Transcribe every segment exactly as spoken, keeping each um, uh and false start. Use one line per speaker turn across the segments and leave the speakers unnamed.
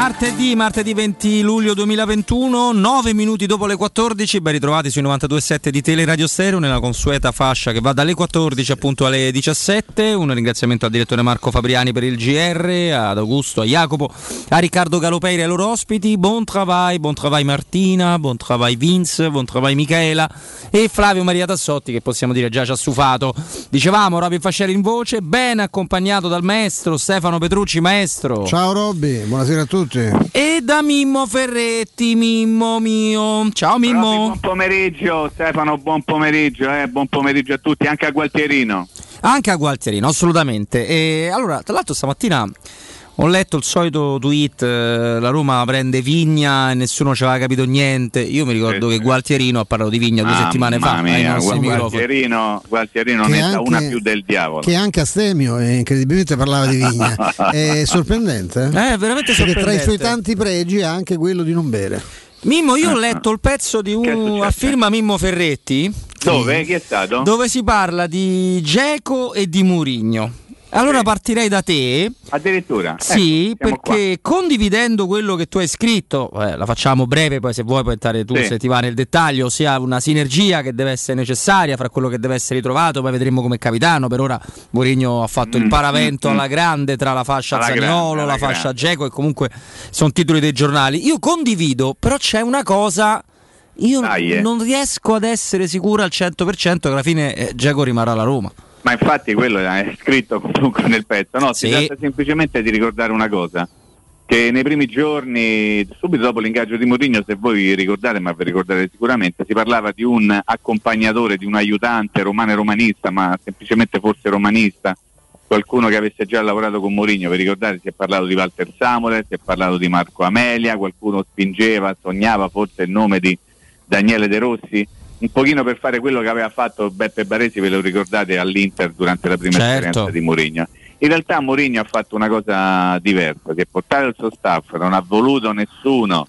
Martedì, martedì venti luglio duemilaventuno, nove minuti dopo le quattordici, ben ritrovati sui novantadue virgola sette di Teleradio Stereo nella consueta fascia che va dalle quattordici appunto alle diciassette. Un ringraziamento al direttore Marco Fabriani per il G R, ad Augusto, a Jacopo, a Riccardo Galopeiri e ai loro ospiti. Buon travail, buon travail Martina, buon travail Vince, buon travail Michaela e Flavio Maria Tassotti, che possiamo dire già ci ha stufato. Dicevamo Robby Fascieri in voce, ben accompagnato dal maestro Stefano Petrucci. Maestro,
ciao Robby, buonasera a tutti.
E da Mimmo Ferretti, Mimmo mio. Ciao Mimmo.
Robby, buon pomeriggio Stefano, buon pomeriggio, eh, buon pomeriggio a tutti, anche a Gualtierino.
Anche a Gualtierino, assolutamente. E allora, tra l'altro stamattina ho letto il solito tweet, eh, la Roma prende Vigna e nessuno ci aveva capito niente. Io mi ricordo sì, che Gualtierino ha parlato di Vigna due ah, settimane fa.
Mia, Gualtierino, Gualtierino ne sa una più del diavolo.
Che anche Astemio eh, incredibilmente parlava di Vigna. È sorprendente.
Eh, veramente sorprendente.
Perché tra i suoi tanti pregi ha anche quello di non bere.
Mimmo, io ho letto il pezzo di un a firma Mimmo Ferretti.
Dove? Chi è stato?
Dove si parla di Dzeko e di Mourinho. Allora partirei da te.
Addirittura?
Sì,
ecco,
perché qua, condividendo quello che tu hai scritto, eh, la facciamo breve, poi se vuoi puoi entrare tu, sì, se ti va nel dettaglio, ossia una sinergia che deve essere necessaria fra quello che deve essere ritrovato, poi vedremo come capitano. Per ora Mourinho ha fatto mm, il paravento mm, alla grande tra la fascia Zaniolo, la fascia Dzeko, e comunque sono titoli dei giornali. Io condivido, però c'è una cosa, io Dai, non riesco ad essere sicuro al cento per cento che alla fine eh, Dzeko rimarrà alla Roma.
Ma infatti quello è scritto comunque nel pezzo, no? Si sì. tratta semplicemente di ricordare una cosa, che nei primi giorni, subito dopo l'ingaggio di Mourinho, se voi vi ricordate, ma vi ricordate sicuramente, si parlava di un accompagnatore, di un aiutante romano e romanista, ma semplicemente forse romanista, qualcuno che avesse già lavorato con Mourinho. Vi ricordate? Si è parlato di Walter Samuel, si è parlato di Marco Amelia, qualcuno spingeva, sognava forse il nome di Daniele De Rossi, un pochino per fare quello che aveva fatto Beppe Baresi, ve lo ricordate, all'Inter durante la prima
certo.
esperienza di Mourinho. In realtà Mourinho ha fatto una cosa diversa, si è portato il suo staff, non ha voluto nessuno,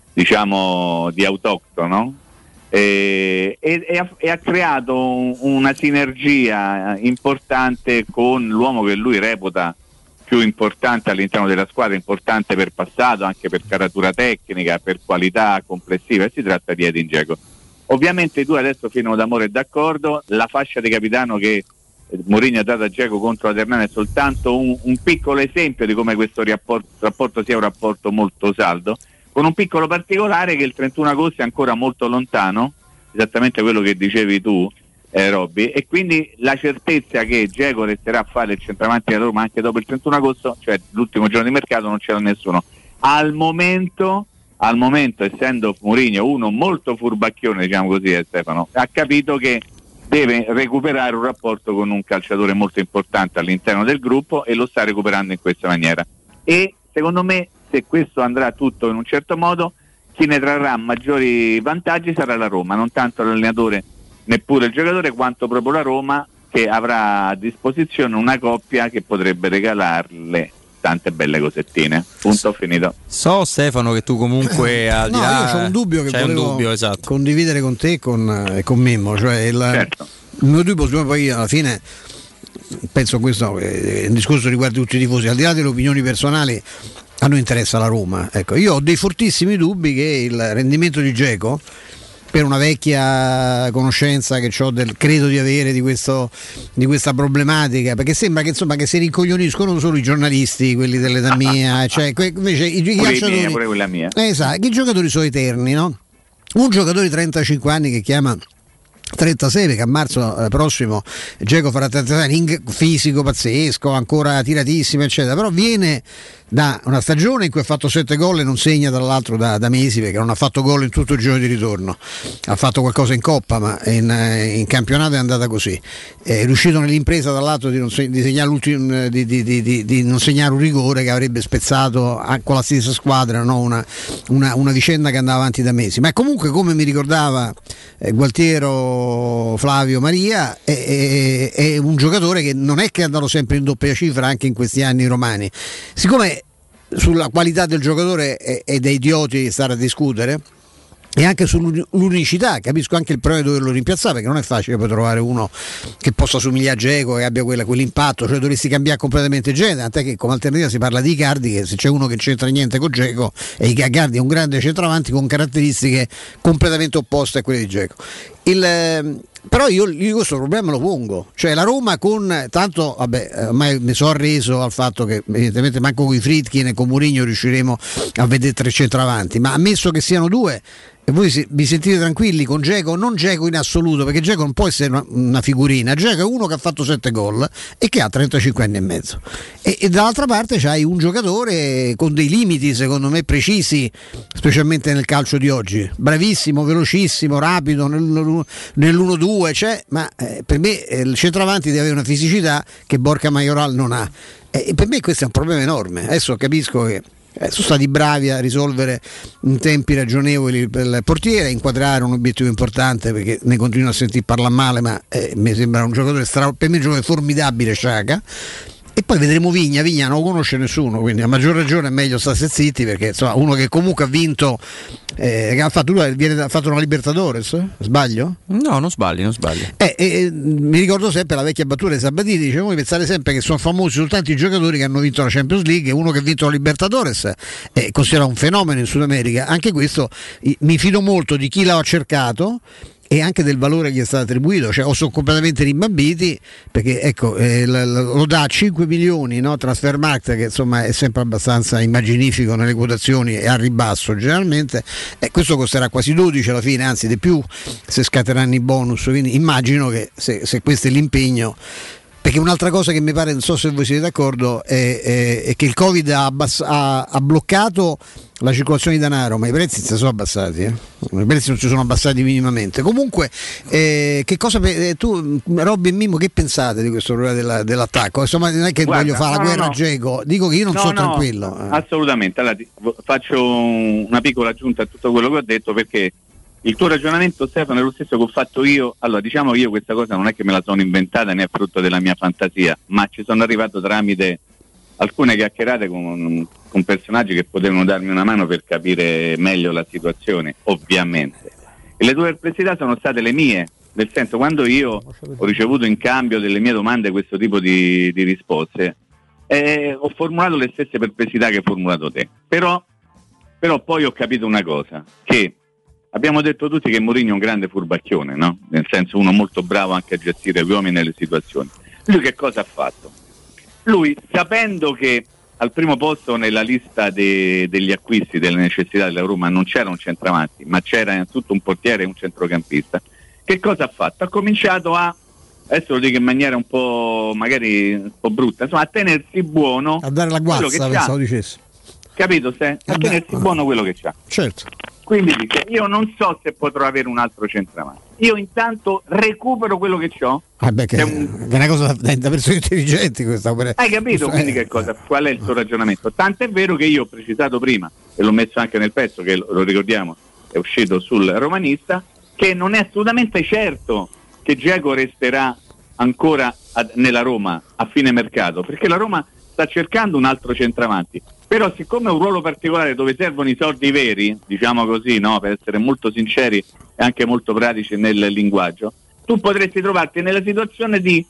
diciamo, di autoctono, e, e, e, ha, e ha creato un, una sinergia importante con l'uomo che lui reputa più importante all'interno della squadra, importante per passato, anche per caratura tecnica, per qualità complessiva, e si tratta di Edin Dzeko. Ovviamente i due adesso firmano d'amore e d'accordo, la fascia di capitano che Mourinho ha dato a Dzeko contro la Ternana è soltanto un, un piccolo esempio di come questo rapporto, rapporto sia un rapporto molto saldo, con un piccolo particolare che il trentuno agosto è ancora molto lontano, esattamente quello che dicevi tu, eh, Robby, e quindi la certezza che Dzeko resterà a fare il centravanti della Roma anche dopo il trentuno agosto, cioè l'ultimo giorno di mercato, non c'era nessuno. Al momento... Al momento, essendo Mourinho uno molto furbacchione, diciamo così, eh, Stefano, ha capito che deve recuperare un rapporto con un calciatore molto importante all'interno del gruppo, e lo sta recuperando in questa maniera. E secondo me, se questo andrà tutto in un certo modo, chi ne trarrà maggiori vantaggi sarà la Roma, non tanto l'allenatore neppure il giocatore, quanto proprio la Roma, che avrà a disposizione una coppia che potrebbe regalarle tante belle cosettine. Punto, finito.
So, Stefano, che tu comunque al di
no,
là
io c'ho un dubbio che
c'è
volevo
un dubbio, esatto,
condividere con te e con, eh, con Mimmo, cioè il,
certo.
il mio dubbio, poi alla fine penso questo è un discorso che riguarda tutti i tifosi, al di là delle opinioni personali, a noi interessa la Roma. Ecco, io ho dei fortissimi dubbi che il rendimento di Dzeko, per una vecchia conoscenza che ho del credo di avere di, questo, di questa problematica, perché sembra che insomma che si rincoglioniscono solo i giornalisti, quelli dell'età mia, cioè que, invece i, i calciatori,
mia, pure quella mia.
Eh, esatto, i giocatori sono eterni, no? Un giocatore di trentacinque anni che chiama trentasei, perché a marzo eh, prossimo Dzeko farà trentasei anni, fisico pazzesco, ancora tiratissimo eccetera, però viene da una stagione in cui ha fatto sette gol e non segna tra l'altro da, da mesi, perché non ha fatto gol in tutto il giorno di ritorno. Ha fatto qualcosa in Coppa, ma in, in campionato è andata così. È riuscito nell'impresa dall'altro di non, di segnare, di, di, di, di, di non segnare un rigore che avrebbe spezzato con la stessa squadra, no? una, una, una vicenda che andava avanti da mesi. Ma comunque, come mi ricordava eh, Gualtiero Flavio Maria, è, è, è un giocatore che non è che è andato sempre in doppia cifra anche in questi anni romani. Siccome sulla qualità del giocatore è, è da idioti stare a discutere, e anche sull'unicità. Capisco anche il problema di doverlo rimpiazzare, perché non è facile poi trovare uno che possa somigliare a Dzeko e abbia quella, quell'impatto, cioè dovresti cambiare completamente genere, tant'è che come alternativa si parla di Icardi, che se c'è uno che c'entra niente con Dzeko, e Icardi è un grande centravanti con caratteristiche completamente opposte a quelle di Dzeko. Il, però io, io questo problema lo pongo, cioè la Roma con tanto, vabbè, ormai mi sono arreso al fatto che evidentemente manco con i Friedkin e con Mourinho riusciremo a vedere tre centravanti, ma ammesso che siano due, e voi si, vi sentite tranquilli con Dzeko, non Dzeko in assoluto, perché Dzeko non può essere una, una figurina, Dzeko è uno che ha fatto sette gol e che ha trentacinque anni e mezzo, e, e dall'altra parte c'hai un giocatore con dei limiti secondo me precisi, specialmente nel calcio di oggi, bravissimo, velocissimo, rapido nel, nell'uno due, cioè, ma eh, per me eh, il centravanti deve avere una fisicità che Borja Mayoral non ha, e, e per me questo è un problema enorme. Adesso capisco che Eh, sono stati bravi a risolvere in tempi ragionevoli per il portiere, a inquadrare un obiettivo importante, perché ne continuo a sentir parlare male, ma eh, mi sembra un giocatore stra- per me un giocatore formidabile, Sciaca. E poi vedremo Vigna, Vigna non lo conosce nessuno, quindi a maggior ragione è meglio stare zitti, perché insomma uno che comunque ha vinto, eh, che ha fatto, lui viene, ha fatto una Libertadores, sbaglio?
No, non sbagli, non sbagli.
Eh, eh, mi ricordo sempre la vecchia battuta di Sabatini, dice: voi pensate sempre che sono famosi soltanto i giocatori che hanno vinto la Champions League, e uno che ha vinto la Libertadores è considerato un fenomeno in Sud America. Anche questo, mi fido molto di chi l'ha cercato e anche del valore che gli è stato attribuito, cioè o sono completamente rimbambiti, perché ecco, eh, lo dà a cinque milioni, no? Transfermarkt, che insomma è sempre abbastanza immaginifico nelle quotazioni e a ribasso generalmente, e eh, questo costerà quasi dodici alla fine, anzi di più se scatteranno i bonus, quindi immagino che se, se questo è l'impegno. Perché un'altra cosa che mi pare, non so se voi siete d'accordo, è, è, è che il Covid ha, abbass- ha, ha bloccato la circolazione di denaro, ma i prezzi si sono abbassati, eh? I prezzi non si sono abbassati minimamente. Comunque, eh, che cosa eh, tu, Robby e Mimmo, che pensate di questo problema della, dell'attacco? Insomma, non è che
Guarda,
voglio fare
no,
la guerra
no.
a Dzeko, dico che io non
no,
sono
no,
tranquillo. Eh.
Assolutamente. Allora, ti, faccio una piccola aggiunta a tutto quello che ho detto, perché il tuo ragionamento, Stefano, è lo stesso che ho fatto io. Allora, diciamo che io questa cosa non è che me la sono inventata, né è frutto della mia fantasia, ma ci sono arrivato tramite alcune chiacchierate con, con personaggi che potevano darmi una mano per capire meglio la situazione, ovviamente. E le tue perplessità sono state le mie, nel senso, quando io ho ricevuto in cambio delle mie domande questo tipo di, di risposte, eh, ho formulato le stesse perplessità che hai formulato te. Però, però poi ho capito una cosa, che abbiamo detto tutti che Mourinho è un grande furbacchione, no? Nel senso, uno molto bravo anche a gestire gli uomini nelle situazioni. Lui che cosa ha fatto? Lui, sapendo che al primo posto nella lista de- degli acquisti, delle necessità della Roma non c'era un centravanti, ma c'era innanzitutto un portiere e un centrocampista, che cosa ha fatto? Ha cominciato a, adesso lo dico in maniera un po' magari un po' brutta, insomma, a tenersi buono,
a dare la guazza, pensavo dicessi.
Capito? Se? A tenersi buono quello che c'ha.
Certo.
Quindi dice, io non so se potrò avere un altro centravanti, io intanto recupero quello che ho.
Ah beh, che, è un... che è una cosa da, da persone intelligenti questa.
Hai capito? Quindi che cosa, qual è il suo ragionamento? Tant'è vero che io ho precisato prima, e l'ho messo anche nel pezzo che lo ricordiamo, è uscito sul Romanista, che non è assolutamente certo che Dzeko resterà ancora ad, nella Roma a fine mercato, perché la Roma sta cercando un altro centravanti. Però siccome è un ruolo particolare dove servono i soldi veri, diciamo così, no, per essere molto sinceri e anche molto pratici nel linguaggio, tu potresti trovarti nella situazione di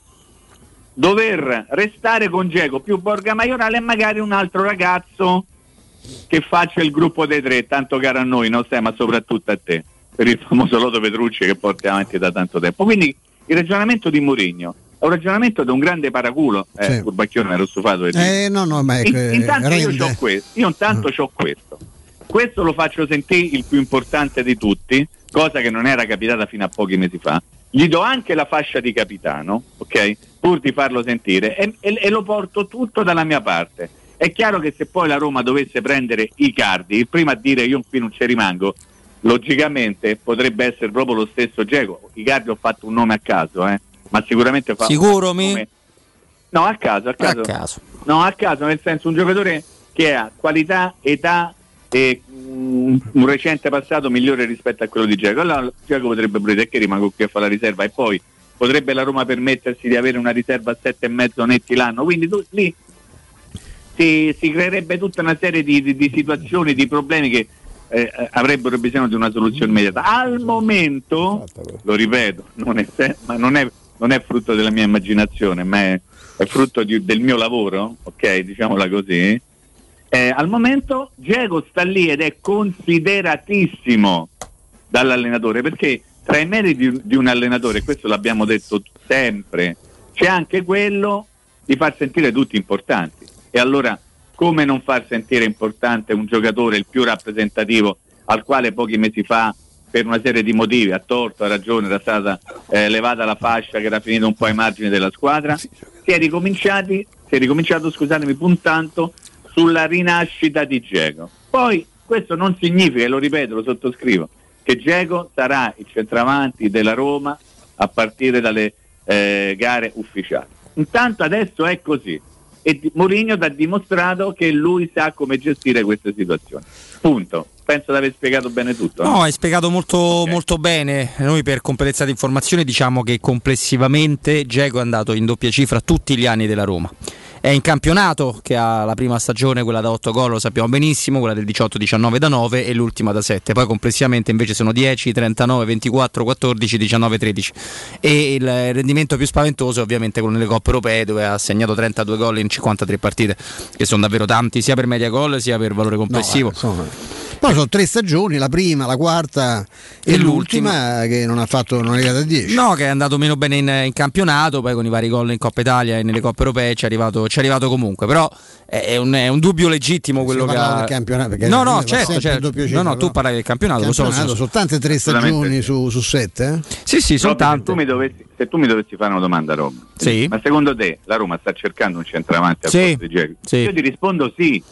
dover restare con Dzeko più Borja Mayoral e magari un altro ragazzo che faccia il gruppo dei tre, tanto caro a noi, no, ma soprattutto a te, per il famoso Lodo Petrucci che porti avanti da tanto tempo. Quindi il ragionamento di Mourinho è un ragionamento di un grande paraculo, eh,
sì.
Furbacchione mi ero stufato di
eh, no, no, ma ecco,
In, intanto
rende.
io, c'ho questo, io intanto
Mm.
c'ho questo questo lo faccio sentire il più importante di tutti, cosa che non era capitata fino a pochi mesi fa. Gli do anche la fascia di capitano, ok, pur di farlo sentire, e, e, e lo porto tutto dalla mia parte. È chiaro che se poi la Roma dovesse prendere Icardi, il primo a dire io qui non ci rimango, logicamente potrebbe essere proprio lo stesso Dzeko. Icardi ho fatto un nome a caso, eh ma sicuramente fa
sicuro
un
mi?
nome... no a caso a caso.
a caso
no a caso nel senso un giocatore che ha qualità, età e um, un recente passato migliore rispetto a quello di Dzeko. Allora Dzeko potrebbe pure dire che rimango qui a fare la riserva, e poi potrebbe la Roma permettersi di avere una riserva a sette e mezzo netti l'anno, quindi tu, lì si, si creerebbe tutta una serie di, di, di situazioni, di problemi che eh, avrebbero bisogno di una soluzione immediata. Al momento, lo ripeto, non è, ma non è, non è frutto della mia immaginazione, ma è, è frutto di, del mio lavoro, ok, diciamola così. Eh, al momento Dzeko sta lì ed è consideratissimo dall'allenatore, perché tra i meriti di, di un allenatore, questo l'abbiamo detto sempre, c'è anche quello di far sentire tutti importanti. E allora come non far sentire importante un giocatore, il più rappresentativo, al quale pochi mesi fa, per una serie di motivi, a torto, a ragione, era stata eh, levata la fascia che era finita un po' ai margini della squadra, si è ricominciati, si è ricominciato, scusatemi, puntando sulla rinascita di Dzeko. Poi questo non significa, e lo ripeto, lo sottoscrivo, che Dzeko sarà il centravanti della Roma a partire dalle eh, gare ufficiali. Intanto adesso è così. E Mourinho ha dimostrato che lui sa come gestire queste situazioni. Punto. Penso di aver spiegato bene tutto.
No,
no?
hai spiegato molto,
okay.
molto bene. Noi per completezza di informazione diciamo che complessivamente Dzeko è andato in doppia cifra tutti gli anni della Roma. È in campionato che ha la prima stagione, quella da otto gol, lo sappiamo benissimo, quella del diciotto diciannove da nove e l'ultima da sette. Poi complessivamente invece sono dieci, trentanove, ventiquattro, quattordici, diciannove, tredici. E il rendimento più spaventoso è ovviamente quello nelle coppe europee, dove ha segnato trentadue gol in cinquantatré partite, che sono davvero tanti, sia per media gol sia per valore complessivo.
No, eh, insomma. Poi sono tre stagioni, la prima, la quarta e, e l'ultima, l'ultima che non ha fatto, non è arrivata a dieci.
No, che è andato meno bene in, in campionato, poi con i vari gol in Coppa Italia e nelle coppe europee ci è arrivato, ci è arrivato comunque, però è un, è un dubbio legittimo quello che ha...
del campionato,
no, no, certo, certo. No, no, tu parli del campionato,
campionato
lo so,
sono tante tre stagioni su, su sette, eh?
Sì, sì, sono tante.
Se tu mi dovessi, se tu mi dovessi fare una domanda, Rob,
sì.
Ma secondo te la Roma sta cercando un centravanti a
sì,
posto di Dzeko?
Sì.
Io ti rispondo sì.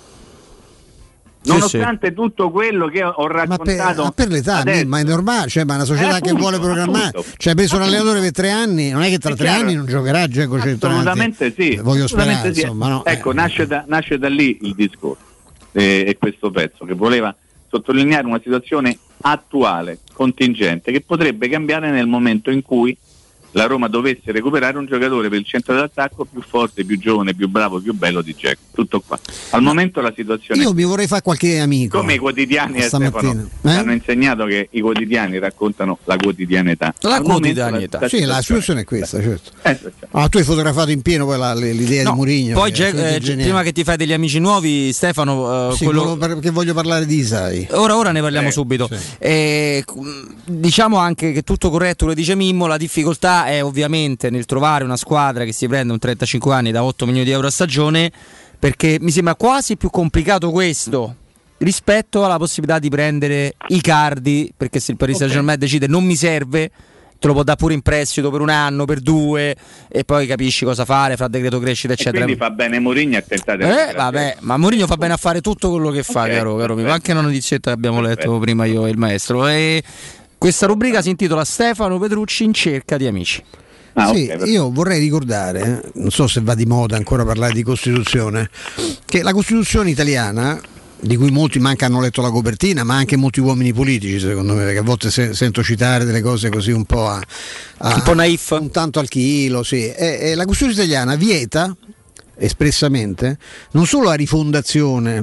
Nonostante sì, tutto quello che ho raccontato,
ma per, ma per l'età, adesso, ma è normale, cioè, ma una società eh, che appunto, vuole programmare, appunto, cioè, hai preso un allenatore per tre anni, non è che tra è tre chiaro. anni non giocherà Dzeko.
Assolutamente sì,
voglio
assolutamente
sperare,
sì.
Insomma, no,
ecco,
eh.
nasce, da, nasce da lì il discorso e eh, questo pezzo che voleva sottolineare una situazione attuale, contingente, che potrebbe cambiare nel momento in cui la Roma dovesse recuperare un giocatore per il centro d'attacco più forte, più giovane, più bravo, più bello di Dzeko. Tutto qua. Al momento la situazione...
Io mi vorrei fare qualche amico.
Come i quotidiani eh, Stefano, eh? hanno insegnato che i quotidiani raccontano la quotidianità.
La Al quotidianità.
La, sì, la situazione è questa, certo.
Eh, certo.
Ah, tu hai fotografato in pieno poi la, l'idea
no,
di Mourinho.
Poi che, eh, prima che ti fai degli amici nuovi, Stefano... Uh,
sì,
quello...
perché voglio parlare di Isai.
Ora, ora ne parliamo
eh,
subito.
Sì.
Eh, diciamo anche che tutto corretto, lo dice Mimmo, la difficoltà è ovviamente nel trovare una squadra che si prende un trentacinque anni da otto milioni di euro a stagione, perché mi sembra quasi più complicato questo rispetto alla possibilità di prendere Icardi, perché se il Paris Saint-Germain okay. decide non mi serve, te lo può dare pure in prestito per un anno, per due, e poi capisci cosa fare fra decreto crescita eccetera.
E quindi fa bene Mourinho a tentare
eh, vabbè, ma Mourinho fa bene a fare tutto quello che fa, okay, caro, caro mio. Anche una notizietta che abbiamo perfetto. letto prima io e il maestro. E questa rubrica si intitola Stefano Petrucci in cerca di amici.
Ah, sì, okay, io vorrei ricordare, eh, non so se va di moda ancora parlare di Costituzione, che la Costituzione italiana, di cui molti manca hanno letto la copertina, ma anche molti uomini politici, secondo me, perché a volte se, sento citare delle cose così un po' a, a
un po' naif,
un tanto al chilo, sì. E, e la Costituzione italiana vieta espressamente non solo la rifondazione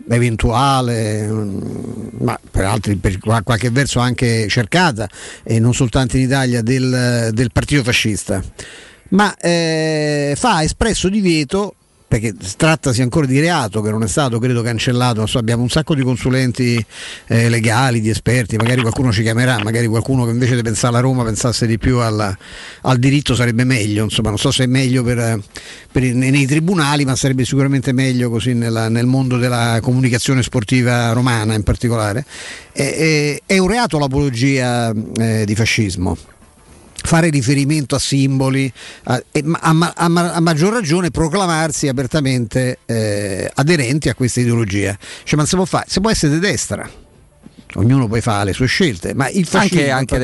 eventuale, ma per altri per qualche verso anche cercata, e non soltanto in Italia, del, del partito fascista, ma eh, fa espresso divieto, perché trattasi ancora di reato che non è stato credo cancellato. So, abbiamo un sacco di consulenti eh, legali, di esperti, magari qualcuno ci chiamerà, magari qualcuno che invece di pensare alla Roma pensasse di più alla, al diritto sarebbe meglio, insomma non so se è meglio per, per i, nei tribunali, ma sarebbe sicuramente meglio così nella, nel mondo della comunicazione sportiva romana in particolare. È, è, è un reato l'apologia eh, di fascismo, fare riferimento a simboli, a, a, a, a maggior ragione proclamarsi apertamente eh, aderenti a questa ideologia. Cioè, ma si può fare, si può essere di destra, ognuno poi fa le sue scelte, ma il fascismo
anche, anche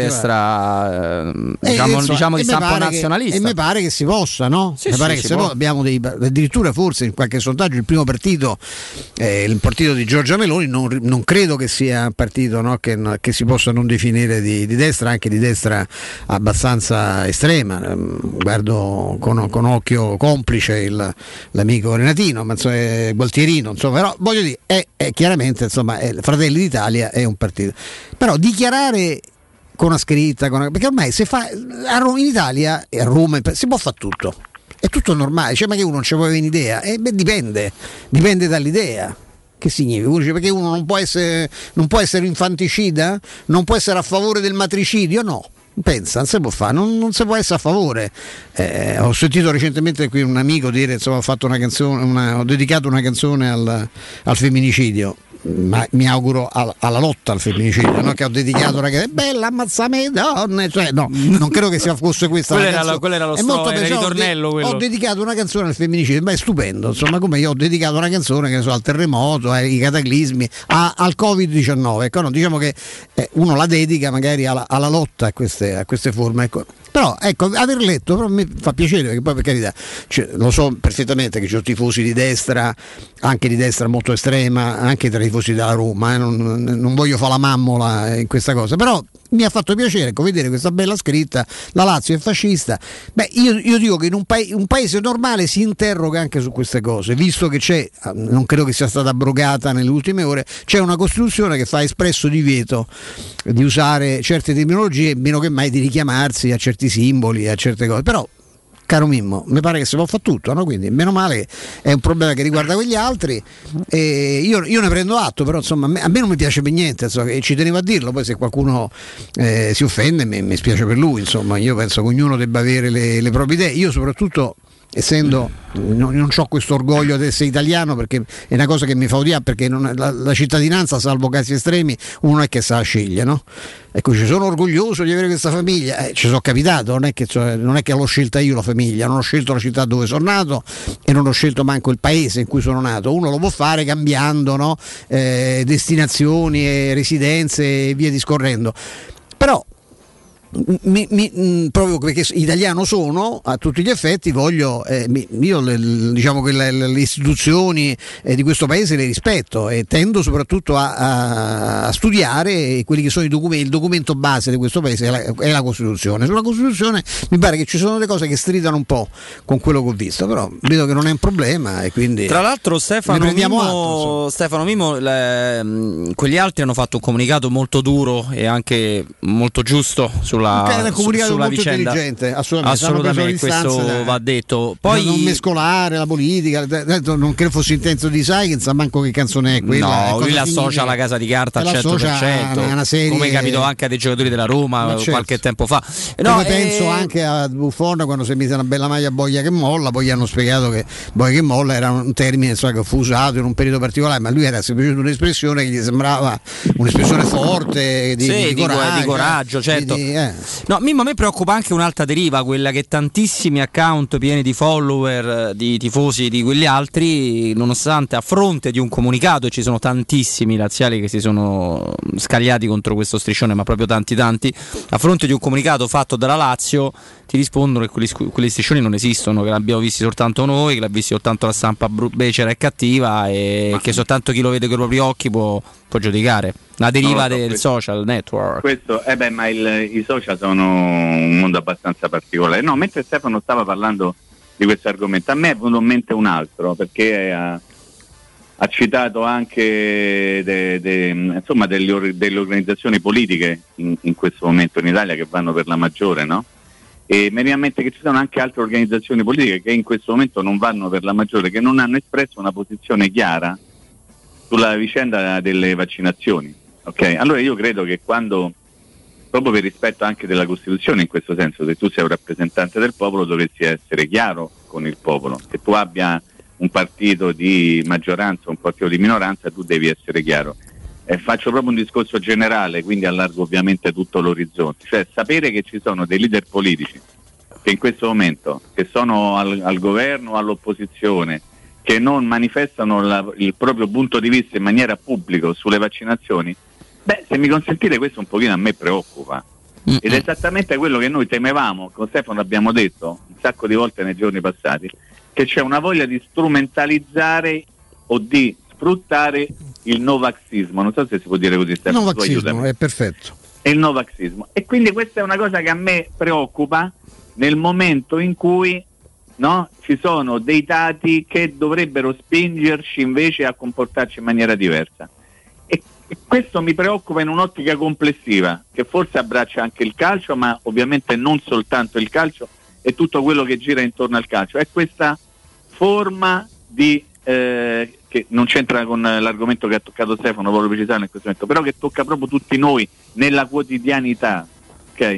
destra eh, diciamo,
eh,
diciamo di stampo
che,
nazionalista,
e mi pare che si possa, no?
Sì,
mi pare
sì,
che
si
se no abbiamo dei, addirittura forse in qualche sondaggio il primo partito, eh, il partito di Giorgia Meloni non, non credo che sia un partito, no, che, che si possa non definire di, di destra, anche di destra abbastanza estrema. Guardo con, con occhio complice il, l'amico Renatino, ma insomma, è Gualtierino, insomma, però voglio dire, è, è chiaramente, insomma, è, Fratelli d'Italia è un partito. Però dichiarare con una scritta, con una, perché ormai si fa in Italia e a Roma si può fare tutto, è tutto normale, cioè ma che uno non ci può avere un'idea, eh, beh, dipende, dipende dall'idea. Che significa? Uno dice, perché uno non può essere non può essere infanticida? Non può essere a favore del matricidio? No. Pensa, non si può fare, non, non si può essere a favore. Eh, ho sentito recentemente qui un amico dire, insomma, ho fatto una canzone, una, ho dedicato una canzone al, al femminicidio. Ma mi auguro alla, alla lotta al femminicidio, no? Che ho dedicato una canzone bella, ammazzame donne, cioè, no, non credo che sia fosse questa
quello
la
era, lo, quello era lo stro, era il ritornello,
ho, de- ho dedicato una canzone al femminicidio, beh, è stupendo, insomma, come io ho dedicato una canzone, che ne so, al terremoto, ai cataclismi, a, al covid diciannove, ecco, no, diciamo che eh, uno la dedica magari alla, alla lotta a queste, a queste forme, ecco. Però ecco, aver letto però mi fa piacere, perché poi per carità, cioè, lo so perfettamente che ci sono tifosi di destra, anche di destra molto estrema, anche tra i tifosi della Roma, eh, non, non voglio fare la mammola in questa cosa, però mi ha fatto piacere, ecco, vedere questa bella scritta, la Lazio è fascista. Beh, io, io dico che in un, pa- un paese normale si interroga anche su queste cose, visto che c'è, non credo che sia stata abrogata nelle ultime ore, c'è una Costituzione che fa espresso divieto di usare certe terminologie, meno che mai di richiamarsi a certi simboli, a certe cose, però caro Mimmo, mi pare che si può fare tutto, no? Quindi meno male, è un problema che riguarda quegli altri, e io, io ne prendo atto, però insomma a me, a me non mi piace per niente, insomma, e ci tenevo a dirlo, poi se qualcuno eh, si offende mi, mi spiace per lui, insomma, io penso che ognuno debba avere le, le proprie idee, io soprattutto essendo non, non ho questo orgoglio di essere italiano, perché è una cosa che mi fa odiare, perché non, la, la cittadinanza, salvo casi estremi, uno non è che sa sceglie, no? Ecco, ci sono orgoglioso di avere questa famiglia, eh, ci sono capitato, non è, che, cioè, non è che l'ho scelta io la famiglia, non ho scelto la città dove sono nato e non ho scelto manco il paese in cui sono nato, uno lo può fare cambiando, no? eh, destinazioni e residenze e via discorrendo, però Mi, mi, proprio perché italiano sono a tutti gli effetti, voglio eh, io le, diciamo che le, le istituzioni eh, di questo paese le rispetto e tendo soprattutto a, a, a studiare quelli che sono i documenti. Il documento base di questo paese è la, è la Costituzione. Sulla Costituzione mi pare che ci sono delle cose che stridano un po' con quello che ho visto, però vedo che non è un problema e quindi
tra l'altro Stefano Mimmo,
atto,
Stefano Mimmo le, quegli altri hanno fatto un comunicato molto duro e anche molto giusto sulla
Era comunicato
sulla
molto
vicenda.
Intelligente, assolutamente,
assolutamente questo da, va detto. Poi
non mescolare la politica, non credo fosse intenso di sai, che sa manco che canzone è quella.
No, lui l'associa alla Casa di Carta al cento per cento, una serie, come capitò anche a dei giocatori della Roma certo. qualche tempo fa.
No, come
e...
penso anche a Buffon quando si è mise una bella maglia boia che molla, poi gli hanno spiegato che boia che molla era un termine so, che fu usato in un periodo particolare, ma lui era semplicemente un'espressione che gli sembrava un'espressione forte di,
sì,
di, di, coraggio,
di coraggio, certo.
Di, eh.
No, Mimmo, a me preoccupa anche un'altra deriva, quella che tantissimi account pieni di follower, di tifosi di quegli altri, nonostante a fronte di un comunicato, e ci sono tantissimi laziali che si sono scagliati contro questo striscione, ma proprio tanti tanti, a fronte di un comunicato fatto dalla Lazio ti rispondono che quelli, quelli striscioni non esistono, che l'abbiamo visti soltanto noi, che l'ha visti soltanto la stampa becera e cattiva e ma che soltanto chi lo vede con i propri occhi può, può giudicare. La deriva so, del questo, social network.
Questo, eh beh, ma il, i social sono un mondo abbastanza particolare. No, mentre Stefano stava parlando di questo argomento, a me è venuto in mente un altro, perché ha, ha citato anche de, de, insomma delle, delle organizzazioni politiche in, in questo momento in Italia che vanno per la maggiore, no? E mi viene in mente che ci sono anche altre organizzazioni politiche che in questo momento non vanno per la maggiore, che non hanno espresso una posizione chiara sulla vicenda delle vaccinazioni. Ok, allora io credo che quando, proprio per rispetto anche della Costituzione, in questo senso, se tu sei un rappresentante del popolo dovresti essere chiaro con il popolo, che tu abbia un partito di maggioranza o un partito di minoranza, tu devi essere chiaro. E faccio proprio un discorso generale, quindi allargo ovviamente tutto l'orizzonte, cioè sapere che ci sono dei leader politici che in questo momento, che sono al, al governo o all'opposizione, che non manifestano la, il proprio punto di vista in maniera pubblica sulle vaccinazioni, Beh, se mi consentite, questo un pochino a me preoccupa. Mm-hmm. Ed è esattamente quello che noi temevamo, con Stefano abbiamo detto un sacco di volte nei giorni passati, che c'è una voglia di strumentalizzare o di sfruttare il novaxismo. Non so se si può dire così, Stefano.
Il novaxismo è perfetto.
È il novaxismo. E quindi questa è una cosa che a me preoccupa nel momento in cui, no, ci sono dei dati che dovrebbero spingerci invece a comportarci in maniera diversa. E, e questo mi preoccupa in un'ottica complessiva, che forse abbraccia anche il calcio, ma ovviamente non soltanto il calcio e tutto quello che gira intorno al calcio. È questa forma di eh, che non c'entra con l'argomento che ha toccato Stefano, voglio precisarlo in questo momento, però che tocca proprio tutti noi nella quotidianità, ok?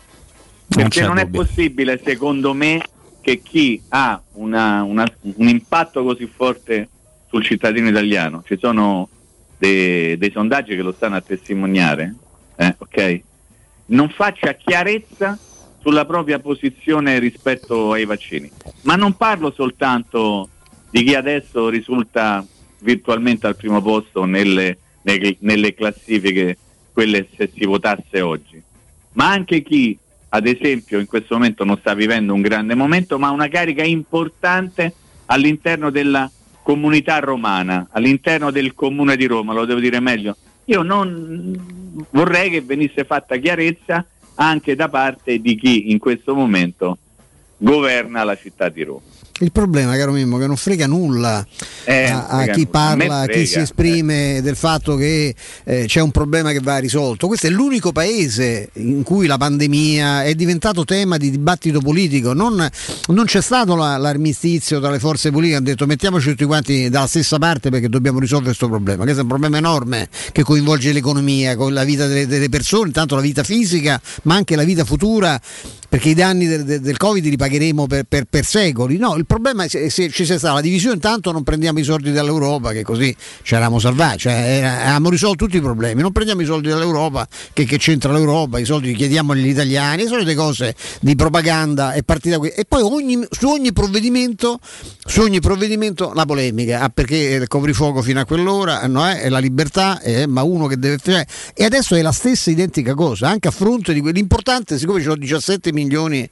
Perché non, non è possibile, secondo me, che chi ha una, una, un impatto così forte sul cittadino italiano, ci sono dei, dei sondaggi che lo stanno a testimoniare, eh, ok? Non faccia chiarezza sulla propria posizione rispetto ai vaccini. Ma non parlo soltanto di chi adesso risulta virtualmente al primo posto nelle, nelle, nelle classifiche, quelle se si votasse oggi, ma anche chi ad esempio in questo momento non sta vivendo un grande momento, ma una carica importante all'interno della comunità romana, all'interno del comune di Roma, lo devo dire meglio. Io non vorrei che venisse fatta chiarezza anche da parte di chi in questo momento governa la città di Roma.
Il problema, caro Mimmo, che non frega nulla
eh,
a, a
frega
chi
nulla.
parla, a
frega,
chi si esprime
eh.
del fatto che eh, c'è un problema che va risolto. Questo è l'unico paese in cui la pandemia è diventato tema di dibattito politico. Non, non c'è stato la, l'armistizio tra le forze politiche che hanno detto mettiamoci tutti quanti dalla stessa parte perché dobbiamo risolvere questo problema. Questo è un problema enorme che coinvolge l'economia, con la vita delle, delle persone, tanto la vita fisica ma anche la vita futura, perché i danni del, del, del Covid li pagheremo per, per, per secoli. No, il problema è se, se ci sia stata la divisione, intanto non prendiamo i soldi dall'Europa, che così ci eravamo salvati, cioè era, avevamo risolto tutti i problemi. Non prendiamo i soldi dall'Europa, che, che c'entra l'Europa, i soldi li chiediamo agli italiani, le solite cose di propaganda e partita qui. E poi ogni, su ogni provvedimento, su ogni provvedimento la polemica, ah, perché il coprifuoco fino a quell'ora, no, è la libertà, eh, ma uno che deve fare. E adesso è la stessa identica cosa, anche a fronte di quell'importante, siccome ci sono diciassette milioni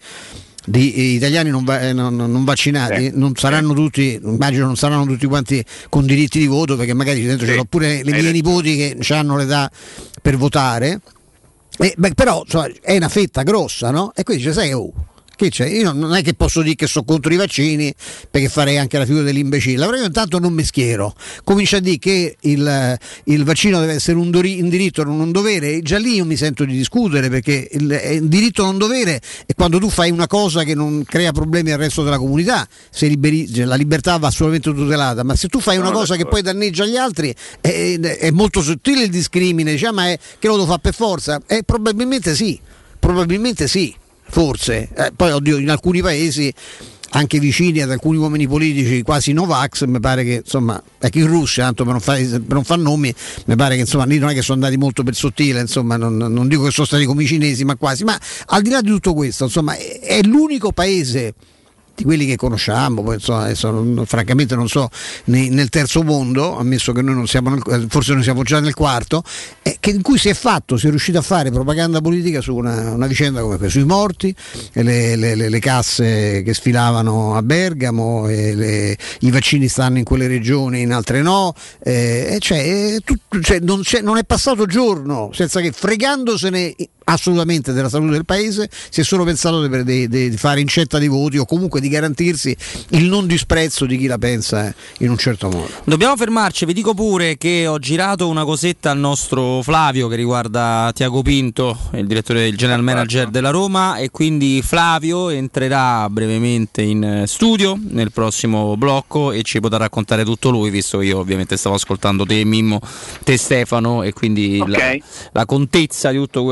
di italiani non, va, non, non vaccinati, eh, non saranno eh. tutti, immagino non saranno tutti quanti con diritti di voto, perché magari dentro sì. c'è pure le mie nipoti che hanno l'età per votare, e, beh, però insomma, è una fetta grossa, no? E quindi dice, sai, oh, che c'è? Io non è che posso dire che sono contro i vaccini, perché farei anche la figura dell'imbecille, però io intanto non mi schiero, comincio a dire che il, il vaccino deve essere un, dori, un diritto, non un dovere, e già lì io mi sento di discutere, perché il, il diritto non dovere è quando tu fai una cosa che non crea problemi al resto della comunità, se liberi, la libertà va assolutamente tutelata, ma se tu fai una no, cosa che poi danneggia gli altri è, è molto sottile il discrimine, diciamo, ma è che lo devo fare per forza? Eh, probabilmente sì, probabilmente sì. Forse, eh, poi oddio, in alcuni paesi anche vicini ad alcuni uomini politici quasi Novax, mi pare che insomma, anche in Russia, tanto per non fare, per non far nomi, mi pare che insomma lì non è che sono andati molto per sottile, insomma non, non dico che sono stati come i cinesi, ma quasi. Ma al di là di tutto questo, insomma, è, è l'unico paese di quelli che conosciamo, poi insomma, adesso non, francamente non so, nei, nel terzo mondo, ammesso che noi non siamo nel, forse noi siamo già nel quarto, eh, che in cui si è fatto, si è riuscito a fare propaganda politica su una, una vicenda come questa, sui morti, le, le, le, le casse che sfilavano a Bergamo, e le, i vaccini stanno in quelle regioni, in altre no, eh, cioè, eh, tutto, cioè, non, c'è, non è passato giorno senza che, fregandosene assolutamente della salute del paese, si è solo pensato di, di, di fare incetta di voti o comunque di garantirsi il non disprezzo di chi la pensa in un certo modo.
Dobbiamo fermarci, vi dico pure che ho girato una cosetta al nostro Flavio che riguarda Tiago Pinto, il direttore del general manager della Roma, e quindi Flavio entrerà brevemente in studio nel prossimo blocco e ci potrà raccontare tutto lui, visto che io ovviamente stavo ascoltando te Mimmo, te Stefano, e quindi okay. la, la contezza di tutto quanto detto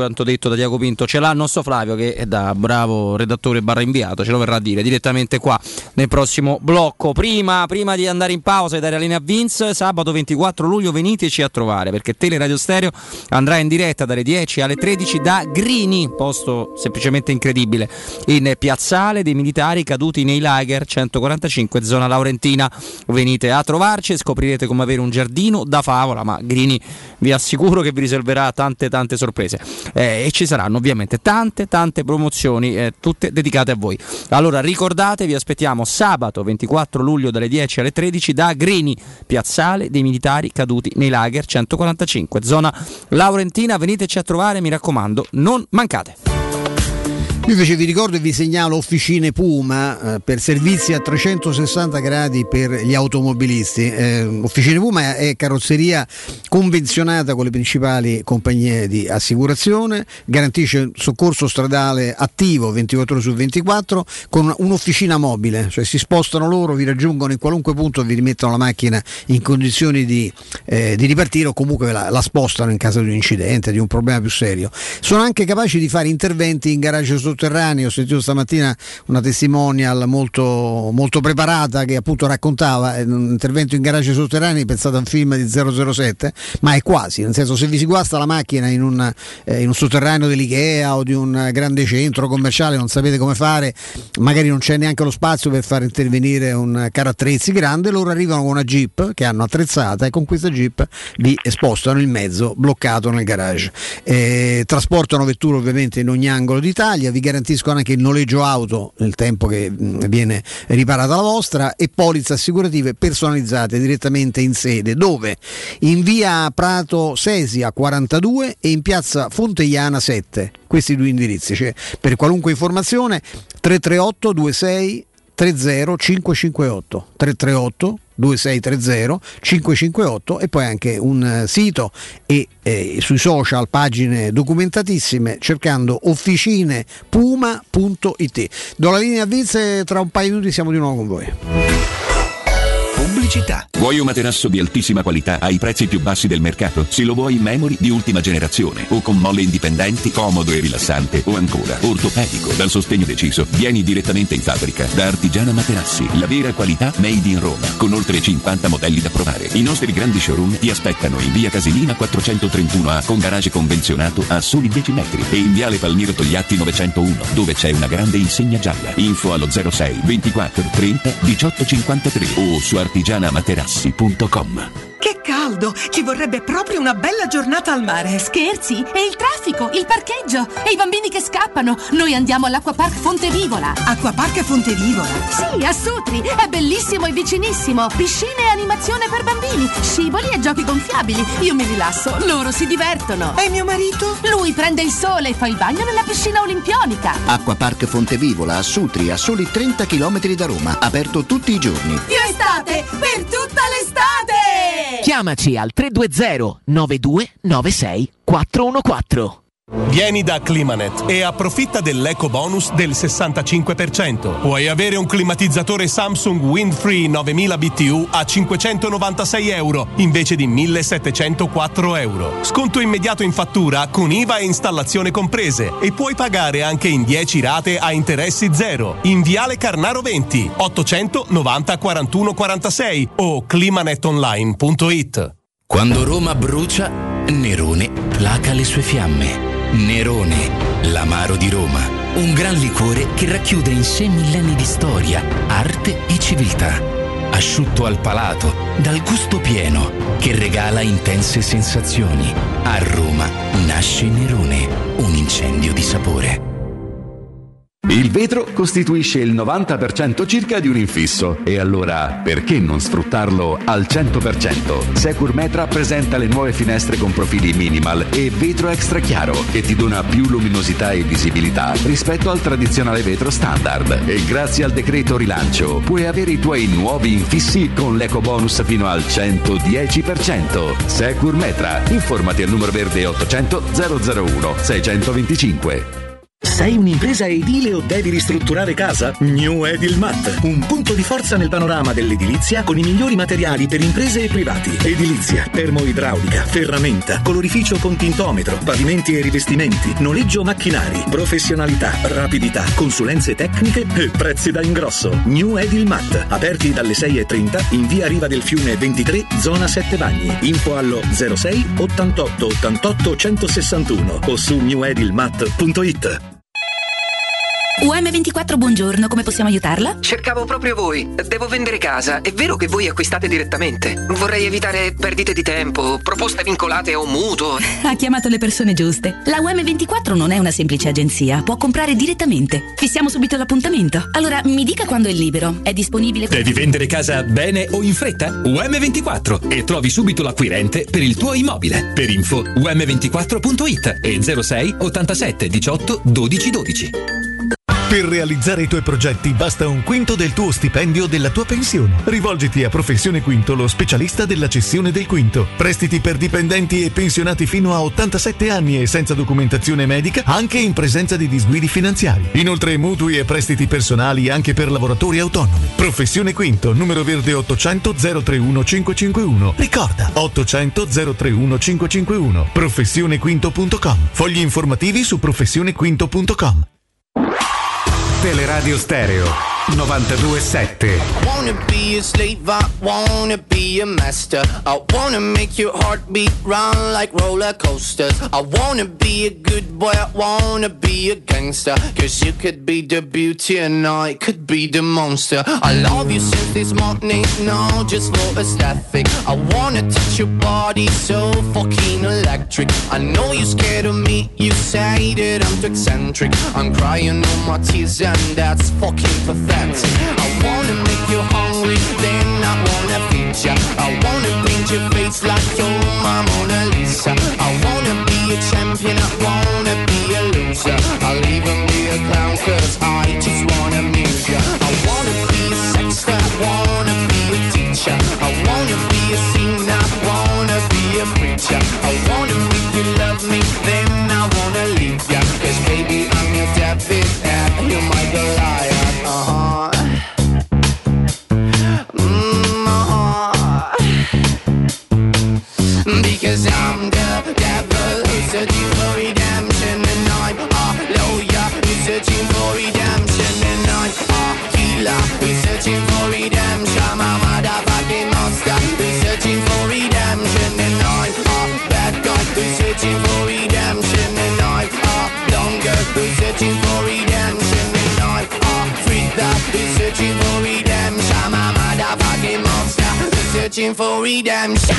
scritto da Diaco Pinto ce l'ha il nostro Flavio, che è da bravo redattore barra inviato, ce lo verrà a dire direttamente qua nel prossimo blocco. Prima, prima di andare in pausa e dare la linea a Vince, sabato ventiquattro luglio veniteci a trovare, perché Teleradio Stereo andrà in diretta dalle dieci alle tredici da Grini, posto semplicemente incredibile, in piazzale dei militari caduti nei lager centoquarantacinque zona Laurentina. Venite a trovarci e scoprirete come avere un giardino da favola, ma Grini vi assicuro che vi riserverà tante tante sorprese, eh, e ci saranno ovviamente tante tante promozioni, eh, tutte dedicate a voi. Allora ricordate, vi aspettiamo sabato ventiquattro luglio dalle dieci alle tredici da Grini, piazzale dei militari caduti nei lager centoquarantacinque zona Laurentina. Veniteci a trovare, mi raccomando, non mancate.
Io invece vi ricordo e vi segnalo Officine Puma eh, per servizi a trecentosessanta gradi per gli automobilisti. Eh, Officine Puma è carrozzeria convenzionata con le principali compagnie di assicurazione, garantisce soccorso stradale attivo ventiquattro ore su ventiquattro con un'officina mobile, cioè si spostano loro, vi raggiungono in qualunque punto, vi rimettono la macchina in condizioni di, eh, di ripartire o comunque la, la spostano in caso di un incidente, di un problema più serio. Sono anche capaci di fare interventi in garage sotterraneo. Ho sentito stamattina una testimonial molto, molto preparata che appunto raccontava un intervento in garage sotterranei, pensate a un film di zero zero sette, ma è quasi, nel senso, se vi si guasta la macchina in un, eh, in un sotterraneo dell'Ikea o di un grande centro commerciale, non sapete come fare, magari non c'è neanche lo spazio per far intervenire un carro attrezzi grande, loro arrivano con una Jeep che hanno attrezzata e con questa Jeep vi spostano il mezzo bloccato nel garage. Eh, trasportano vetture ovviamente in ogni angolo d'Italia, vi garantiscono anche il noleggio auto nel tempo che viene riparata la vostra e polizze assicurative personalizzate direttamente in sede, dove? In via Prato Sesia quarantadue e in piazza Fonteiana sette, questi due indirizzi. Cioè, per qualunque informazione tre tre otto due sei tre zero cinque cinque otto tre tre otto due sei tre zero cinque cinque otto e poi anche un sito e eh, sui social pagine documentatissime cercando officine puma punto it. Do la linea a Vince, tra un paio di minuti siamo di nuovo con voi.
Pubblicità. Vuoi un materasso di altissima qualità ai prezzi più bassi del mercato? Se lo vuoi in memory di ultima generazione o con molle indipendenti, comodo e rilassante, o ancora ortopedico dal sostegno deciso, vieni direttamente in fabbrica da Artigiana Materassi, la vera qualità made in Roma, con oltre cinquanta modelli da provare. I nostri grandi showroom ti aspettano in via Casilina quattrocentotrentuno A con garage convenzionato a soli dieci metri e in viale Palmiro Togliatti novecentouno, dove c'è una grande insegna gialla. Info allo zero sei ventiquattro trenta diciotto cinquantatré o su artigiana materassi punto com.
Che caldo! Ci vorrebbe proprio una bella giornata al mare.
Scherzi? E il traffico, il parcheggio e i bambini che scappano. Noi andiamo all'Acquapark Fontevivola.
Acquapark Fontevivola?
Sì, a Sutri. È bellissimo e vicinissimo. Piscine e animazione per bambini, scivoli e giochi gonfiabili. Io mi rilasso, loro si divertono.
E mio marito?
Lui prende il sole e fa il bagno nella piscina olimpionica.
Acquapark Fontevivola a Sutri, a soli trenta chilometri da Roma. Aperto tutti i giorni.
Più estate per tutta l'estate!
Chiamaci al tre due zero nove due nove sei quattro uno quattro.
Vieni da Climanet e approfitta dell'eco bonus del sessantacinque per cento. Puoi avere un climatizzatore Samsung Windfree novemila B T U a cinquecentonovantasei euro invece di millesettecentoquattro euro. Sconto immediato in fattura con I V A e installazione comprese e puoi pagare anche in dieci rate a interessi zero. In Viale Carnaro venti ottocento novanta quarantuno quarantasei o climanetonline punto it.
Quando Roma brucia, Nerone placa le sue fiamme. Nerone, l'amaro di Roma, un gran liquore che racchiude in sé millenni di storia, arte e civiltà. Asciutto al palato, dal gusto pieno, che regala intense sensazioni. A Roma nasce Nerone, un incendio di sapore.
Il vetro costituisce il novanta per cento circa di un infisso e allora perché non sfruttarlo al cento per cento? Securmetra presenta le nuove finestre con profili minimal e vetro extra chiaro che ti dona più luminosità e visibilità rispetto al tradizionale vetro standard e grazie al decreto rilancio puoi avere i tuoi nuovi infissi con l'eco bonus fino al centodieci per cento. Securmetra, informati al numero verde ottocento zero zero uno sei due cinque.
Sei un'impresa edile o devi ristrutturare casa? New Edilmat, un punto di forza nel panorama dell'edilizia con i migliori materiali per imprese e privati. Edilizia, termoidraulica, ferramenta, colorificio con tintometro, pavimenti e rivestimenti, noleggio macchinari, professionalità, rapidità, consulenze tecniche e prezzi da ingrosso. New Edilmat, aperti dalle sei e trenta in via Riva del Fiume ventitré, zona Sette Bagni. Info allo zero sei ottantotto ottantotto centosessantuno o su new edilmat punto it.
U M ventiquattro, buongiorno, come possiamo aiutarla?
Cercavo proprio voi. Devo vendere casa. È vero che voi acquistate direttamente? Vorrei evitare perdite di tempo, proposte vincolate o mutuo.
Ha chiamato le persone giuste. La U M ventiquattro non è una semplice agenzia, può comprare direttamente. Fissiamo subito l'appuntamento. Allora, mi dica quando è libero. È disponibile?
Devi vendere casa bene o in fretta? U M ventiquattro e trovi subito l'acquirente per il tuo immobile. Per info u m ventiquattro punto it e zero sei ottantasette diciotto dodici dodici.
Per realizzare i tuoi progetti basta un quinto del tuo stipendio o della tua pensione. Rivolgiti a Professione Quinto, lo specialista della cessione del quinto. Prestiti per dipendenti e pensionati fino a ottantasette anni e senza documentazione medica, anche in presenza di disguidi finanziari. Inoltre mutui e prestiti personali anche per lavoratori autonomi. Professione Quinto, numero verde ottocento zero trentuno cinquecentocinquantuno. Ricorda, ottocento zero trentuno cinquecentocinquantuno. professione quinto punto com. Fogli informativi su professione quinto punto com.
Teleradio Stereo novantadue sette.
Wanna be a slave, I wanna be a master. I wanna make your heartbeat run like roller coasters. I wanna be a good boy, I wanna be a gangster. Cause you could be the beauty and I could be the monster. I love you since this morning, no, just no aesthetic. I wanna touch your body so fucking electric. I know you're scared of me, you say that I'm too eccentric. I'm crying all my tears and that's fucking pathetic. I wanna make you hungry, then I wanna feed ya. I wanna paint your face like you're my Mona Lisa. I wanna be a champion, I wanna be a loser. I'll even be a clown cause I just wanna amuse ya. I wanna be a sexter, I wanna be a teacher. I wanna be a singer, I wanna be a preacher. I wanna make you love me, then I wanna leave ya. Cause baby I'm your David and you're my Goliath. Uh-huh. Mm, uh-huh. Because I'm the devil who's searching for redemption, and I'm a lawyer who's searching for redemption, and I'm a healer who's searching for redemption. I'm a motherfucking monster who's searching for redemption, and I'm a bad guy who's searching for redemption, and I'm a dumb girl who's searching for redemption, and I'm a freak that who's searching for redemption. I'm a motherfucking monster who's searching for redemption.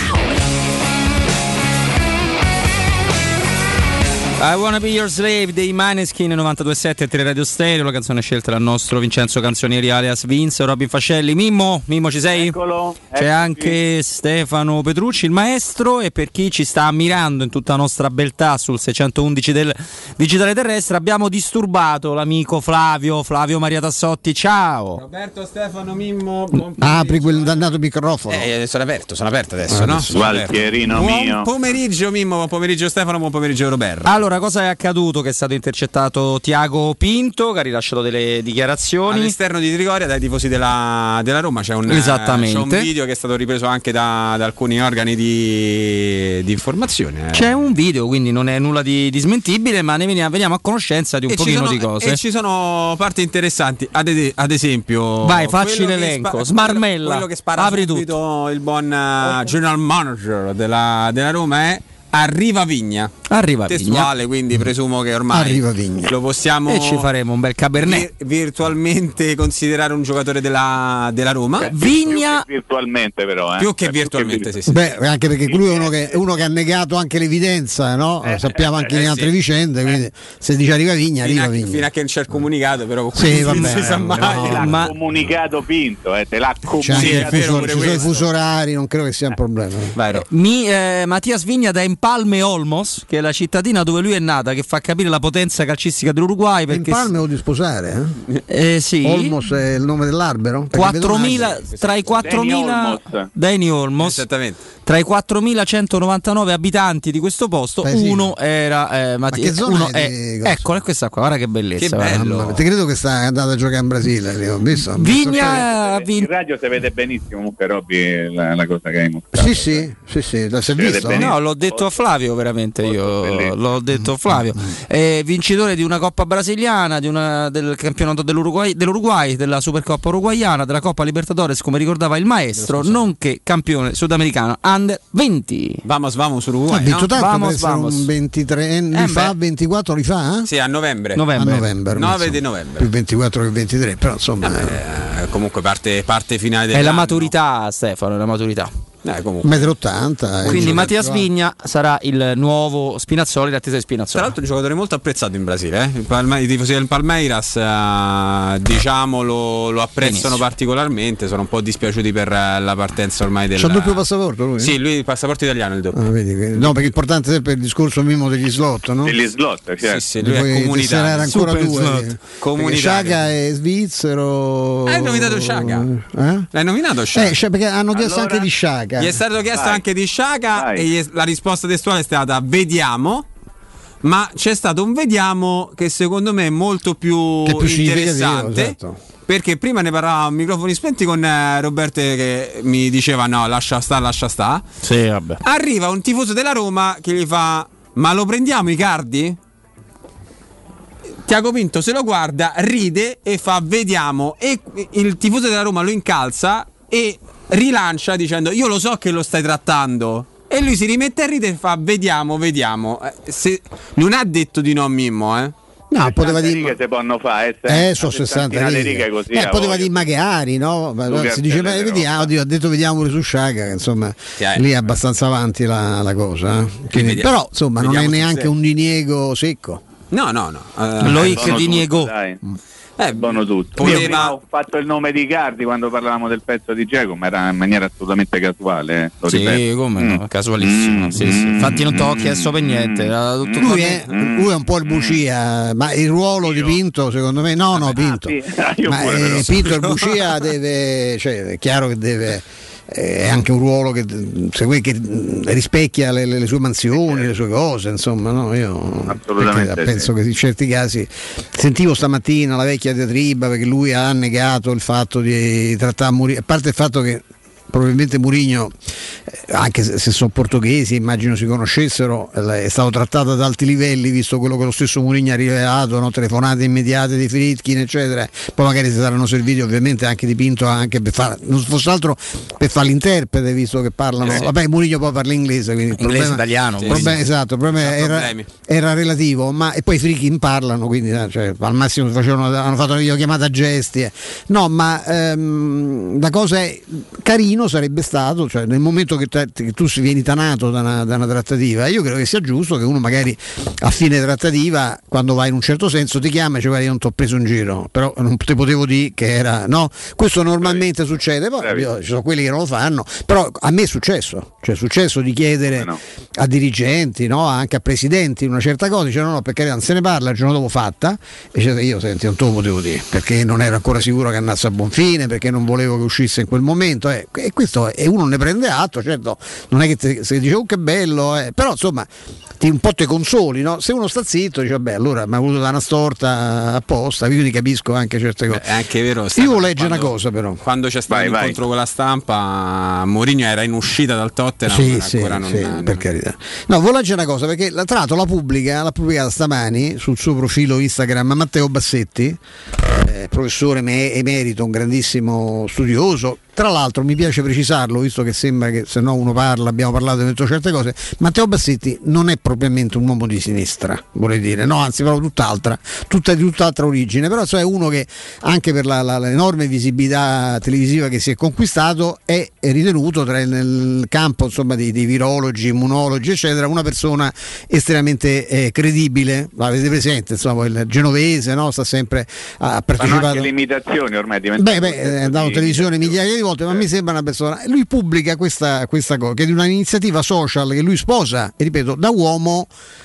I Wanna Be Your Slave dei Maneskin novantadue sette Teleradio Stereo, la canzone scelta dal nostro Vincenzo Canzonieri alias Vince, Robin Fascelli. Mimmo, Mimmo ci sei?
Eccolo.
C'è
eccoci.
anche Stefano Petrucci, il maestro, e per chi ci sta ammirando in tutta la nostra beltà sul seicentoundici del Digitale Terrestre abbiamo disturbato l'amico Flavio, Flavio Maria Tassotti, ciao.
Roberto, Stefano, Mimmo.
Apri quel dannato microfono.
Eh, sono aperto, sono aperto adesso,
Ah,
no?
adesso.
Gualtierino mio.
Buon pomeriggio Mimmo, buon pomeriggio Stefano, buon pomeriggio Roberto.
Allora, cosa è accaduto? Che è stato intercettato Tiago Pinto, che ha rilasciato delle dichiarazioni
all'esterno di Trigoria dai tifosi della, della Roma. C'è un,
Esattamente.
c'è un video che è stato ripreso anche da, da alcuni organi di, di informazione. eh.
C'è un video, quindi non è nulla di, di smentibile, ma ne veniamo, veniamo a conoscenza di un
E ci
pochino
sono-
di cose.
E ci sono parti interessanti, ad, ed- ad esempio
Vai, facci
quello che
l'elenco,
spa-
smarmella,
quello, quello che spara
apri
subito il buon eh, general manager della, della Roma è Arriva Vigna.
Arriva
testuale, quindi presumo che ormai
Arriva Vigna.
lo possiamo
E ci faremo un bel cabernet.
vir- virtualmente considerare un giocatore della, della Roma.
Vigna
Virtualmente però, eh.
Più che
Cioè,
virtualmente, sì, sì.
Beh, anche perché lui è uno che, è uno che ha negato anche l'evidenza, no?
Eh,
Sappiamo anche
eh,
in
sì.
altre vicende, quindi se dice arriva Vigna,
Fino
arriva
a,
Vigna.
fino a che non c'è il comunicato, però
Sì,
non
vabbè,
si sa
eh,
mai.
no,
Te l'ha
ma-
comunicato Pinto, eh, te l'ha
C'è anche
comunicato.
il fuso-
pure
ci sono i
questo.
fusi orari, non credo che sia un problema.
Vai, Ro.
Mi, eh, Mattias Vigna dà in Empalme Olmos, che è la cittadina dove lui è nata, che fa capire la potenza calcistica dell'Uruguay. Perché
Empalme o di sposare?
Eh? Eh, sì.
Olmos è il nome dell'albero?
quattromila, tra i quattromila Dani Olmos, tra i quattromilacentonovantanove abitanti di questo posto,
Beh, sì.
uno era eh, Matti-
Ma che zona
uno
è
è,
di-
eccola questa qua, guarda che bellezza.
Che bello. Ti credo che sta andando a giocare in Brasile, ho visto.
Vigna ha
In radio si vede benissimo comunque Robby la, la cosa che hai mostrato.
Sì, sì, sì, sì, la si è visto?
No, l'ho detto a Flavio, veramente io l'ho detto a Flavio. È vincitore di una Coppa brasiliana, di una, del campionato dell'Uruguay, dell'Uruguay, della Supercoppa uruguayana, della Coppa Libertadores, come ricordava il maestro, nonché campione sudamericano under venti.
Vamos, vamos Uruguay.
Ha vinto
no?
tanto
Vamos,
per essere
vamos.
un ventitré anni
Eh,
fa,
beh.
ventiquattro li fa? Eh?
Sì, a novembre.
Novembre.
A novembre.
nove
insomma.
di novembre.
Più ventiquattro che ventitré, però insomma.
Eh, comunque parte, parte finale
È
dell'anno.
la maturità, Stefano, è la maturità.
Eh, comunque.
un metro e ottanta.
Quindi Mattias Vigna sarà il nuovo Spinazzoli, l'attesa di
Tra
Spinazzoli.
l'altro un giocatore molto apprezzato in Brasile, eh? Il Palme- I tifosi del Palmeiras eh, diciamo lo, lo apprezzano
Benissimo.
particolarmente, sono un po' dispiaciuti per eh, la partenza ormai del...
C'ha il doppio passaporto lui?
Sì, lui il passaporto italiano il doppio.
Ah, vedi, che- no, perché è importante sempre il discorso mimo degli slot, no?
Degli slot, certo.
Sì, sì, lui è
Poi
comunitario.
tesserare ancora
Super
due.
slot.
Perché
Comunitario.
Sciaga è svizzero.
Hai nominato Sciaga?
Eh?
L'hai nominato Sciaga?
Eh, Scia- perché hanno chiesto
Allora-
anche di Sciaga.
Gli è stato chiesto
Vai.
anche di Sciaga
Vai.
e gli è- la risposta testuale è stata vediamo, ma c'è stato un vediamo che secondo me è molto più,
Che è più significativo,
interessante.
esatto.
Perché prima ne parlavamo a microfoni spenti con eh, Roberto che mi diceva no, lascia sta, lascia sta.
Sì, vabbè.
Arriva un tifoso della Roma che gli fa ma lo prendiamo Icardi? Tiago Pinto se lo guarda, ride e fa vediamo, e il tifoso della Roma lo incalza e rilancia dicendo io lo so che lo stai trattando, e lui si rimette a ridere e fa vediamo, vediamo. Eh, se, non ha detto di no a Mimmo, eh.
No, poteva
dire
dire.
che si possono fare, eh,
Eh, sono sessanta righe.
righe così.
Eh,
a
poteva
voglia.
dire magari, no? Ma
Due
si dice,
cartelle
beh,
di
vediamo, oddio, ha detto vediamo pure su Sciaga, che insomma
eh.
lì è abbastanza avanti la, la cosa. eh. Quindi,
vediamo.
però insomma non è
Vediamo se
neanche
sei.
un diniego secco.
No, no, no. Eh,
Loic
Buono
di
tutto,
Niego.
dai.
eh,
Buono tutto.
poteva-
Io prima ho fatto il nome di Icardi quando parlavamo del pezzo di Dzeko, ma era in maniera assolutamente casuale. Eh, lo
Sì,
ripeto.
come no,
Mm.
casualissimo.
Mm,
sì, sì.
mm,
Infatti non ti ho
mm,
chiesto per niente. Era tutto
Lui
come-
è, lui è un po' il bucia, ma il ruolo di Pinto secondo me no, no, Pinto.
sì. Io
Ma
pure,
eh,
però.
Pinto il bucia deve, cioè è chiaro che deve eh, è anche un ruolo che, se vuoi, che rispecchia le, le- le sue mansioni, le sue cose, insomma, no? Io
Assolutamente
perché penso
sì.
che in certi casi sentivo stamattina la vecchia diatriba perché lui ha negato il fatto di trattare Mourinho, a parte il fatto che probabilmente Mourinho, eh, anche se, se sono portoghesi, immagino si conoscessero, eh, è stato trattato ad alti livelli, visto quello che lo stesso Mourinho ha rivelato, no? Telefonate immediate di Friedkin, eccetera. Poi magari si saranno serviti ovviamente anche di Pinto, anche per fare, non fosse altro per fare l'interprete, visto che parlano.
Eh sì.
Vabbè, Mourinho poi parla inglese, quindi il
Inglese,
problema-
italiano,
il
sì,
problema-
sì.
esatto, il problema
Non
era,
problemi.
era relativo, ma e poi i Friedkin parlano, quindi eh, cioè, al massimo facevano, hanno fatto una videochiamata a gesti. eh. No, ma ehm, la cosa è carino sarebbe stato, cioè nel momento che, te- che tu si vieni tanato da una, da una trattativa, io credo che sia giusto che uno magari a fine trattativa, quando vai in un certo senso, ti chiama e dice guarda io non ti ho preso in giro, però non ti potevo dire che era, no? Questo normalmente succede, poi
Bravi.
io- ci sono quelli che non lo fanno, però a me è successo, cioè è successo di chiedere
no.
a dirigenti, no? Anche a presidenti una certa cosa, dicevano no, perché non se ne parla il giorno dopo fatta, e dice, io senti non te lo potevo dire, perché non ero ancora sicuro che andasse a buon fine, perché non volevo che uscisse in quel momento, eh. E questo e uno ne prende atto, certo, non è che te, se dice oh che bello, eh. Però insomma ti, un po' te consoli, no? Se uno sta zitto dice vabbè allora mi ha voluto dare una storta apposta, quindi capisco anche certe cose.
È anche vero.
Io
Stefano,
volevo leggere
quando-
una cosa però.
Quando c'è stato
Vai, vai.
l'incontro con la stampa, Mourinho era in uscita dal Tottenham.
Sì,
ma
sì,
ancora non,
sì,
non-
per carità. No, volevo leggere una cosa perché tra l'altro la pubblica, l'ha pubblicata stamani sul suo profilo Instagram Matteo Bassetti, eh, professore me- emerito, un grandissimo studioso. Tra l'altro mi piace precisarlo, visto che sembra che se no uno parla, abbiamo parlato di certe cose, Matteo Bassetti non è propriamente un uomo di sinistra, vorrei dire, no, anzi proprio tutt'altra, tutta di tutt'altra origine, però so, è uno che anche per la, la, l'enorme visibilità televisiva che si è conquistato è, è ritenuto tra il, nel campo insomma dei, dei virologi, immunologi eccetera, una persona estremamente eh, credibile, l'avete presente, insomma il genovese, no? Sta sempre ha
Fanno
partecipato.
anche le imitazioni ormai, è diventato
Beh, beh, è andato in televisione migliaia di volte. volte, ma mi sembra una persona. Lui pubblica questa, questa cosa, che è di un'iniziativa social che lui sposa, e ripeto, da uomo,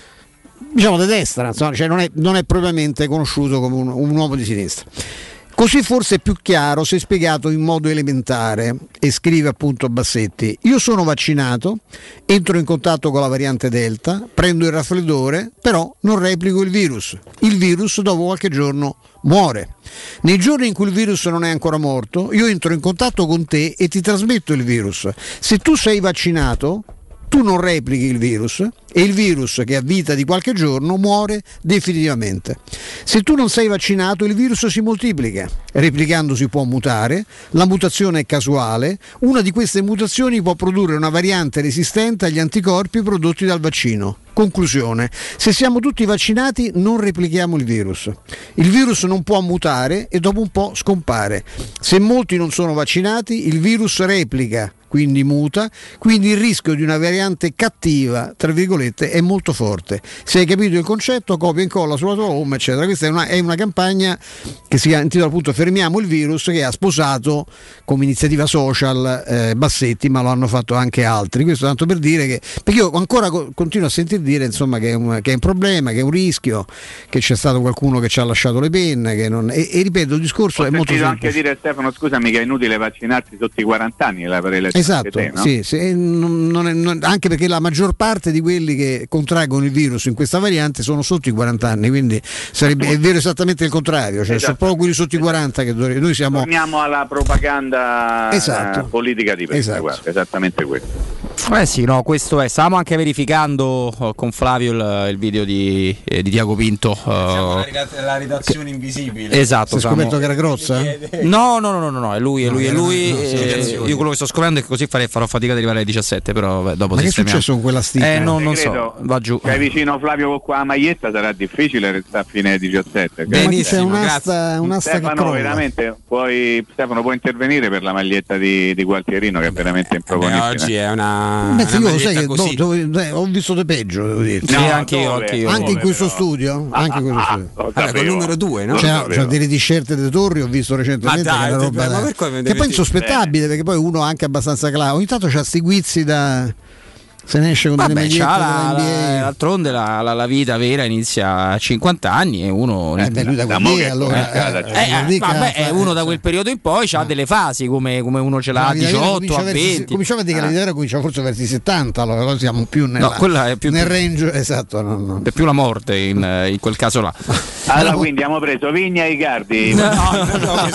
diciamo di destra, insomma, cioè non è, non è propriamente conosciuto come un, un uomo di sinistra. Così forse è più chiaro se spiegato in modo elementare, e scrive appunto Bassetti: io sono vaccinato, entro in contatto con la variante Delta, prendo il raffreddore, però non replico il virus. Il virus dopo qualche giorno muore. Nei giorni in cui il virus non è ancora morto, io entro in contatto con te e ti trasmetto il virus. Se tu sei vaccinato, tu non replichi il virus e il virus, che ha vita di qualche giorno, muore definitivamente. Se tu non sei vaccinato, il virus si moltiplica, replicandosi può mutare, la mutazione è casuale, una di queste mutazioni può produrre una variante resistente agli anticorpi prodotti dal vaccino. Conclusione: se siamo tutti vaccinati non replichiamo il virus. Il virus non può mutare e dopo un po' scompare. Se molti non sono vaccinati, il virus replica, quindi muta, quindi il rischio di una variante cattiva, tra virgolette, è molto forte. Se hai capito il concetto, copia e incolla sulla tua home, eccetera. Questa è una, è una campagna che si intitola appunto Fermiamo il virus, che ha sposato come iniziativa social eh, Bassetti, ma lo hanno fatto anche altri. Questo tanto per dire che, perché io ancora co- continuo a sentir dire, insomma, che è, un, che è un problema, che è un rischio, che c'è stato qualcuno che ci ha lasciato le penne, che non, e, e ripeto, il discorso
Ho
è molto semplice.
anche dire, Stefano, scusami, che è inutile vaccinarsi sotto i quaranta anni, la per
esatto,
te, no?
sì, sì, non, non è, non, anche perché la maggior parte di quelli che contraggono il virus in questa variante sono sotto i quaranta anni, quindi sarebbe, è vero esattamente il contrario, cioè esatto. Sono proprio quelli sotto i quaranta che dovrebbero, noi siamo...
Torniamo alla propaganda
esatto.
politica di
esatto.
guarda, esattamente questo.
Eh sì, no, questo è. Stavamo anche verificando uh, con Flavio il, il video di, eh, di Tiago Pinto. Uh,
la, la redazione invisibile.
Esatto.
Si è scoperto che era Grozza?
No, no, no, no, no, no, è lui, è lui,
no,
è lui.
no,
eh, io quello che sto scoprendo è che così farei, farò fatica ad arrivare alle diciassette, però beh, dopo
ma che è
sistemiamo.
successo con quella stica?
Eh, no, non so, va giù.
Sei vicino Flavio con qua la maglietta, sarà difficile restare a fine diciassette.
Benissimo, c'è un'asta, un'asta
Stefano, veramente, puoi, Stefano, puoi intervenire per la maglietta di, di Gualtierino, che è veramente improponibile.
Eh, oggi è una...
Beh, io sai che do, do, do, ho visto di peggio, devo dire.
Sì, no, anche io, anche io.
Anche in questo però. studio,
ah,
anche in questo
ah,
studio.
Allora, col numero due, no?
C'è, c'è delle t-shirt dei Torri, ho visto recentemente,
ma dai,
che, roba
ma
da,
per come
che poi è insospettabile, perché poi uno anche abbastanza claro. Ogni tanto c'ha sti guizzi da... se ne esce con
vabbè,
delle magliette
la, la, d'altronde la, la, la vita vera inizia a cinquanta anni e uno
eh beh, lui da quel allora,
eh, eh, eh, vabbè, eh, uno da quel periodo in poi ha delle fasi come, come uno ce l'ha a diciotto, a venti.
Cominciava a dire che la vita vera comincia forse verso i settanta, allora siamo più nella,
no, quella è più
nel range, esatto, no, no.
È più la morte in, in quel caso là.
Allora quindi abbiamo preso Vigna e Icardi.
No, no, no,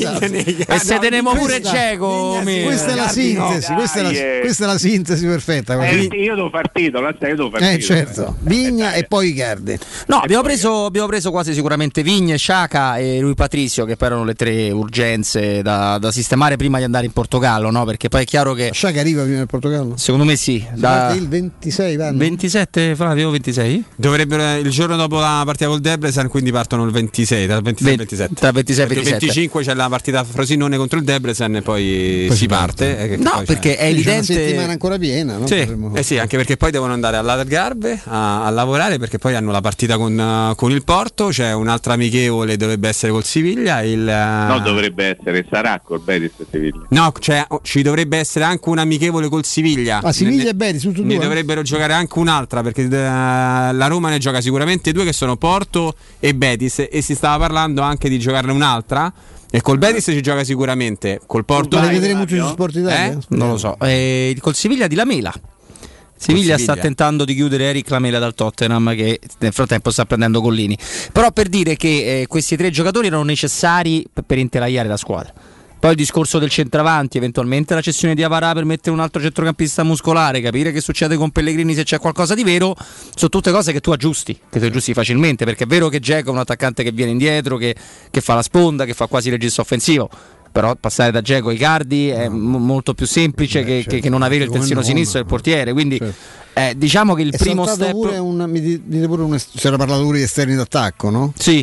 e se teniamo pure Dzeko.
Questa è la sintesi, questa è la sintesi perfetta.
Io devo partito, la stai, io devo partito.
Eh certo, Vigna eh, e poi Icardi.
No, abbiamo preso, abbiamo preso quasi sicuramente Vigna, Sciacca e Rui Patricio, che poi erano le tre urgenze da, da sistemare prima di andare in Portogallo, no? Perché poi è chiaro che
Sciacca arriva prima del Portogallo?
Secondo me sì.
Si da... il ventisei vanno?
ventisette, Flavio, ventisei?
Dovrebbero il giorno dopo la partita col Debrecen, quindi partono il ventisei, tra il ventisei e il ventisette.
Tra ventisei e ventisette.
Il venticinque c'è la partita Frosinone contro il Debrecen e poi, poi si parte. parte.
No, poi perché
c'è.
è evidente.
Una settimana ancora piena, no?
Sì, eh sì, anche perché poi devono andare all'Algarve a, a lavorare, perché poi hanno la partita con, uh, con il Porto, c'è un'altra amichevole, dovrebbe essere col Siviglia. Il, uh...
No, dovrebbe essere, sarà col Betis e Siviglia.
No, cioè, ci dovrebbe essere anche un amichevole col Siviglia.
Ah, Siviglia ne, e Betis, tutti
ne
due?
dovrebbero giocare anche un'altra, perché uh, la Roma ne gioca sicuramente due, che sono Porto e Betis, e si stava parlando anche di giocarne un'altra. E col Betis ci gioca sicuramente, col Porto.
Ma le vedremo tutti su Sport Italia?
Eh? Non lo so. E col Siviglia di Lamela. Siviglia, Siviglia sta tentando di chiudere Eric Lamela dal Tottenham, che nel frattempo sta prendendo Gollini. Però per dire che eh, questi tre giocatori erano necessari per, per intelaiare la squadra. Poi il discorso del centravanti, eventualmente la cessione di Avarà per mettere un altro centrocampista muscolare, capire che succede con Pellegrini se c'è qualcosa di vero, sono tutte cose che tu aggiusti, che tu aggiusti facilmente, perché è vero che Dzeko è un attaccante che viene indietro, che, che fa la sponda, che fa quasi il regista offensivo. Però passare da Dzeko a Icardi è no. m- molto più semplice Beh, che, certo. che, che non avere il terzino sinistro del portiere, quindi certo. Eh, diciamo che il
è
primo
saltato
step
pure un, mi dite pure un est- si era parlato pure di esterni d'attacco, no?
Sì,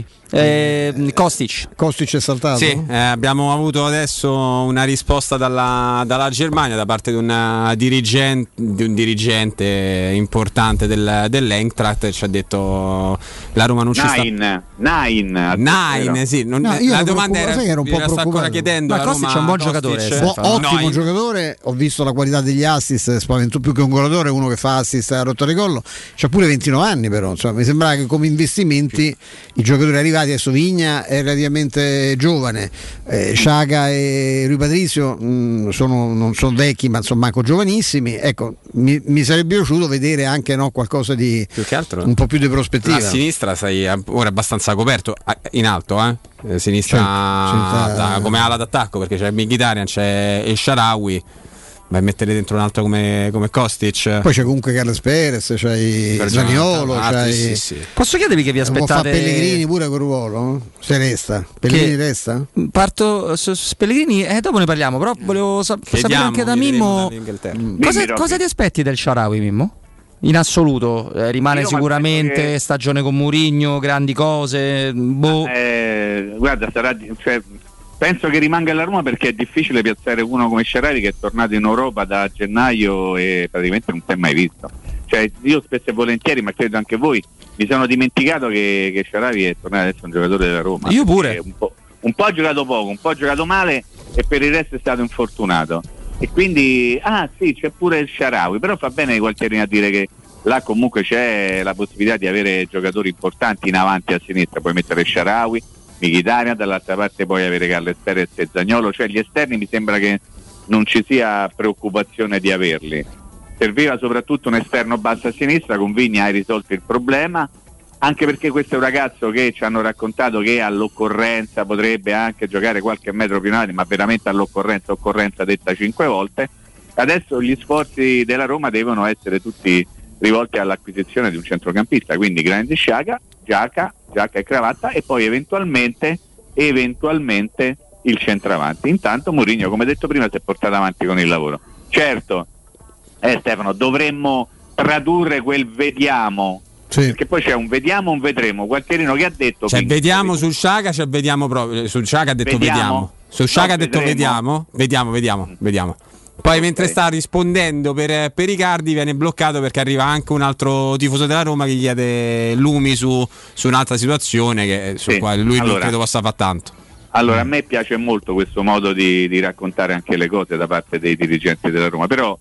eh, Kostic.
Kostic è saltato?
Sì, eh, abbiamo avuto adesso una risposta dalla, dalla Germania da parte di, una dirigente, di un dirigente importante del, dell'Eintracht, ci ha detto la Roma non ci sta.
Nine, nine,
Nine, sì. Non,
No, io
la
ero
domanda era,
preoccupato, sai che ero un po'
sta ancora
preoccupato.
chiedendo.
Ma
la
Kostic
Roma,
è un buon
Kostic,
giocatore,
eh,
O-
Stefano.
ottimo
no,
giocatore, ho visto la qualità degli assist, spavento più che un golatore, uno che fa assist a rotta di collo, c'ha pure ventinove anni però, insomma, mi sembrava che come investimenti i giocatori arrivati, adesso Vigna è relativamente giovane, eh, Sciaga e Rui Patrizio mh, sono, non sono vecchi ma sono manco giovanissimi, ecco, mi, mi sarebbe piaciuto vedere anche no, qualcosa di
più che altro
un po' più di prospettiva.
a sinistra sei ora abbastanza coperto, a- in alto, eh? Eh, sinistra
Certo, sinistra-
da- come ala d'attacco, perché c'è Mkhitaryan, c'è El Shaarawy. Vai a mettere dentro un altro come, come Kostic.
Poi c'è comunque Carles Perez, c'hai
Per
Zaniolo,
Giovanni,
c'hai...
sì, sì.
Posso chiedervi che vi
Può
aspettate?
fare Pellegrini pure quel ruolo, no? Se resta. Pellegrini
Che-
resta?
Parto su, su Pellegrini e eh, dopo ne parliamo, però volevo sa- sapere
Chiediamo,
anche da
chiederemo
Mimmo
dall'Inghilterra.
cosa,
Dimmi,
cosa
Robby.
ti aspetti del Shaarawy, Mimmo? In assoluto, eh, rimane
Io mi
sicuramente
aspetto che-
stagione con Mourinho, grandi cose, boh.
Eh, guarda, sarà, di- cioè, penso che rimanga alla Roma perché è difficile piazzare uno come Shaarawy che è tornato in Europa da gennaio e praticamente non si è mai visto. Cioè, io spesso e volentieri, ma credo anche voi, mi sono dimenticato che, che Shaarawy è tornato adesso un giocatore della Roma.
Io pure.
Perché Un po', un po' ha giocato poco, un po' ha giocato male e per il resto è stato infortunato. E quindi, ah sì, c'è pure il Shaarawy, però fa bene Gualtierini a dire che là comunque c'è la possibilità di avere giocatori importanti in avanti a sinistra, puoi mettere Shaarawy, Mkhitaryan, dall'altra parte puoi avere Carles Perez e Zaniolo, cioè gli esterni mi sembra che non ci sia preoccupazione di averli. Serviva soprattutto un esterno basso a sinistra, con Vigna hai risolto il problema, anche perché questo è un ragazzo che ci hanno raccontato che all'occorrenza potrebbe anche giocare qualche metro più in avanti, ma veramente all'occorrenza, occorrenza detta cinque volte. Adesso gli sforzi della Roma devono essere tutti rivolti all'acquisizione di un centrocampista, quindi grande Sciaga, giacca, giacca e cravatta, e poi eventualmente eventualmente il centravanti. Intanto Mourinho, come detto prima, si è portato avanti con il lavoro. Certo, eh, Stefano, dovremmo tradurre quel vediamo,
sì.
Perché poi c'è un vediamo, un vedremo. Gualtierino che ha detto
Cioè,
quindi,
vediamo sul Sciaga, cioè vediamo proprio. Sul Sciaga ha detto
Vediamo.
vediamo. Sul Sciaga
No,
ha detto
vedremo.
vediamo. Vediamo, vediamo, vediamo. Poi mentre sta rispondendo per, per Icardi viene bloccato perché arriva anche un altro tifoso della Roma che gli chiede lumi su, su un'altra situazione che, sul
Sì.
quale lui non
Allora.
credo possa fare tanto.
Allora, a me piace molto questo modo di, di raccontare anche le cose da parte dei dirigenti della Roma, però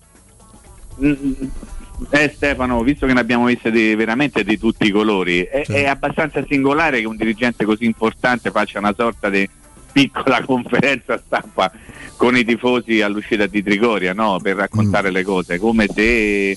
mh, eh, Stefano, visto che ne abbiamo viste di, veramente di tutti i colori, è,
Sì.
è abbastanza singolare che un dirigente così importante faccia una sorta di piccola conferenza stampa con i tifosi all'uscita di Trigoria, no? Per raccontare mm. le cose, come se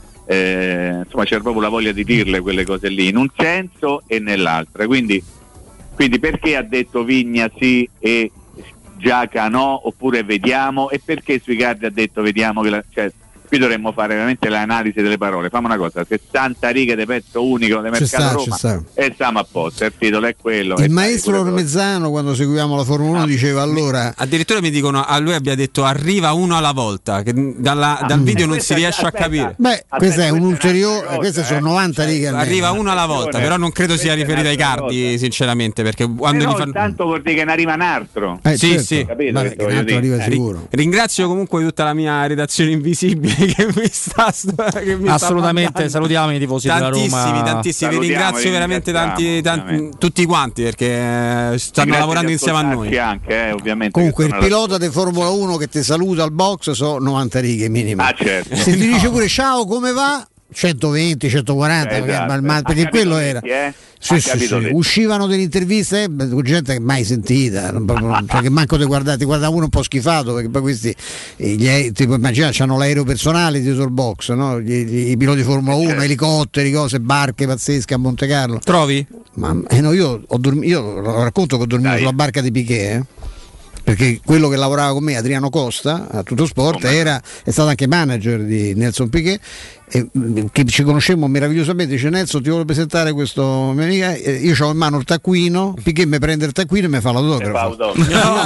eh, insomma c'era proprio la voglia di dirle quelle cose lì, in un senso e nell'altro. Quindi Quindi perché ha detto Vigna sì e Giaca no, oppure vediamo, e perché sui Icardi ha detto vediamo che la, cioè, qui dovremmo fare veramente l'analisi delle parole. Fammi una cosa, sessanta righe di pezzo unico di mercato
sta,
Roma
ci sta.
e stiamo a posto, il titolo è quello.
Il maestro Ormezzano, quando seguivamo la Formula uno, diceva allora
addirittura mi dicono a lui abbia detto arriva uno alla volta, che dalla, dal video non si riesce a capire.
Beh, questo è un ulteriore, queste sono novanta righe almeno.
Arriva uno alla volta, però non credo sia riferito ai Cardi, sinceramente, perché quando
Però
gli fanno
intanto vuol dire che ne arriva un altro.
Eh,
sì,
certo.
sì.
Capito
Vabbè,
che
che un
voglio
altro
dire?
arriva
Eh, ri-
sicuro.
ringrazio comunque tutta la mia redazione invisibile che mi sta che mi sta
Assolutamente,
mandando.
salutiamo i tifosi della
tantissimi,
Roma.
tantissimi, vi
Salutiamo,
ringrazio
vi
veramente tanti,
ringraziamo,
tanti-
ovviamente.
tutti quanti perché eh, stanno
Grazie
lavorando
di
insieme a noi.
ascoltarci anche, eh, ovviamente,
Comunque
che
il
sono
pilota di Formula uno che ti saluta al box so novanta righe minimo.
Ah, certo.
Se ti dice pure ciao come va, centoventi, centoquaranta,
Esatto.
perché, ma- ma-
Ha
perché
capito
quello
Letti,
era.
eh?
Sì,
Ha
sì,
capito
sì.
Letti.
Uscivano delle interviste eh, con gente che mai sentita, non proprio- cioè che manco ti guardava, ti guardava uno un po' schifato, perché poi questi eh, gli ae- tipo immaginate hanno l'aereo personale dietro il box, no? Gli- gli- i piloti Formula uno,
certo.
elicotteri, cose, barche pazzesche a Monte Carlo.
Trovi?
Ma eh no, io ho dormito, io lo racconto che ho dormito
Dai.
sulla barca di Piquet, eh. perché quello che lavorava con me, Adriano Costa, a Tuttosport, oh, era, è stato anche manager di Nelson Piquet, e, che ci conoscemmo meravigliosamente. Dice: Nelson, ti voglio presentare questo mio amico, io ho in mano il taccuino, Piquet mi prende il taccuino e mi fa l'autografo. No.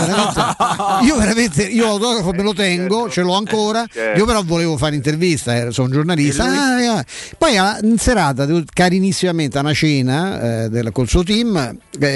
Io veramente, io l'autografo me lo tengo, ce l'ho ancora, io però volevo fare intervista, eh, sono giornalista. Ah, poi in serata, carinissimamente, a una cena eh, del, col suo team,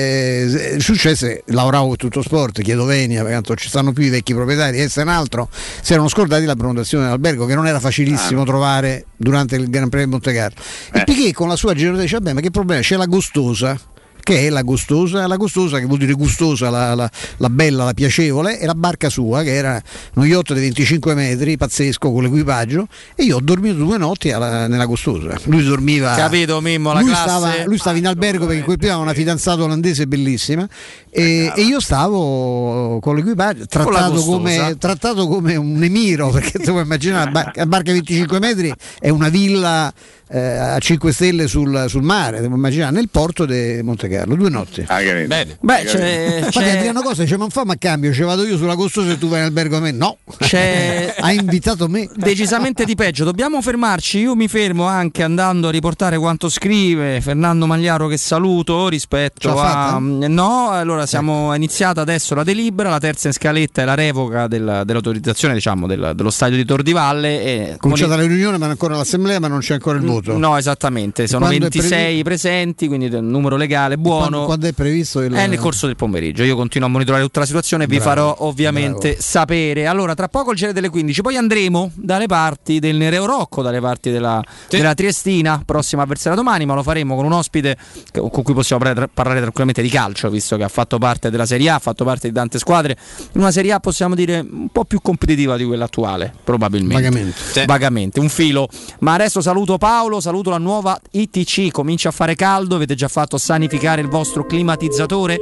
eh, successe, lavoravo con Tuttosport, chiedo venia, perché tanto ci stanno più i vecchi proprietari, e se un altro si erano scordati la prenotazione dell'albergo, che non era facilissimo ah. trovare durante il Gran Premio di Montecarlo. Eh. E Piquet con la sua generosità dice: vabbè, ma che problema, c'è la Gustosa. Che è la gustosa? La gustosa, che vuol dire gustosa, la, la, la bella, la piacevole, e la barca sua, che era uno yacht di venticinque metri, pazzesco, con l'equipaggio, e io ho dormito due notti alla, nella gustosa. Lui dormiva.
Capito, Mimmo, la
lui
classe.
Stava, lui stava in albergo perché quel prima aveva una fidanzata olandese bellissima, e, e io stavo con l'equipaggio, trattato, con come, trattato come un emiro, perché tu puoi immaginare, la barca, la barca venticinque metri è una villa eh, a cinque stelle sul, sul mare, devo immaginare, nel porto di Montecarlo, due notti.
Ah,
bene. Beh, c'è,
infatti c'è... Adriano Cosa dice: ma fa ma cambio, ci vado io sulla Costosa e tu vai in albergo a me. No,
c'è...
ha invitato me.
Decisamente di peggio. Dobbiamo fermarci. Io mi fermo anche andando a riportare quanto scrive Fernando Magliaro, che saluto, rispetto a no, allora siamo ecco. iniziata adesso la delibera, la terza in scaletta è la revoca del, dell'autorizzazione, diciamo, del, dello stadio di Tor di Valle. E
cominciata la riunione, ma ancora l'assemblea, ma non c'è ancora il voto.
No, esattamente, sono ventisei previ... presenti, quindi il numero legale buono.
Quando, quando è previsto il...
È nel corso del pomeriggio. Io continuo a monitorare tutta la situazione e vi farò ovviamente bravo. sapere. Allora, tra poco il Giro delle quindici, poi andremo dalle parti del Nereo Rocco, dalle parti della, sì. della Triestina, prossima avversaria domani, ma lo faremo con un ospite con cui possiamo parlare, parlare tranquillamente di calcio, visto che ha fatto parte della Serie A, ha fatto parte di tante squadre, in una Serie A possiamo dire un po' più competitiva di quella attuale, probabilmente.
Vagamente.
Sì. Vagamente, un filo. Ma adesso saluto Paolo, saluto la nuova I T C, comincia a fare caldo, avete già fatto sanificare il vostro climatizzatore,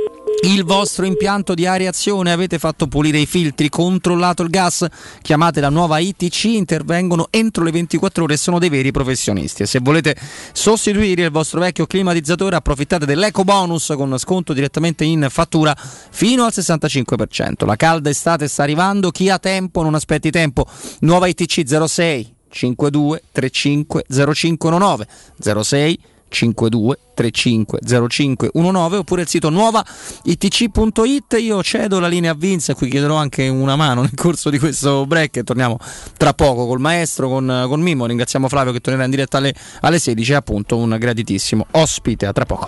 il vostro impianto di areazione, avete fatto pulire i filtri, controllato il gas, chiamate la nuova I T C, intervengono entro le ventiquattro ore e sono dei veri professionisti. E se volete sostituire il vostro vecchio climatizzatore, approfittate dell'eco bonus con sconto direttamente in fattura fino al sessantacinque per cento. La calda estate sta arrivando, chi ha tempo non aspetti tempo. Nuova I T C zero sei cinquantadue trentacinque zero cinque diciannove zero sei cinquantadue trentacinque zero cinque diciannove, oppure il sito nuova I T C punto it. Io cedo la linea a Vince, a cui chiederò anche una mano nel corso di questo break, e torniamo tra poco col maestro, con, con Mimmo. Ringraziamo Flavio che tornerà in diretta alle, alle sedici, e appunto un graditissimo ospite. A tra poco.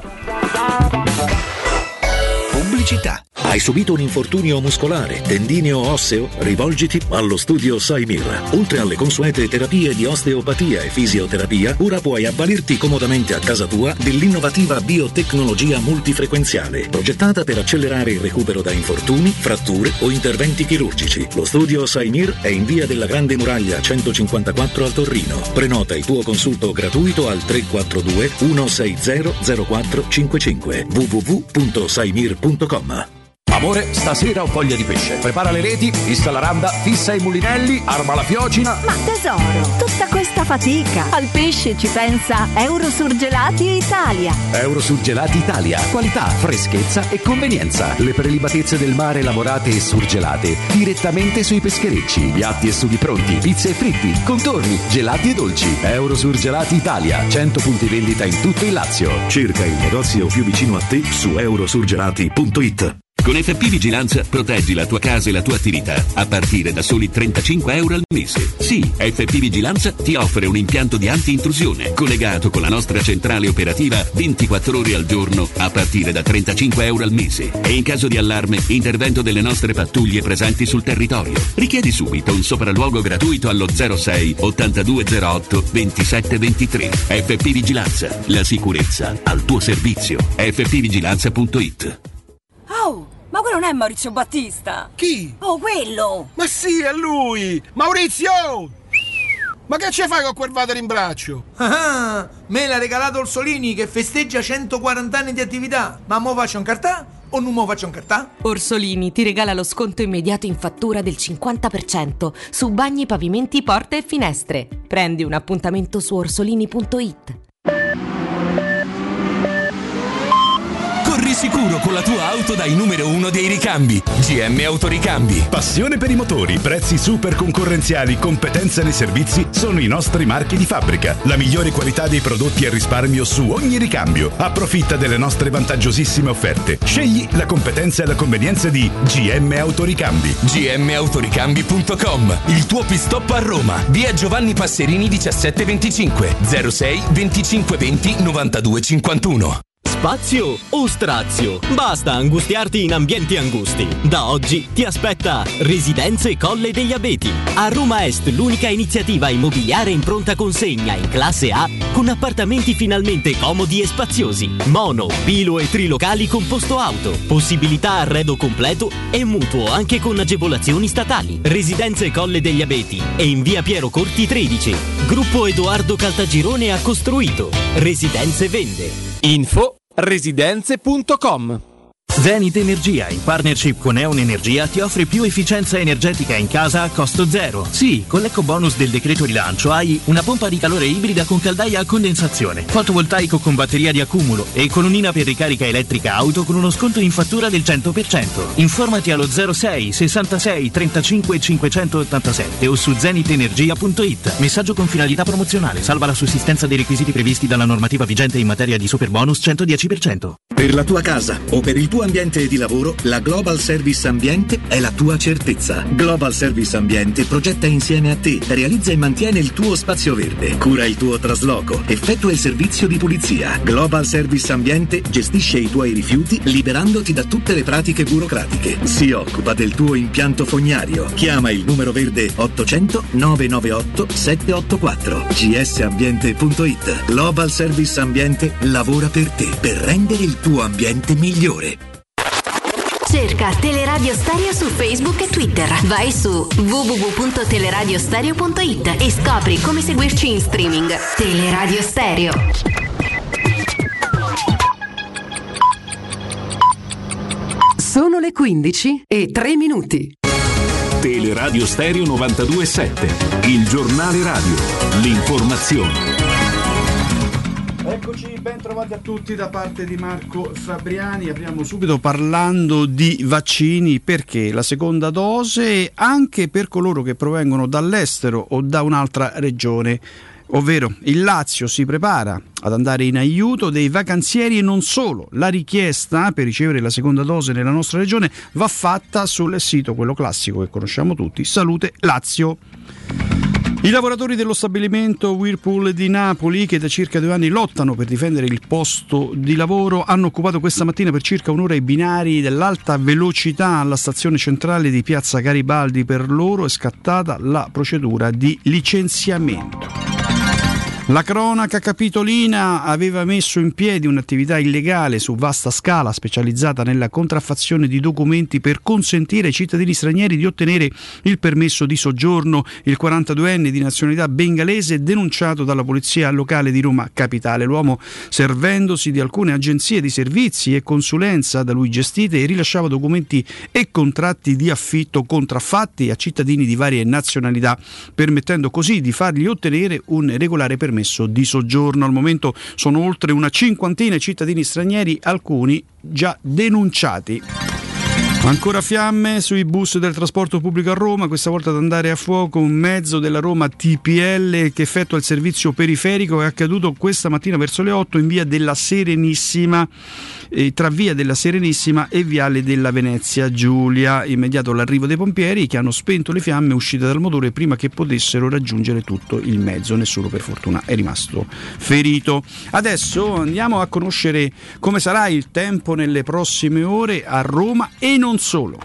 Pubblicità. Hai subito un infortunio muscolare, tendineo o osseo? Rivolgiti allo studio Saimir. Oltre alle consuete terapie di osteopatia e fisioterapia, ora puoi avvalerti comodamente a casa tua dell'innovativa biotecnologia multifrequenziale, progettata per accelerare il recupero da infortuni, fratture o interventi chirurgici. Lo studio Saimir è in via della Grande Muraglia centocinquantaquattro al Torino. Prenota il tuo consulto gratuito al tre quattro due uno sei zero zero quattro cinque cinque w w w punto saimir punto com.
Amore, stasera ho voglia di pesce. Prepara le reti, fissa la randa, fissa i mulinelli, arma la fiocina.
Ma tesoro, tutta questa fatica. Al pesce ci pensa Eurosurgelati Italia.
Eurosurgelati Italia. Qualità, freschezza e convenienza. Le prelibatezze del mare lavorate e surgelate direttamente sui pescherecci. Piatti e sughi pronti, pizze e fritti, contorni, gelati e dolci. Eurosurgelati Italia. cento punti vendita in tutto il Lazio.
Cerca il negozio più vicino a te su eurosurgelati punto it.
Con F P Vigilanza proteggi la tua casa e la tua attività a partire da soli trentacinque euro al mese. Sì, F P Vigilanza ti offre un impianto di anti-intrusione collegato con la nostra centrale operativa ventiquattro ore al giorno a partire da trentacinque euro al mese. E in caso di allarme, intervento delle nostre pattuglie presenti sul territorio. Richiedi subito un sopralluogo gratuito allo zero sei ottantadue zero otto ventisette ventitré. F P Vigilanza, la sicurezza al tuo servizio. F P vigilanza punto it.
Oh, ma quello non è Maurizio Battista?
Chi?
Oh, quello!
Ma sì, è lui! Maurizio! Ma che ci fai con quel water in braccio?
Ah, me l'ha regalato Orsolini, che festeggia centoquaranta anni di attività. Ma mo faccio un cartà o non mo faccio un cartà?
Orsolini ti regala lo sconto immediato in fattura del cinquanta per cento su bagni, pavimenti, porte e finestre. Prendi un appuntamento su orsolini punto it.
sicuro con la tua auto dai numero uno dei ricambi. G M Autoricambi.
Passione per i motori, prezzi super concorrenziali, competenza nei servizi sono i nostri marchi di fabbrica. La migliore qualità dei prodotti e risparmio su ogni ricambio. Approfitta delle nostre vantaggiosissime offerte. Scegli la competenza e la convenienza di G M Autoricambi.
G M Autoricambi punto com. Il tuo pit stop a Roma. Via Giovanni Passerini diciassette venticinque zero sei venticinque venti novantadue cinquantuno.
Spazio o strazio? Basta angustiarti in ambienti angusti. Da oggi ti aspetta Residenze Colle degli Abeti. A Roma Est l'unica iniziativa immobiliare in pronta consegna in classe A con appartamenti finalmente comodi e spaziosi. Mono, bilo e trilocali con posto auto. Possibilità arredo completo e mutuo anche con agevolazioni statali. Residenze Colle degli Abeti e in via Piero Corti tredici. Gruppo Edoardo Caltagirone ha costruito. Residenze vende. Info residenze punto com.
Zenith Energia, in partnership con Eon Energia, ti offre più efficienza energetica in casa a costo zero. Sì, con l'eco bonus del decreto rilancio hai una pompa di calore ibrida con caldaia a condensazione, fotovoltaico con batteria di accumulo e colonnina per ricarica elettrica auto con uno sconto in fattura del cento per cento. Informati allo zero sei sessantasei trentacinque cinquecentottantasette o su zenith energia punto it. Messaggio con finalità promozionale. Salva la sussistenza dei requisiti previsti dalla normativa vigente in materia di super bonus centodieci per cento.
Per la tua casa o per il tuo ambiente di lavoro, la Global Service Ambiente è la tua certezza. Global Service Ambiente progetta insieme a te, realizza e mantiene il tuo spazio verde, cura il tuo trasloco, effettua il servizio di pulizia. Global Service Ambiente gestisce i tuoi rifiuti liberandoti da tutte le pratiche burocratiche. Si occupa del tuo impianto fognario. Chiama il numero verde ottocento nove nove otto sette otto quattro. g s ambiente punto it. Global Service Ambiente lavora per te, per rendere il tuo ambiente migliore.
Cerca Teleradio Stereo su Facebook e Twitter. Vai su w w w punto teleradiostereo punto it e scopri come seguirci in streaming. Teleradio Stereo.
Sono le quindici e tre minuti.
Teleradio Stereo novantadue e sette, il giornale radio, l'informazione.
Eccoci, ben trovati a tutti da parte di Marco Fabriani. Apriamo subito parlando di vaccini, perché la seconda dose anche per coloro che provengono dall'estero o da un'altra regione, ovvero il Lazio si prepara ad andare in aiuto dei vacanzieri e non solo. La richiesta per ricevere la seconda dose nella nostra regione va fatta sul sito, quello classico che conosciamo tutti, Salute Lazio. I lavoratori dello stabilimento Whirlpool di Napoli, che da circa due anni lottano per difendere il posto di lavoro, hanno occupato questa mattina per circa un'ora i binari dell'alta velocità alla stazione centrale di Piazza Garibaldi. Per loro è scattata la procedura di licenziamento. La cronaca capitolina aveva messo in piedi un'attività illegale su vasta scala specializzata nella contraffazione di documenti per consentire ai cittadini stranieri di ottenere il permesso di soggiorno. Il quarantaduenne di nazionalità bengalese denunciato dalla polizia locale di Roma Capitale. L'uomo, servendosi di alcune agenzie di servizi e consulenza da lui gestite, rilasciava documenti e contratti di affitto contraffatti a cittadini di varie nazionalità, permettendo così di fargli ottenere un regolare permesso di soggiorno. Al momento sono oltre una cinquantina i cittadini stranieri, alcuni già denunciati. Ancora fiamme sui bus del trasporto pubblico a Roma, questa volta ad andare a fuoco un mezzo della Roma T P L che effettua il servizio periferico. È accaduto questa mattina verso le otto in via della Serenissima, eh, tra via della Serenissima e viale della Venezia Giulia. Immediato l'arrivo dei pompieri che hanno spento le fiamme uscite dal motore prima che potessero raggiungere tutto il mezzo. Nessuno per fortuna è rimasto ferito. Adesso andiamo a conoscere come sarà il tempo nelle prossime ore a Roma e non solo.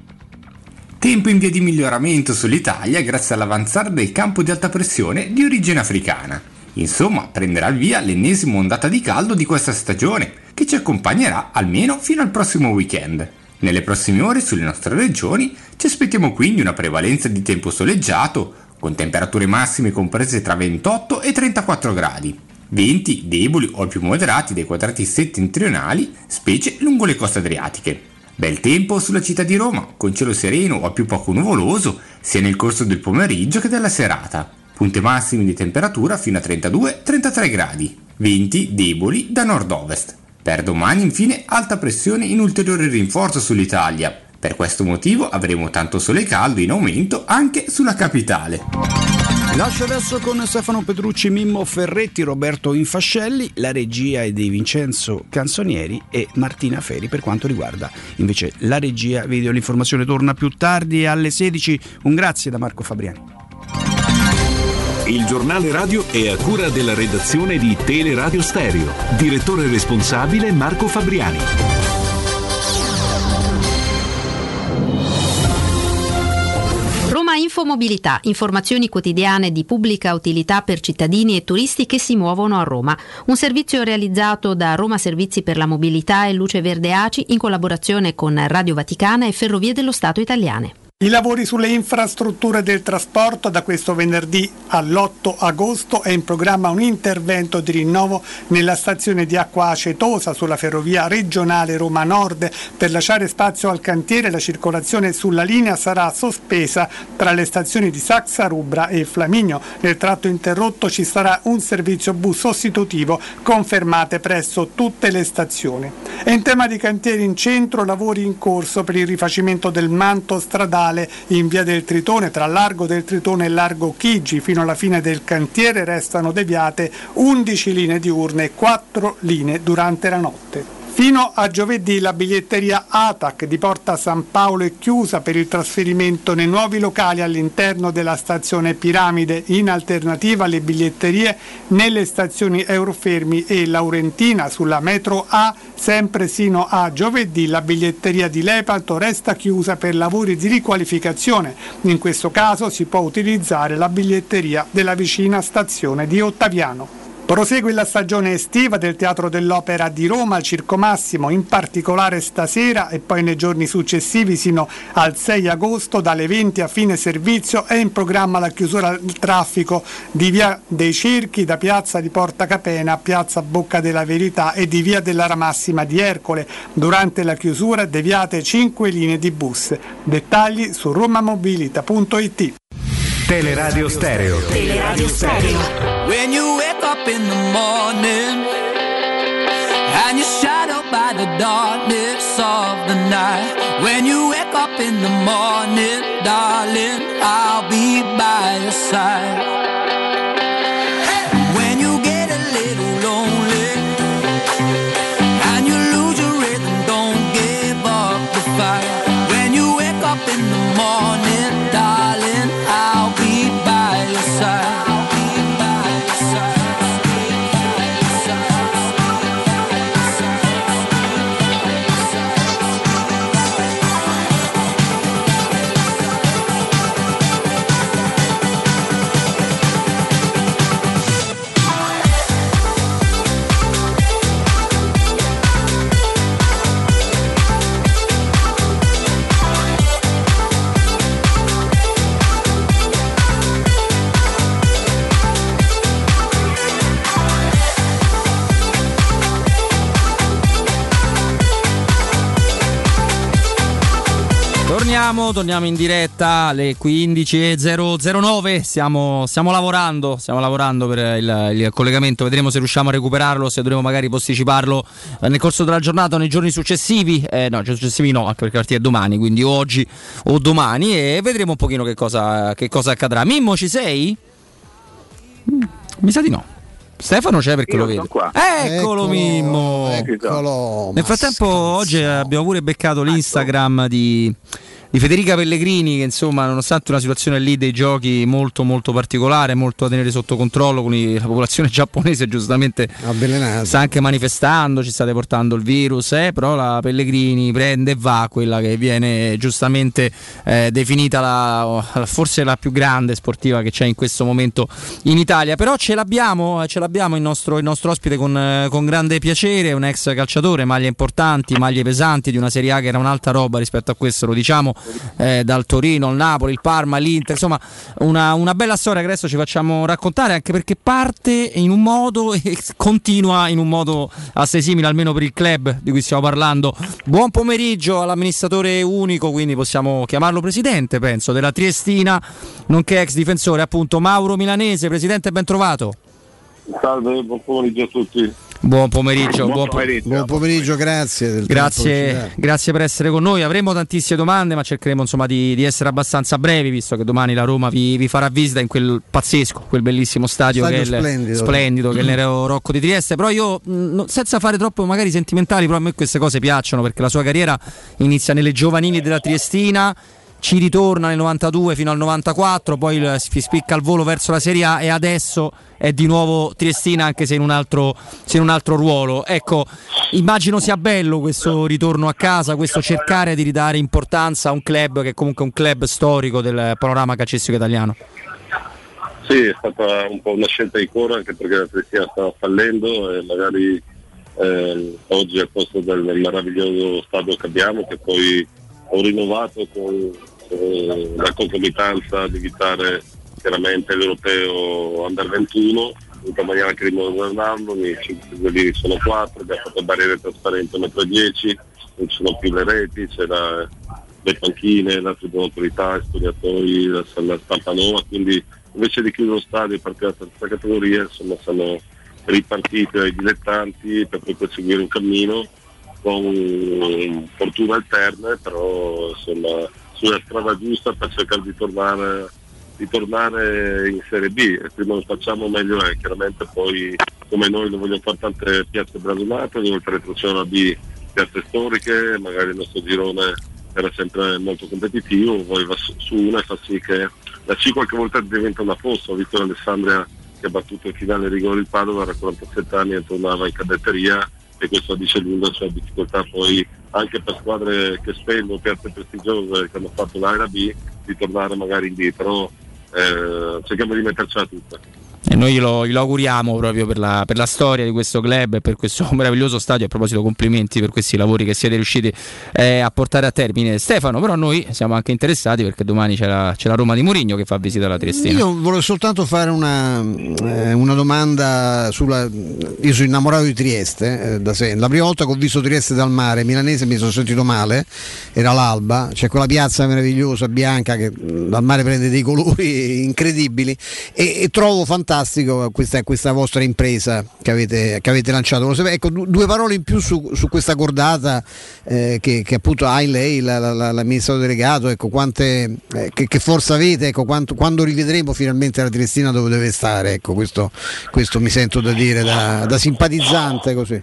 Tempo in via di miglioramento sull'Italia grazie all'avanzare del campo di alta pressione di origine africana. Insomma, prenderà il via l'ennesima ondata di caldo di questa stagione, che ci accompagnerà almeno fino al prossimo weekend. Nelle prossime ore sulle nostre regioni ci aspettiamo quindi una prevalenza di tempo soleggiato, con temperature massime comprese tra ventotto e trentaquattro gradi. Venti deboli o più moderati dai quadrati settentrionali, specie lungo le coste adriatiche. Bel tempo sulla città di Roma, con cielo sereno o a più poco nuvoloso, sia nel corso del pomeriggio che della serata. Punte massime di temperatura fino a trentadue trentatré gradi. Venti deboli da nord-ovest. Per domani infine alta pressione in ulteriore rinforzo sull'Italia. Per questo motivo avremo tanto sole caldo in aumento anche sulla capitale.
Lascio adesso con Stefano Petrucci, Mimmo Ferretti, Roberto Infascelli, la regia è di Vincenzo Canzonieri e Martina Feri. Per quanto riguarda invece la regia video, l'informazione torna più tardi alle sedici. Un grazie da Marco Fabriani.
Il giornale radio è a cura della redazione di Teleradio Stereo. Direttore responsabile Marco Fabriani.
Roma Infomobilità, informazioni quotidiane di pubblica utilità per cittadini e turisti che si muovono a Roma. Un servizio realizzato da Roma Servizi per la Mobilità e Luce Verde A C I in collaborazione con Radio Vaticana e Ferrovie dello Stato Italiane.
I lavori sulle infrastrutture del trasporto. Da questo venerdì all'otto agosto è in programma un intervento di rinnovo nella stazione di Acqua Acetosa sulla ferrovia regionale Roma Nord. Per lasciare spazio al cantiere, la circolazione sulla linea sarà sospesa tra le stazioni di Saxa Rubra e Flaminio. Nel tratto interrotto ci sarà un servizio bus sostitutivo, confermate presso tutte le stazioni. E in tema di cantieri in centro, lavori in corso per il rifacimento del manto stradale in via del Tritone, tra Largo del Tritone e Largo Chigi. Fino alla fine del cantiere restano deviate undici linee diurne e quattro linee durante la notte. Fino a giovedì la biglietteria A T A C di Porta San Paolo è chiusa per il trasferimento nei nuovi locali all'interno della stazione Piramide. In alternativa le biglietterie nelle stazioni Eurofermi e Laurentina. Sulla metro A, sempre sino a giovedì, la biglietteria di Lepanto resta chiusa per lavori di riqualificazione. In questo caso si può utilizzare la biglietteria della vicina stazione di Ottaviano. Prosegue la stagione estiva del Teatro dell'Opera di Roma al Circo Massimo, in particolare stasera e poi nei giorni successivi sino al sei agosto dalle venti a fine servizio è in programma la chiusura del traffico di Via dei Cerchi da Piazza di Porta Capena a Piazza Bocca della Verità e di Via dell'Ara Massima di Ercole. Durante la chiusura deviate cinque linee di bus. Dettagli su romamobilita punto it.
Teleradio Stereo.
Teleradio Stereo. When you wake up in the morning and you're shadowed by the darkness of the night. When you wake up in the morning, darling, I'll be by your side. When you get a little lonely and you lose your rhythm, don't give up the fight. When you wake up in the morning, darling, I'll be by your side.
Torniamo, torniamo in diretta alle quindici e zero zero nove. Stiamo, stiamo lavorando, stiamo lavorando per il, il collegamento. Vedremo se riusciamo a recuperarlo, se dovremo magari posticiparlo nel corso della giornata o nei giorni successivi. Eh, no, successivi no, anche perché la partita è domani, quindi oggi o domani, e vedremo un pochino che cosa, che cosa accadrà. Mimmo, ci sei? Mi sa di no. Stefano c'è perché
Io
lo vedo.
Qua.
Eccolo,
Eccolo
Mimmo.
Eccolo.
Nel frattempo oggi abbiamo pure beccato l'Instagram di, di Federica Pellegrini, che insomma, nonostante una situazione lì dei giochi molto molto particolare, molto da tenere sotto controllo, con i, la popolazione giapponese giustamente sta anche manifestando, ci state portando il virus, eh, però la Pellegrini prende e va, quella che viene giustamente eh, definita la, forse la più grande sportiva che c'è in questo momento in Italia. Però ce l'abbiamo, ce l'abbiamo il nostro, il nostro ospite con, con grande piacere, un ex calciatore, maglie importanti, maglie pesanti di una Serie A che era un'altra roba rispetto a questo, lo diciamo, eh, dal Torino, il Napoli, il Parma, l'Inter, insomma una, una bella storia che adesso ci facciamo raccontare, anche perché parte in un modo e continua in un modo assai simile, almeno per il club di cui stiamo parlando. Buon pomeriggio all'amministratore unico, quindi possiamo chiamarlo presidente, penso, della Triestina, nonché ex difensore, appunto, Mauro Milanese. Presidente, ben trovato.
Salve, buon pomeriggio a tutti.
Buon pomeriggio,
buon,
buon
pomeriggio. buon pomeriggio, grazie. Del
grazie, grazie per essere con noi. Avremo tantissime domande, ma cercheremo insomma di, di essere abbastanza brevi, visto che domani la Roma vi, vi farà visita in quel pazzesco, quel bellissimo stadio, stadio che è il, splendido, splendido che è il Nero Rocco di Trieste. Però io, mh, senza fare troppo magari sentimentali, però a me queste cose piacciono, perché la sua carriera inizia nelle giovanili della Triestina, ci ritorna nel novantadue fino al novantaquattro, poi si spicca al volo verso la Serie A e adesso è di nuovo Triestina, anche se in un altro, se in un altro ruolo. Ecco, immagino sia bello questo ritorno a casa, questo cercare di ridare importanza a un club che è comunque un club storico del panorama calcistico italiano.
Sì, è stata un po' una scelta di cuore, anche perché la Triestina stava fallendo e magari eh, oggi al posto del meraviglioso stadio che abbiamo, che poi ho rinnovato con eh, la concomitanza di evitare chiaramente l'europeo under ventuno, in questa maniera che rimodernarlo, i cinque giocolieri sono quattro, abbiamo fatto barriere trasparenti a uno e dieci, non ci sono più le reti, c'era le panchine, la tribuna autorità, i studiatori, la, la stampa nuova, quindi invece di chiudere lo stadio e partire alla terza categoria, insomma siamo ripartiti ai dilettanti per poi proseguire un cammino con fortuna alterne, però insomma sulla strada giusta per cercare di tornare di tornare in Serie B, e prima lo facciamo meglio è. Chiaramente poi come noi lo vogliono fare tante piazze blasonate, oltre retrocedere a B, piazze storiche, magari il nostro girone era sempre molto competitivo, poi va su una e fa sì che la C qualche volta diventa una fossa. Ho visto l'Alessandria che ha battuto il finale rigore il Padova, era quarantasette anni e tornava in cadetteria, e questo dice lunga sulla difficoltà poi anche per squadre che spendono piazze prestigiose che hanno fatto l'A e la B di tornare magari in B, però eh, cerchiamo di mettercela tutta.
E noi glielo, glielo auguriamo proprio per la, per la storia di questo club e per questo meraviglioso stadio. A proposito, complimenti per questi lavori che siete riusciti eh, a portare a termine, Stefano. Però noi siamo anche interessati perché domani c'è la, c'è la Roma di Mourinho che fa visita alla Triestina.
Io volevo soltanto fare una, eh, una domanda sulla... Io sono innamorato di Trieste eh, da sempre. La prima volta che ho visto Trieste dal mare milanese mi sono sentito male, era l'alba, c'è quella piazza meravigliosa bianca che dal mare prende dei colori incredibili, e, e trovo fantastico questa, questa vostra impresa che avete, che avete lanciato. Ecco, due parole in più su, su questa cordata eh, che, che appunto hai lei, la, la, l'amministratore delegato. Ecco, quante, eh, che, che forza avete, ecco, quanto, quando rivedremo finalmente la Triestina dove deve stare. Ecco, questo, questo mi sento da dire da, da simpatizzante così.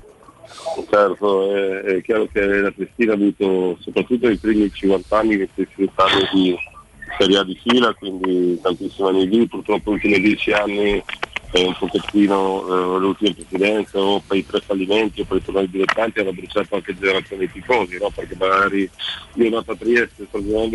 Certo, è, è chiaro che la Triestina ha avuto soprattutto nei primi cinquanta anni ventidue anni di Serie A di fila, quindi tantissimi anni lì, purtroppo gli ultimi dieci anni eh, un pochettino eh, le ultime presidenze o per i tre fallimenti o per i tornei dilettanti hanno bruciato anche generazioni di tifosi, no? Perché magari io nato a Trieste,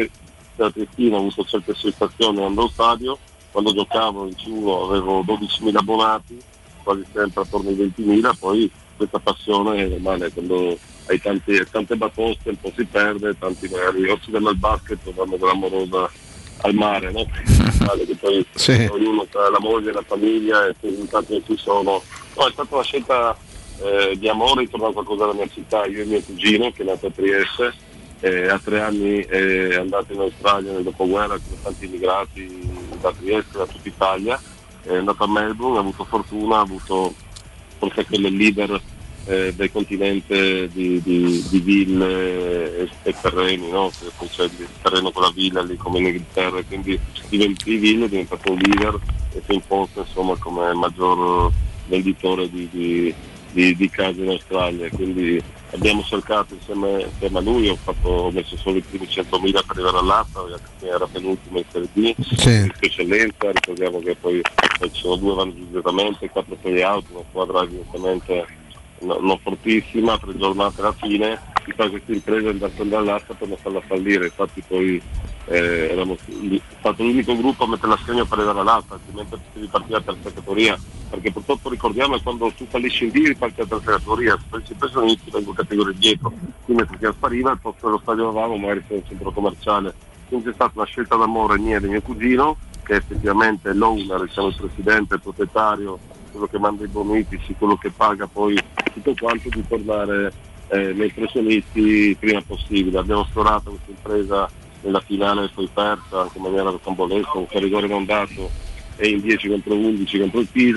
la Triestina, ho avuto certe soddisfazioni andando allo stadio, quando giocavo in C uno avevo dodicimila abbonati, quasi sempre attorno ai ventimila, poi questa passione è normale, quando hai tanti, tante batoste un po' si perde, tanti magari o si vanno al basket o vanno glamorosa al mare, no? Che poi sì. Ognuno ha la moglie, la famiglia e i risultati non ci sono. No, è stata una scelta eh, di amore di tornare a qualcosa dalla mia città. Io e mio cugino che è nato a Trieste, eh, a tre anni è andato in Australia nel dopoguerra come tanti immigrati da Trieste, da tutta Italia, è andato a Melbourne, ha avuto fortuna, ha avuto forse quello leader eh, del continente di, di, di ville e, e terreni, no? Poi c'è il terreno con la villa lì come in Inghilterra, quindi diventi ville, è diventato un leader e si è imposto insomma come maggior venditore di, di, di, di case in Australia, quindi abbiamo cercato insieme, insieme a lui, ho, fatto, ho messo solo i primi centomila per arrivare all'Atta, che era penultimo in Serie D, sì. Di eccellenza, ricordiamo che poi, poi ci sono due vanno giù direttamente, quattro play-out, una squadra evidentemente no, non fortissima, tre giornate alla fine, si fa questa impresa di andare all'Atta per non farla fallire, infatti poi eh, eravamo stato l'unico gruppo a mettere l'assegno per arrivare all'Atta, altrimenti si ripartiva a terza categoria, perché purtroppo ricordiamo che quando tu fallisci in D riparti a terza categoria, se penso all'inizio vengo categoria dietro, quindi perché spariva il posto dello stadio avevamo, magari c'è un centro commerciale, quindi è stata una scelta d'amore mia e di mio cugino, che effettivamente è l'owner, diciamo il presidente, il proprietario, quello che manda i bonifici, quello che paga poi tutto quanto, di tornare eh, nei professionisti il prima possibile. Abbiamo sforato questa impresa nella finale, poi persa anche in maniera rocambolesca, un rigore non dato e in dieci contro undici contro il Pisa,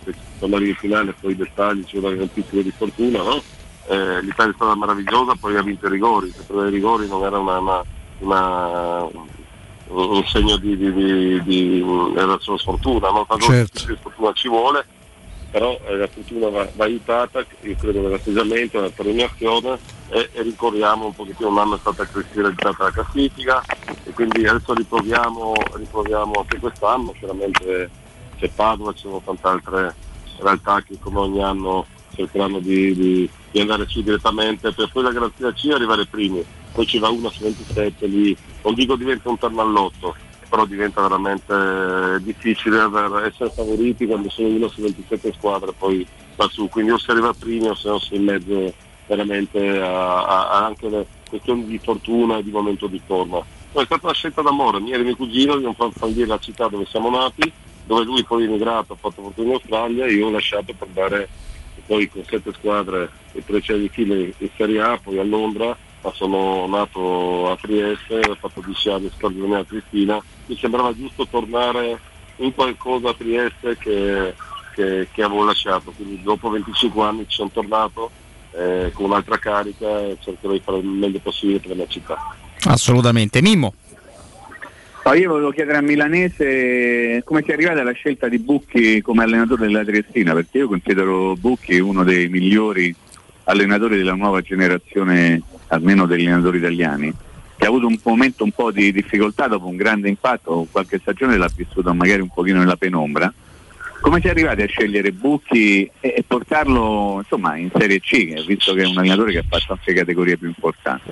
se quando arrivi in finale poi i dettagli c'è una grandissima di fortuna, no? Eh, L'Italia è stata meravigliosa, poi ha vinto i rigori, se per i rigori non era una, una, una un segno di, di, di, di era solo sfortuna, no? Tanto
certo.
Che sfortuna ci vuole, però eh, la fortuna va, va aiutata, io credo nell'atteggiamento, nella determinazione e, e ricorriamo un pochettino, un anno è stata cristianizzata la classifica e quindi adesso riproviamo, riproviamo anche quest'anno, chiaramente c'è Padova, ci sono tante altre realtà che come ogni anno cercheranno di, di, di andare su direttamente per poi la garanzia C arrivare primi, poi ci va uno su ventisette, lì non dico diventa un terno all'otto, però diventa veramente difficile aver, essere favoriti quando sono uno su ventisette squadre poi va su, quindi o si arriva primi o se no si è in mezzo veramente a, a, a anche le questioni di fortuna e di momento di forma. No, è stata una scelta d'amore, mia e mio cugino di non far fallire la città dove siamo nati, dove lui poi è emigrato, ha fatto fortuna in Australia e io ho lasciato per dare poi con sette squadre e tre cieli di fila in Serie A, poi a Londra, ma sono nato a Trieste, ho fatto dieci anni straordinaria a Cristina, mi sembrava giusto tornare in qualcosa a Trieste che, che, che avevo lasciato, quindi dopo venticinque anni ci sono tornato eh, con un'altra carica e cercherò di fare il meglio possibile per la mia città.
Assolutamente. Mimmo.
No, io volevo chiedere a Milanese come si è arrivata alla scelta di Bucchi come allenatore della Triestina, perché io considero Bucchi uno dei migliori allenatori della nuova generazione, almeno degli allenatori italiani, che ha avuto un momento un po' di difficoltà dopo un grande impatto, qualche stagione l'ha vissuta magari un pochino nella penombra. Come si è arrivati a scegliere Bucchi e, e portarlo insomma in Serie C, visto che è un allenatore che ha fatto anche categorie più importanti?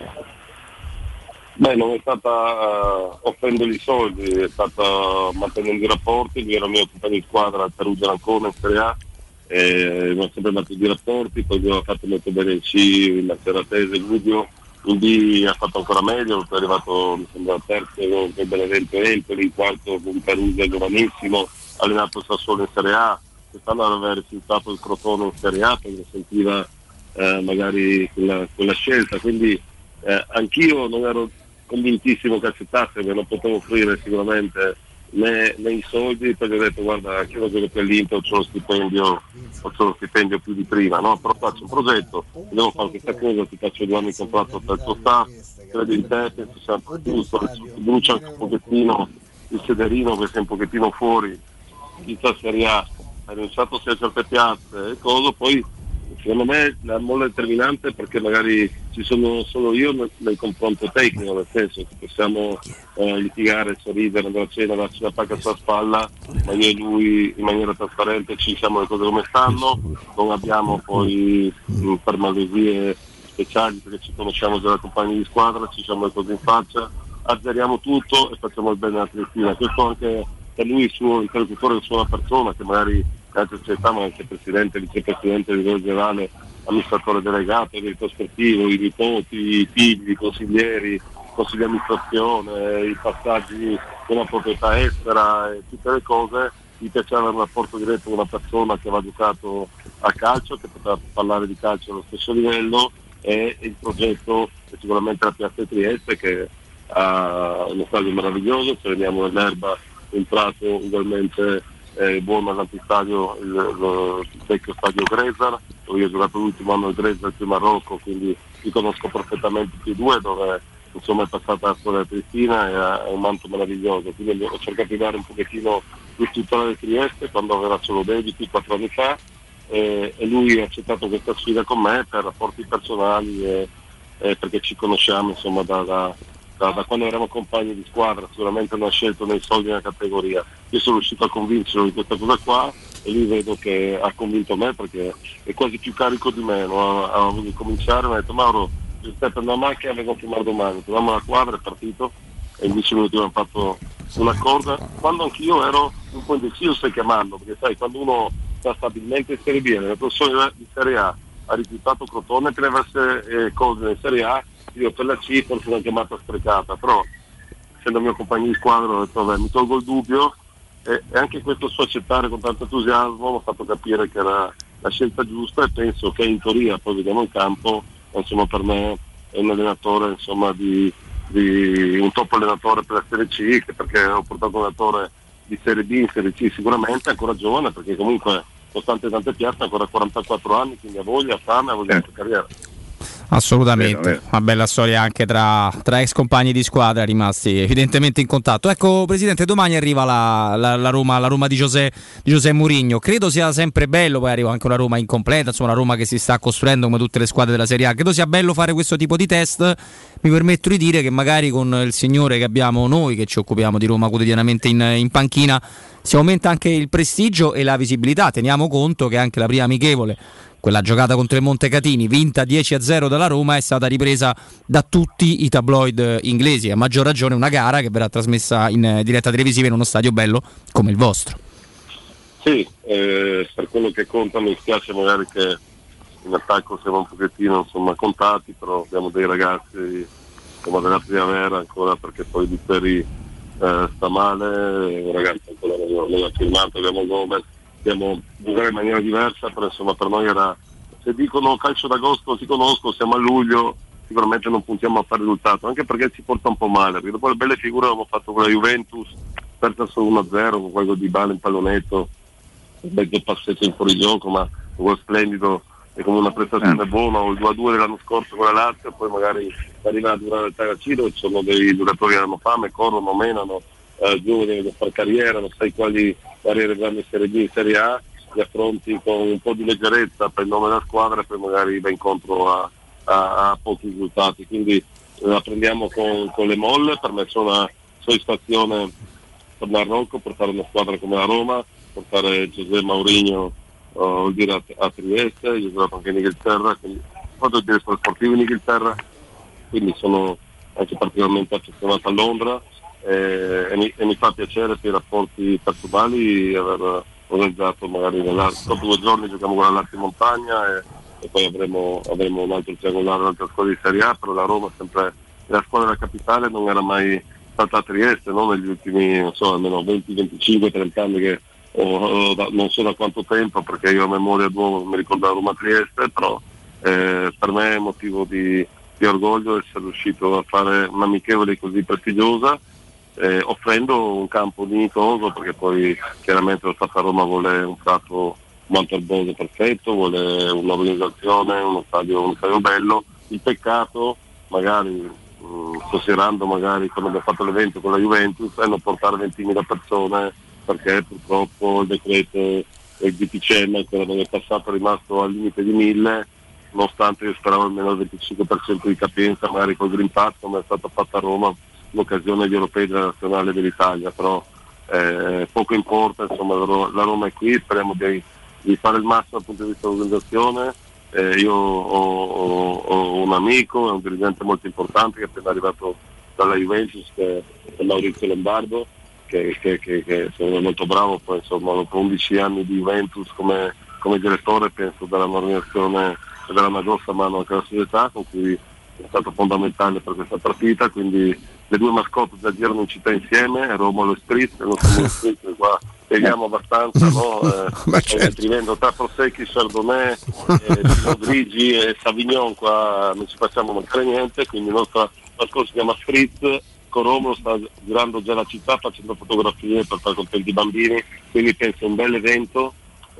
Beh, non è stata uh, offrendogli i soldi, è stata mantenendo i rapporti, lui era il mio compagno di squadra al Perugia Ancona in Serie A, e abbiamo sempre mantenuto i rapporti, poi abbiamo fatto molto bene in C, in Maceratese, in Gubbio, in B ha fatto ancora meglio, è arrivato mi sembra terzo con Benevento Empoli, in quarto con Perugia giovanissimo, ha allenato il Sassuolo in Serie A, quest'anno aveva rifiutato il Crotone in Serie A perché sentiva eh, magari quella, quella scelta, quindi eh, anch'io non ero convintissimo che accettasse, perché non potevo offrire sicuramente né, né i soldi, poi gli ho detto guarda anche io gioco per l'Inter, ho lo stipendio ho lo stipendio più di prima, no? Però faccio un progetto, devo fare questa cosa, ti faccio due anni di contratto per il tuo staff, credo in te, penso sempre giusto, brucia anche un pochettino il sederino che sei un pochettino fuori, inizia Serie A, hai rinunciato a certe piazze e cosa, poi secondo me la molla determinante perché magari ci sono solo io nel, nel confronto tecnico, nel senso che possiamo eh, litigare, sorridere, andare a cena, darci una pacca sulla spalla, ma io e lui in maniera trasparente ci diciamo le cose come stanno, non abbiamo poi mh, per malesie speciali perché ci conosciamo già da compagni di squadra, ci diciamo le cose in faccia, azzeriamo tutto e facciamo il bene alla Cristina. Questo anche per lui il suo interlocutore, su una persona che magari altre società, ma anche presidente, vicepresidente, direttore generale, amministratore delegato, direttore sportivo, i nipoti, i figli, i consiglieri, consigli di amministrazione, i passaggi con la proprietà estera e tutte le cose, gli piaceva avere un rapporto diretto con una persona che aveva giocato a calcio, che poteva parlare di calcio allo stesso livello, e il progetto è sicuramente la Piazza di Trieste che ha uno stadio meraviglioso, veniamo nell'erba un prato ugualmente Eh, buono all'antistadio, il, il, il vecchio stadio Grezar, dove io ho giocato l'ultimo anno il Grezar più Marocco, quindi li conosco perfettamente più due, dove insomma è passata la storia Cristina e è un manto meraviglioso, quindi ho cercato di dare un pochettino di struttura di Trieste quando aveva solo debiti quattro anni fa e, e lui ha accettato questa sfida con me per rapporti personali e, e perché ci conosciamo insomma da, da Da, da quando eravamo compagni di squadra, sicuramente non ha scelto nei soldi nella categoria. Io sono riuscito a convincerlo di questa cosa qua e lui vedo che ha convinto me perché è quasi più carico di me, no? Ha voluto cominciare, mi ha detto Mauro, se stai per una macchina vengo a firmare domani, troviamo la quadra, è partito e in dieci minuti abbiamo fatto un accordo, quando anch'io ero un po' indeciso se chiamarlo, perché sai, quando uno sta stabilmente in Serie B, nelle persone di Serie A ha rifiutato Crotone per avere eh, cose in Serie A, io per la C forse una chiamata sprecata, però essendo mio compagno di squadra ho detto vabbè mi tolgo il dubbio e, e anche questo suo accettare con tanto entusiasmo mi ha fatto capire che era la scelta giusta e penso che in teoria, poi vediamo in campo, insomma per me è un allenatore insomma di, di un top allenatore per la Serie C, che perché ho portato un allenatore di Serie B in Serie C sicuramente, ancora giovane perché comunque costante tante piazze, ancora quarantaquattro anni, quindi ha voglia, fame, ha voglia di carriera.
Assolutamente,
Vero, vero.
una bella storia anche tra, tra ex compagni di squadra rimasti evidentemente in contatto. Ecco, Presidente, domani arriva la, la, la Roma, la Roma di José, di José Mourinho. Credo sia sempre bello, poi arriva anche una Roma incompleta, insomma una Roma che si sta costruendo come tutte le squadre della Serie A. Credo sia bello fare questo tipo di test. Mi permetto di dire che magari con il signore che abbiamo noi, che ci occupiamo di Roma quotidianamente in, in panchina, si aumenta anche il prestigio e la visibilità. Teniamo conto che anche la prima amichevole, quella giocata contro il Montecatini, vinta dieci a zero dalla Roma, è stata ripresa da tutti i tabloid inglesi. A maggior ragione una gara che verrà trasmessa in diretta televisiva in uno stadio bello come il vostro.
Sì, eh, per quello che conta mi spiace magari che in attacco siamo un pochettino insomma contati, però abbiamo dei ragazzi insomma della primavera ancora, perché poi di Peri eh, sta male, un ragazzo ancora non ha firmato, abbiamo Gomez, dobbiamo giocare in maniera diversa, però insomma per noi era, se dicono calcio d'agosto ti conosco, siamo a luglio, sicuramente non puntiamo a fare risultato, anche perché ci porta un po' male, perché dopo le belle figure abbiamo fatto con la Juventus, persa solo uno a zero con quello di Bale in pallonetto, un bel passetto in fuorigioco, ma un gol splendido e come una prestazione eh. buona, o il due a due dell'anno scorso con la Lazio, poi magari arriva a durare il Tagacino, ci sono dei giocatori che hanno fame, corrono, menano, eh, giovani da fare carriera, non sai quali carriere vanno in Serie B, in Serie A, li affronti con un po' di leggerezza per il nome della squadra e poi magari va incontro a, a, a pochi risultati, quindi la prendiamo con, con le molle. Per me sono una soddisfazione tornare a Rocco, portare una squadra come la Roma, portare José Mourinho uh, vuol dire a, a Trieste, io ho giocato anche in Inghilterra, quindi ho fatto il direttore sportivo in Inghilterra, quindi sono anche particolarmente affezionato a Londra. Eh, e, mi, e mi fa piacere per i rapporti personali aver organizzato magari dopo due giorni giochiamo con la Lazio in montagna e, e poi avremo, avremo un altro triangolare, un'altra squadra di Serie A, però la Roma sempre la squadra della capitale, non era mai stata a Trieste, no? Negli ultimi non so, almeno venti, venticinque, trenta anni che ho, ho, da, non so da quanto tempo, perché io a memoria d'uomo mi ricordo la Roma a Trieste, però eh, per me è motivo di, di orgoglio essere riuscito a fare un'amichevole così prestigiosa. Eh, offrendo un campo dignitoso, perché poi chiaramente lo Stato a Roma vuole un prato Montalbose perfetto, vuole un'organizzazione, uno stadio, uno stadio bello. Il peccato, magari mh, considerando magari quando abbiamo fatto l'evento con la Juventus, è non portare ventimila persone, perché purtroppo il decreto del D P C M ancora non è passato, è rimasto al limite di mille, nonostante io speravo almeno il venticinque per cento di capienza, magari col Green Pass come è stato fatto a Roma l'occasione degli europei della nazionale dell'Italia, però eh, poco importa, insomma la Roma è qui, speriamo di, di fare il massimo dal punto di vista dell'organizzazione. Eh, io ho, ho, ho un amico, è un dirigente molto importante che è appena arrivato dalla Juventus, che è Maurizio Lombardo, che, che, che, che è molto bravo, poi insomma dopo undici anni di Juventus come, come direttore penso della organizzazione e della una grossa mano anche alla società, con cui è stato fondamentale per questa partita, quindi le due mascotte già girano in città insieme, Romolo e Spritz, non siamo Spritz, qua spieghiamo abbastanza, no? Eh, certo. Scrivendo tra Prosecchi, Chardonnay, eh, Pinot Grigi e Savignon, qua non ci facciamo mancare niente, quindi il nostro mascotte si chiama Spritz, con Romolo sta girando già la città facendo fotografie per far contenti i bambini, quindi penso un bel evento.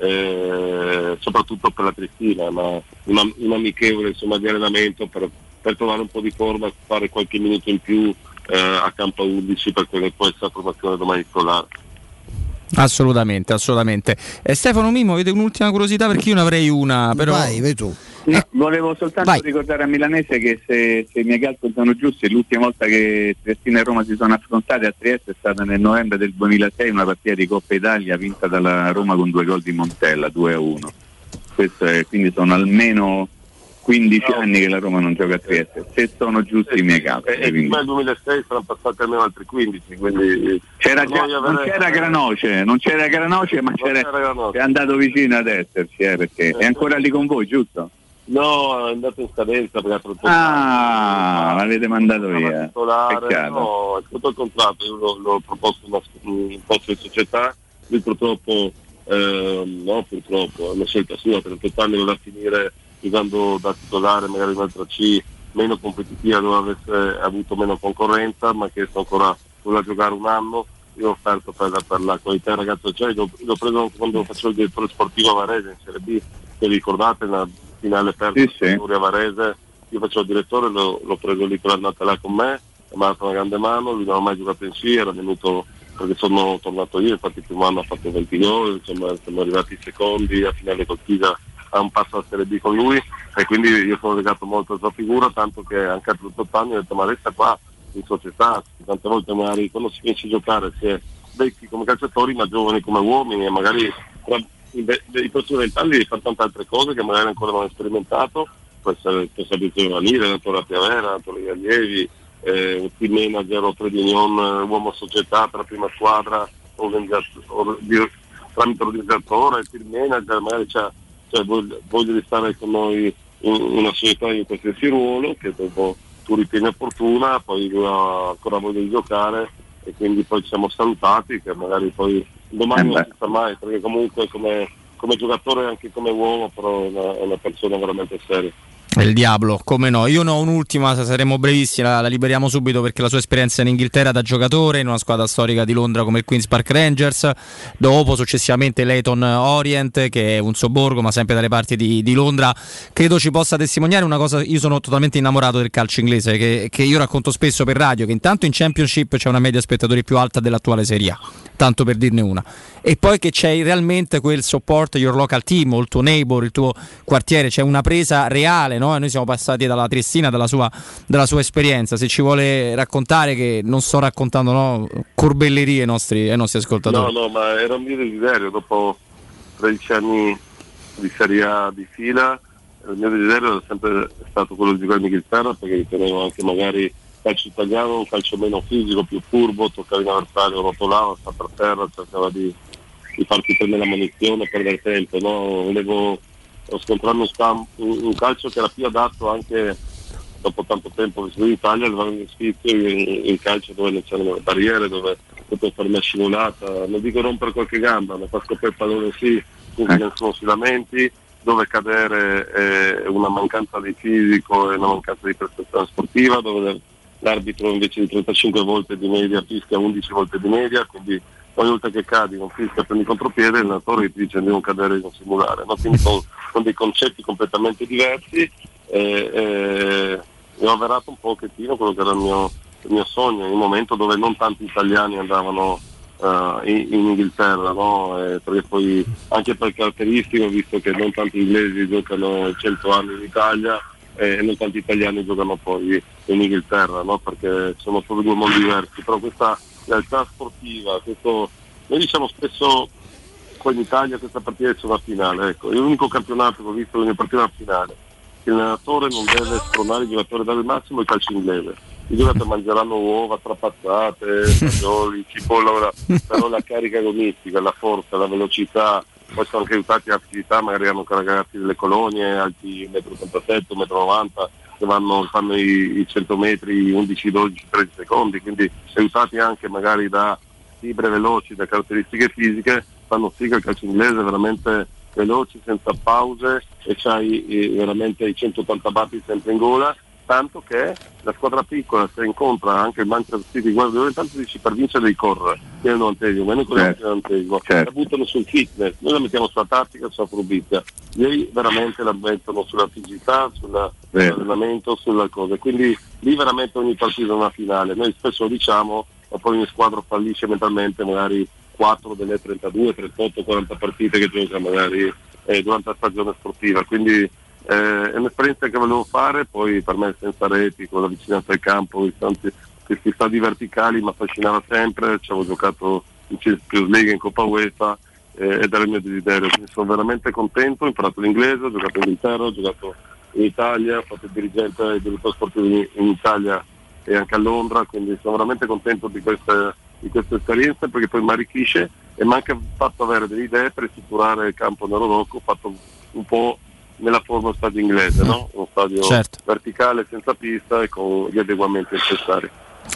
Eh, soprattutto per la Cristina, ma una, un amichevole insomma di allenamento per, per trovare un po' di forma, fare qualche minuto in più eh, a campo undici per quella che può essere la formazione domani titolare.
Assolutamente, assolutamente. Eh, Stefano Mimmo, avete un'ultima curiosità, perché io ne avrei una, però
vai, vai tu.
No, volevo soltanto
Vai.
ricordare a Milanese che se, se i miei calcoli sono giusti, l'ultima volta che Triestina e Roma si sono affrontate a Trieste è stata nel novembre del duemilasei, una partita di Coppa Italia vinta dalla Roma con due gol di Montella, due a uno. Questo è, quindi sono almeno quindici no. anni che la Roma non gioca a Trieste, se sono giusti i miei calcoli.
E prima del duemilasei saranno passati almeno altri quindici, quindi
c'era già, avere... non c'era Granoce, non c'era Granoce, ma c'era, c'era Granoce. È andato vicino ad esserci, eh, perché eh, è ancora lì con voi, giusto?
No, è andato in scadenza perché ha troppo.
Ah, l'avete mandato via.
Titolare, no, è tutto il contratto, io l'ho, l'ho proposto una, un posto di società, lui purtroppo, eh, no purtroppo, è una scelta sua, trentotto anni voleva finire giocando da titolare, magari in un'altra C meno competitiva dove avesse avuto meno concorrenza, ma che sta ancora voleva giocare un anno, io ho offerto per, per la qualità del ragazzo, cioè l'ho, l'ho preso anche quando facevo il direttore sportivo a Varese in Serie B, se ricordate, nella finale persa
sì, sì.
a Varese, io facevo il direttore, l'ho, l'ho preso lì quell'annata là con me, mi ha dato una grande mano, lui non ha mai giocato in sì, era venuto perché sono tornato io, infatti il primo anno ha fatto venti gol, insomma siamo arrivati secondi a finale col Pisa a un passo alla Serie B con lui, e quindi io sono legato molto alla sua figura, tanto che anche a trentotto anni ho detto ma resta qua in società, tante volte magari quando si finisce a giocare si è vecchi come calciatori ma giovani come uomini, e magari i persone mentali devi fare tante altre cose che magari ancora non hai sperimentato, può essere responsabilità giovanile, allenatore a Piavera, allenatore agli allievi, eh, un team manager o trade union, uomo società per la prima squadra, organizzatore, tramite organizzatore, team manager, magari c'è, c'è voglia, voglia di stare con noi in una società in qualsiasi ruolo che dopo tu ritieni opportuna, poi lui ha ancora voglia di giocare, e quindi poi ci siamo salutati, che magari poi domani eh non si sa mai, perché comunque come, come giocatore e anche come uomo però è una, è una persona veramente seria.
Il diavolo, come no. Io ne ho un'ultima, saremo brevissimi, la, la liberiamo subito, perché la sua esperienza in Inghilterra da giocatore in una squadra storica di Londra come il Queen's Park Rangers, dopo successivamente Leyton Orient, che è un sobborgo ma sempre dalle parti di, di Londra, credo ci possa testimoniare una cosa. Io sono totalmente innamorato del calcio inglese, che, che io racconto spesso per radio, che intanto in Championship c'è una media spettatori più alta dell'attuale Serie A, tanto per dirne una, e poi che c'è realmente quel support, your local team, o il tuo neighbor, il tuo quartiere, c'è una presa reale, no? Noi siamo passati dalla Triestina, dalla sua, dalla sua esperienza. Se ci vuole raccontare, che non sto raccontando, no, corbellerie ai nostri, ai nostri ascoltatori.
No, no, ma era un mio desiderio, dopo tredici anni di Serie A di fila, il mio desiderio era sempre stato quello di giocare in Inghilterra, perché ritenevo anche magari calcio italiano, un calcio meno fisico, più furbo, toccava in avversario, rotolava, sta per terra, cercava di, di farti prendere la munizione, perdere tempo, no? Volevo scontrarmi un, scam- un, un calcio che era più adatto anche dopo tanto tempo vissuto in Italia, il sfizio in, in calcio dove non c'erano le barriere, dove potevo fare una scivolata, non dico rompere qualche gamba, ma far scoprire il pallone sì, quindi nessuno si lamenti, dove cadere è una mancanza di fisico e una mancanza di prestazione sportiva, dove l'arbitro invece di trentacinque volte di media fischia undici volte di media, quindi ogni volta che cadi non fischia, prendi contropiede, l'allenatore ti dice di non cadere e non simulare, no? Quindi con, con dei concetti completamente diversi, eh, eh, ho avverato un pochettino quello che era il mio, il mio sogno, in un momento dove non tanti italiani andavano uh, in, in Inghilterra, no? Eh, perché poi anche per caratteristiche ho visto che non tanti inglesi giocano cento anni in Italia e non tanti italiani giocano poi in Inghilterra, no? Perché sono solo due mondi diversi, però questa realtà sportiva, questo, noi diciamo spesso qua in Italia questa partita è una finale, ecco, è l'unico campionato che ho visto che è partita una finale, che l'allenatore non deve spronare il giocatore a dare il massimo, il calcio inglese, i giocatori mangeranno uova strapazzate, fagioli, cipolla, però la carica agonistica, la forza, la velocità, poi sono anche aiutati a attività, magari hanno ragazzi delle colonie alti uno virgola ottantasette, uno virgola novanta metri, che vanno, fanno i, i cento metri undici, dodici, tredici secondi, quindi aiutati anche magari da fibre veloci, da caratteristiche fisiche, fanno sì che il calcio inglese è veramente veloce, senza pause, e c'hai eh, veramente i centottanta battiti sempre in gola, tanto che la squadra piccola, se incontra anche il Manchester City, guarda, tanto dici per vincere devi correre, che è il novantesimo, meno quello che è il novantesimo, la buttano sul fitness, noi la mettiamo sulla tattica, sulla furbizia, lì veramente la mettono sulla fisicità, sull'allenamento, sulla cosa, quindi lì veramente ogni partita è una finale, noi spesso lo diciamo, ma poi ogni squadra fallisce mentalmente magari quattro delle trentadue, trentotto, quaranta partite che gioca magari eh, durante la stagione sportiva, quindi Eh, è un'esperienza che volevo fare, poi per me senza reti, con la vicinanza al campo, istanze, questi stadi verticali mi affascinava sempre, ci avevo giocato in Champions League, in Coppa UEFA eh, ed era il mio desiderio, quindi sono veramente contento, ho imparato l'inglese, ho giocato in Inghilterra, ho giocato in Italia, ho fatto il dirigente e direttore sportivo in, in Italia e anche a Londra, quindi sono veramente contento di queste, di queste esperienze, perché poi mi arricchisce e mi ha anche fatto avere delle idee per ristrutturare il campo Nero Rocco, ho fatto un po' nella forma stadio inglese, no? Uno stadio certo. verticale, senza pista e con gli adeguamenti necessari.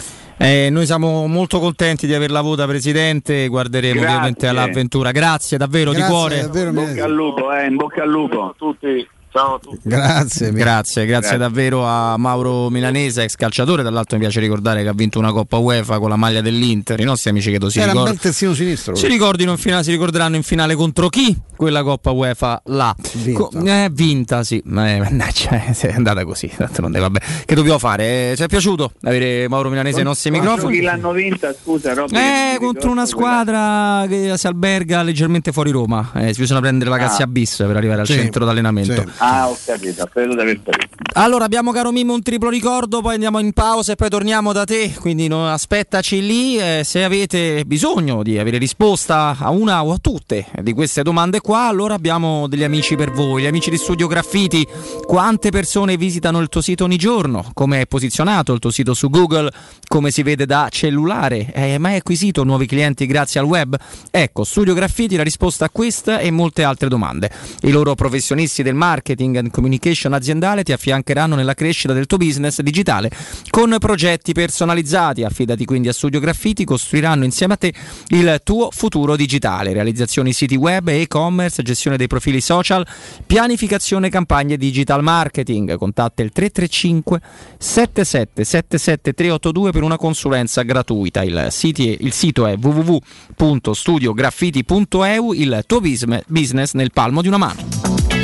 Eh, noi siamo molto contenti di averla avuta, Presidente, guarderemo
Grazie.
ovviamente all'avventura. Grazie davvero,
Grazie,
di cuore.
Davvero,
in bocca al lupo, eh, in bocca al lupo
A tutti, Ciao a tutti.
Grazie,
grazie, grazie,
Grazie.
davvero a Mauro Milanese, ex calciatore. Tra l'altro mi piace ricordare che ha vinto una Coppa UEFA con la maglia dell'Inter. I nostri amici credo si
Era un
ricordano.
bel terzino sinistro.
Si ricordino in finale, si ricorderanno in finale contro chi? Quella Coppa UEFA là.
Vinta.
Co- eh, vinta, sì. Ma eh, mannaggia, è andata così. Tanto non deve- vabbè. Che dobbiamo fare? Eh, ci è piaciuto avere Mauro Milanese ai nostri
Contro
microfoni?
chi l'hanno vinta, scusa, Robby, che non
Eh,
mi
contro una
ricordo quella.
squadra che si alberga leggermente fuori Roma. Eh, si bisogna prendere la Cassia
Ah.
bis per arrivare al
Sì,
centro d'allenamento.
sì.
Ah, ho capito, credo di aver capito.
Allora abbiamo, caro Mimmo, un triplo ricordo, poi andiamo in pausa e poi torniamo da te, quindi no, aspettaci lì. Eh, se avete bisogno di avere risposta a una o a tutte di queste domande qua, allora abbiamo degli amici per voi, gli amici di Studio Graffiti. Quante persone visitano il tuo sito ogni giorno? Come è posizionato il tuo sito su Google? Come si vede da cellulare? Eh, ma hai acquisito nuovi clienti grazie al web? Ecco, Studio Graffiti la risposta a questa e molte altre domande. I loro professionisti del marketing and communication aziendale ti affiancheranno nella crescita del tuo business digitale con progetti personalizzati. Affidati quindi a Studio Graffiti, costruiranno insieme a te il tuo futuro digitale. Realizzazioni siti web, e-commerce, gestione dei profili social, pianificazione campagne digital marketing. Contatta il tre tre cinque sette sette sette sette tre otto due per una consulenza gratuita. Il, siti, il sito è w w w punto studio graffiti punto e u, il tuo business nel palmo di una mano.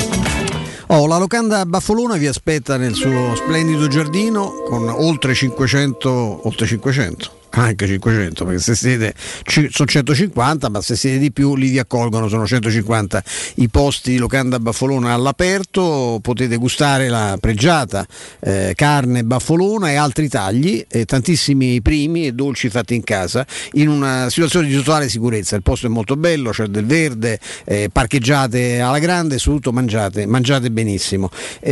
Oh, la locanda Baffolona vi aspetta nel suo splendido giardino con oltre cinquecento, oltre cinquecento, anche cinquecento, perché se siete ci- sono centocinquanta, ma se siete di più li vi accolgono, sono centocinquanta i posti di locanda Baffolona all'aperto. Potete gustare la pregiata eh, carne Baffolona e altri tagli, e tantissimi primi e dolci fatti in casa in una situazione di totale sicurezza. Il posto è molto bello, c'è del verde, eh, parcheggiate alla grande, soprattutto mangiate, mangiate benissimo.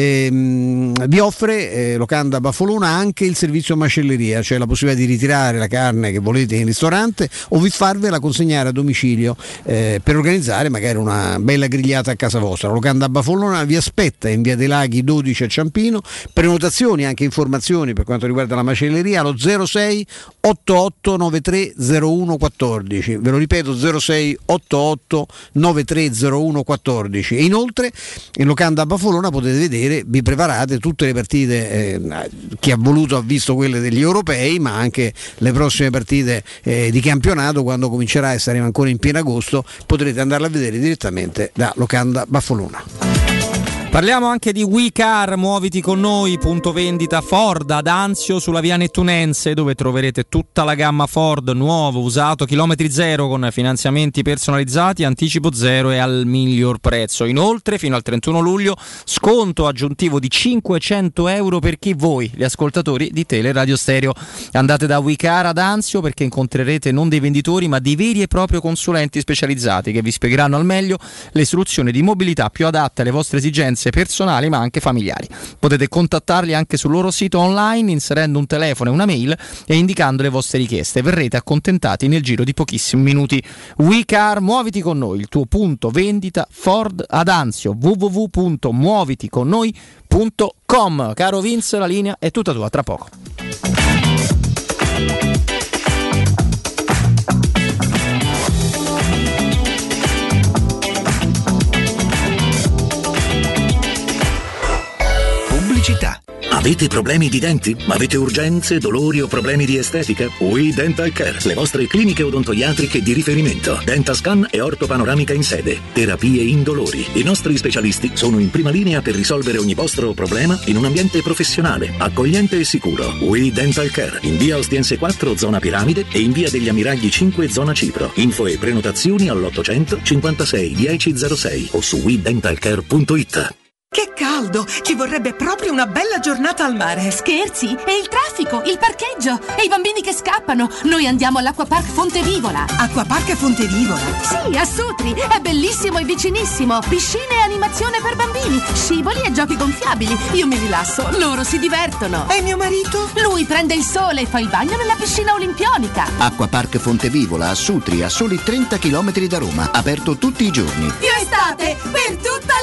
Ehm, vi offre eh, locanda Baffolona anche il servizio macelleria, cioè la possibilità di ritirare la carne che volete in ristorante o vi farvela consegnare a domicilio eh, per organizzare magari una bella grigliata a casa vostra. La locanda Baffolona vi aspetta in via dei Laghi dodici a Ciampino. Prenotazioni, anche informazioni per quanto riguarda la macelleria allo zero sei ottantotto novantatré zero uno quattordici, ve lo ripeto, zero sei ottantotto novantatré zero uno quattordici. E inoltre in locanda Baffolona potete vedere, vi preparate tutte le partite, eh, chi ha voluto ha visto quelle degli europei, ma anche le prossime partite eh, di campionato, quando comincerà e saremo ancora in pieno agosto, potrete andarla a vedere direttamente da locanda Baffolona.
Parliamo anche di WeCar, muoviti con noi, punto vendita Ford ad Anzio sulla via Nettunense, dove troverete tutta la gamma Ford, nuovo, usato, chilometri zero, con finanziamenti personalizzati, anticipo zero e al miglior prezzo. Inoltre fino al trentuno luglio sconto aggiuntivo di cinquecento euro per chi voi, gli ascoltatori di Tele Radio Stereo. Andate da WeCar ad Anzio perché incontrerete non dei venditori ma dei veri e propri consulenti specializzati che vi spiegheranno al meglio le soluzioni di mobilità più adatte alle vostre esigenze personali ma anche familiari. Potete contattarli anche sul loro sito online inserendo un telefono e una mail e indicando le vostre richieste. Verrete accontentati nel giro di pochissimi minuti. WeCar, muoviti con noi, il tuo punto vendita Ford ad Anzio, w w w punto muoviti con noi punto com. Caro Vince, la linea è tutta tua, tra poco.
Pubblicità. Avete problemi di denti? Avete urgenze, dolori o problemi di estetica? We Dental Care, le vostre cliniche odontoiatriche di riferimento. Dentascan e ortopanoramica in sede. Terapie indolori. I nostri specialisti sono in prima linea per risolvere ogni vostro problema in un ambiente professionale, accogliente e sicuro. We Dental Care, in via Ostiense quattro, zona Piramide, e in via degli Ammiragli cinque, zona Cipro. Info e prenotazioni all'ottocento cinquantasei dieci zero sei o su we dental care punto it.
Che caldo! Ci vorrebbe proprio una bella giornata al mare.
Scherzi? E il traffico, il parcheggio, e i bambini che scappano. Noi andiamo all'Acquapark Fontevivola.
Acquapark Fontevivola?
Sì, a Sutri. È bellissimo e vicinissimo. Piscine e animazione per bambini, scivoli e giochi gonfiabili. Io mi rilasso, loro si divertono.
E mio marito?
Lui prende il sole e fa il bagno nella piscina olimpionica.
Acquapark Fontevivola a Sutri, a soli trenta chilometri da Roma. Aperto tutti i giorni.
Più estate per tutta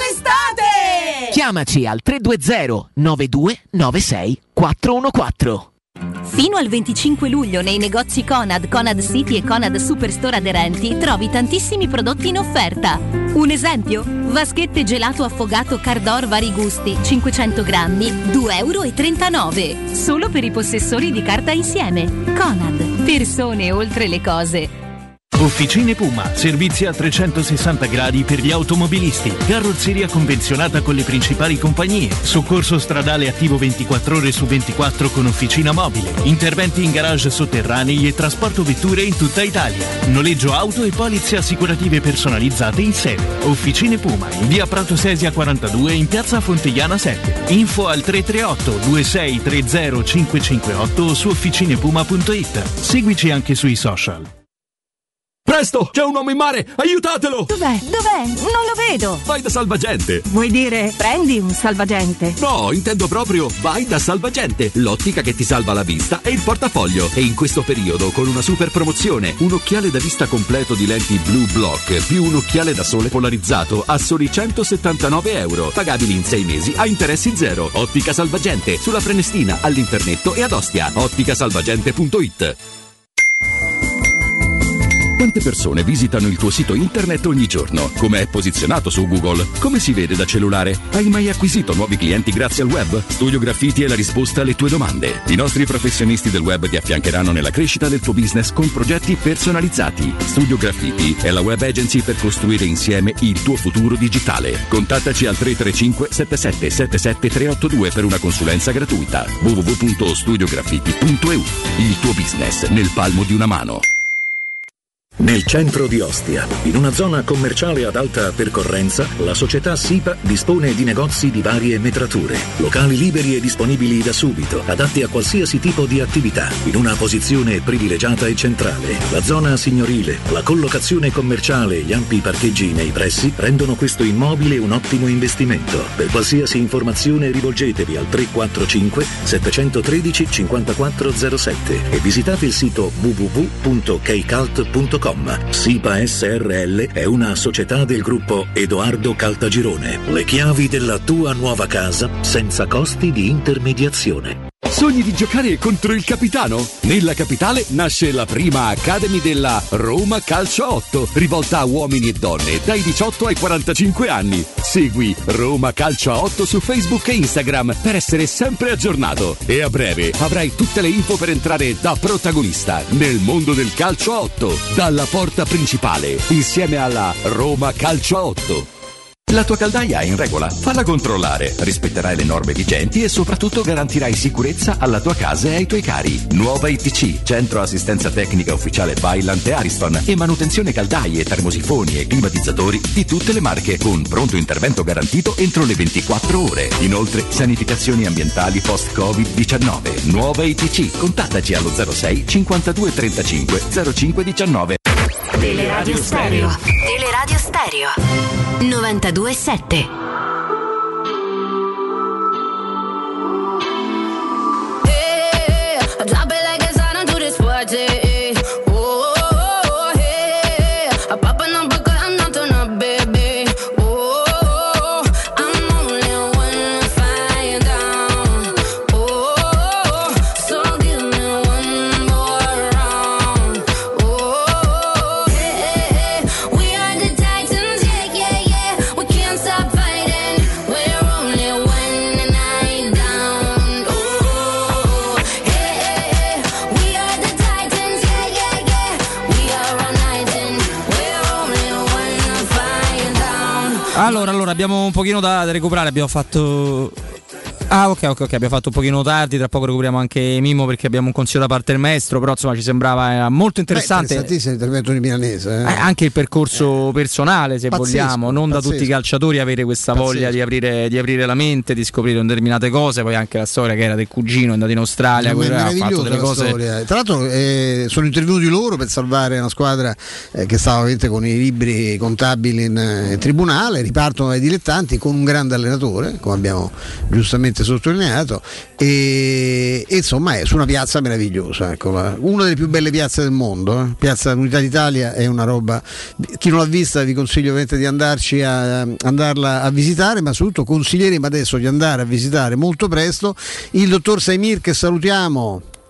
l'estate!
Chiamaci al tre due zero nove due nove sei quattro uno quattro.
Fino al venticinque luglio nei negozi Conad, Conad City e Conad Superstore aderenti trovi tantissimi prodotti in offerta. Un esempio? Vaschette gelato affogato Cardor vari gusti, cinquecento grammi, due euro e trentanove. Solo per i possessori di carta insieme. Conad, persone oltre le cose.
Officine Puma, servizi a trecentosessanta gradi per gli automobilisti, carrozzeria convenzionata con le principali compagnie, soccorso stradale attivo ventiquattro ore su ventiquattro con officina mobile, interventi in garage sotterranei e trasporto vetture in tutta Italia, noleggio auto e polizze assicurative personalizzate in sede. Officine Puma, in via Prato Sesia quarantadue in piazza Fontegliana sette. Info al tre tre otto due sei tre zero cinque cinque otto o su officinepuma punto it. Seguici anche sui social.
Presto, c'è un uomo in mare, aiutatelo!
Dov'è? Dov'è? Non lo vedo!
Vai da Salvagente!
Vuoi dire prendi un salvagente?
No, intendo proprio vai da Salvagente, l'ottica che ti salva la vista e il portafoglio. E in questo periodo con una super promozione, un occhiale da vista completo di lenti Blue Block più un occhiale da sole polarizzato a soli centosettantanove euro, pagabili in sei mesi a interessi zero. Ottica Salvagente, sulla Prenestina, all'Internetto e ad Ostia. ottica salvagente punto it.
Quante persone visitano il tuo sito internet ogni giorno? Come è posizionato su Google? Come si vede da cellulare? Hai mai acquisito nuovi clienti grazie al web? Studio Graffiti è la risposta alle tue domande. I nostri professionisti del web ti affiancheranno nella crescita del tuo business con progetti personalizzati. Studio Graffiti è la web agency per costruire insieme il tuo futuro digitale. Contattaci al tre tre cinque sette sette sette sette tre otto due per una consulenza gratuita. w w w punto studio graffiti punto e u. Il tuo business nel palmo di una mano.
Nel centro di Ostia, in una zona commerciale ad alta percorrenza, la società SIPA dispone di negozi di varie metrature, locali liberi e disponibili da subito, adatti a qualsiasi tipo di attività, in una posizione privilegiata e centrale. La zona signorile, la collocazione commerciale e gli ampi parcheggi nei pressi rendono questo immobile un ottimo investimento. Per qualsiasi informazione rivolgetevi al tre quattro cinque sette uno tre cinque zero sette e visitate il sito w w w punto keicalt punto com. SIPA S R L è una società del gruppo Edoardo Caltagirone. Le chiavi della tua nuova casa senza costi di intermediazione.
Sogni di giocare contro il capitano? Nella capitale nasce la prima Academy della Roma Calcio otto, rivolta a uomini e donne dai diciotto ai quarantacinque anni. Segui Roma Calcio otto su Facebook e Instagram per essere sempre aggiornato. E a breve avrai tutte le info per entrare da protagonista nel mondo del calcio otto, dalla porta principale, insieme alla Roma Calcio otto.
La tua caldaia è in regola? Falla controllare, rispetterai le norme vigenti e soprattutto garantirai sicurezza alla tua casa e ai tuoi cari. Nuova I T C, centro assistenza tecnica ufficiale Vaillant e Ariston e manutenzione caldaie, termosifoni e climatizzatori di tutte le marche con pronto intervento garantito entro le ventiquattro ore. Inoltre sanificazioni ambientali post covid diciannove. Nuova I T C, contattaci allo zero sei cinquantadue trentacinque zero cinque diciannove.
Teleradio Stereo. Teleradio Stereo novantadue sette.
Allora, allora, abbiamo un pochino da, da recuperare, abbiamo fatto... Ah, ok, ok, ok, abbiamo fatto un pochino tardi, tra poco recuperiamo anche Mimmo perché abbiamo un consiglio da parte del maestro, però insomma ci sembrava molto interessante.
Beh, interessantissimo l'intervento di Milanese. Eh?
Eh, anche il percorso eh. personale, se pazzesco, vogliamo, non pazzesco. Da tutti i calciatori avere questa pazzesco. voglia di aprire, di aprire la mente, di scoprire determinate cose, poi anche la storia che era del cugino, è andato in Australia,
no,
ha fatto delle cose...
Storia. Tra l'altro eh, sono intervenuti loro per salvare una squadra eh, che stava ovviamente con i libri contabili in eh, tribunale, ripartono dai dilettanti con un grande allenatore, come abbiamo giustamente sottolineato. E, e insomma è su una piazza meravigliosa, ecco, una delle più belle piazze del mondo, eh? Piazza Unità d'Italia è una roba, chi non l'ha vista vi consiglio ovviamente di andarci a andarla a visitare, ma soprattutto consiglieremo adesso di andare a visitare molto presto il dottor Saimir, che salutiamo.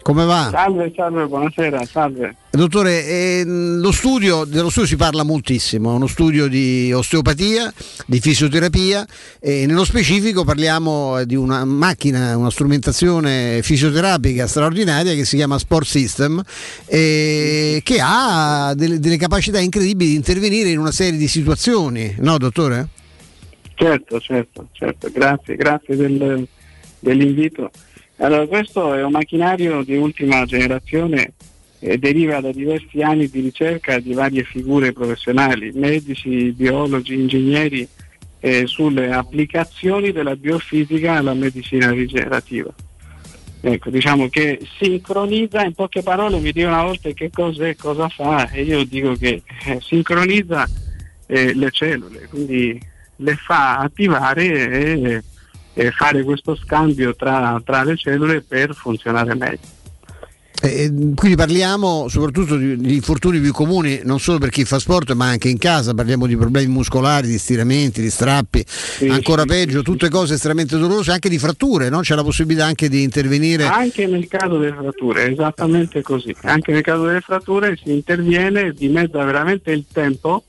come va?
Salve, salve, buonasera, salve.
Dottore, eh, lo studio, dello studio si parla moltissimo, è uno studio di osteopatia, di fisioterapia e nello specifico parliamo di una macchina, una strumentazione fisioterapica straordinaria che si chiama Sport System e che ha delle, delle capacità incredibili di intervenire in una serie di situazioni, no dottore?
Certo, certo, certo, grazie, grazie del, dell'invito. Allora, questo è un macchinario di ultima generazione. Eh, deriva da diversi anni di ricerca di varie figure professionali, medici, biologi, ingegneri, eh, sulle applicazioni della biofisica alla medicina rigenerativa. Ecco, diciamo che sincronizza, in poche parole mi dicono una volta che cos'è, cosa fa, e io dico che eh, sincronizza eh, le cellule, quindi le fa attivare e, e fare questo scambio tra, tra le cellule per funzionare meglio.
Eh, quindi parliamo soprattutto di, di infortuni più comuni, non solo per chi fa sport ma anche in casa, parliamo di problemi muscolari, di stiramenti, di strappi, sì, ancora sì, peggio, sì, tutte cose estremamente dolorose, anche di fratture, no? C'è la possibilità anche di intervenire
anche nel caso delle fratture, esattamente così, anche nel caso delle fratture si interviene, dimezza veramente il tempo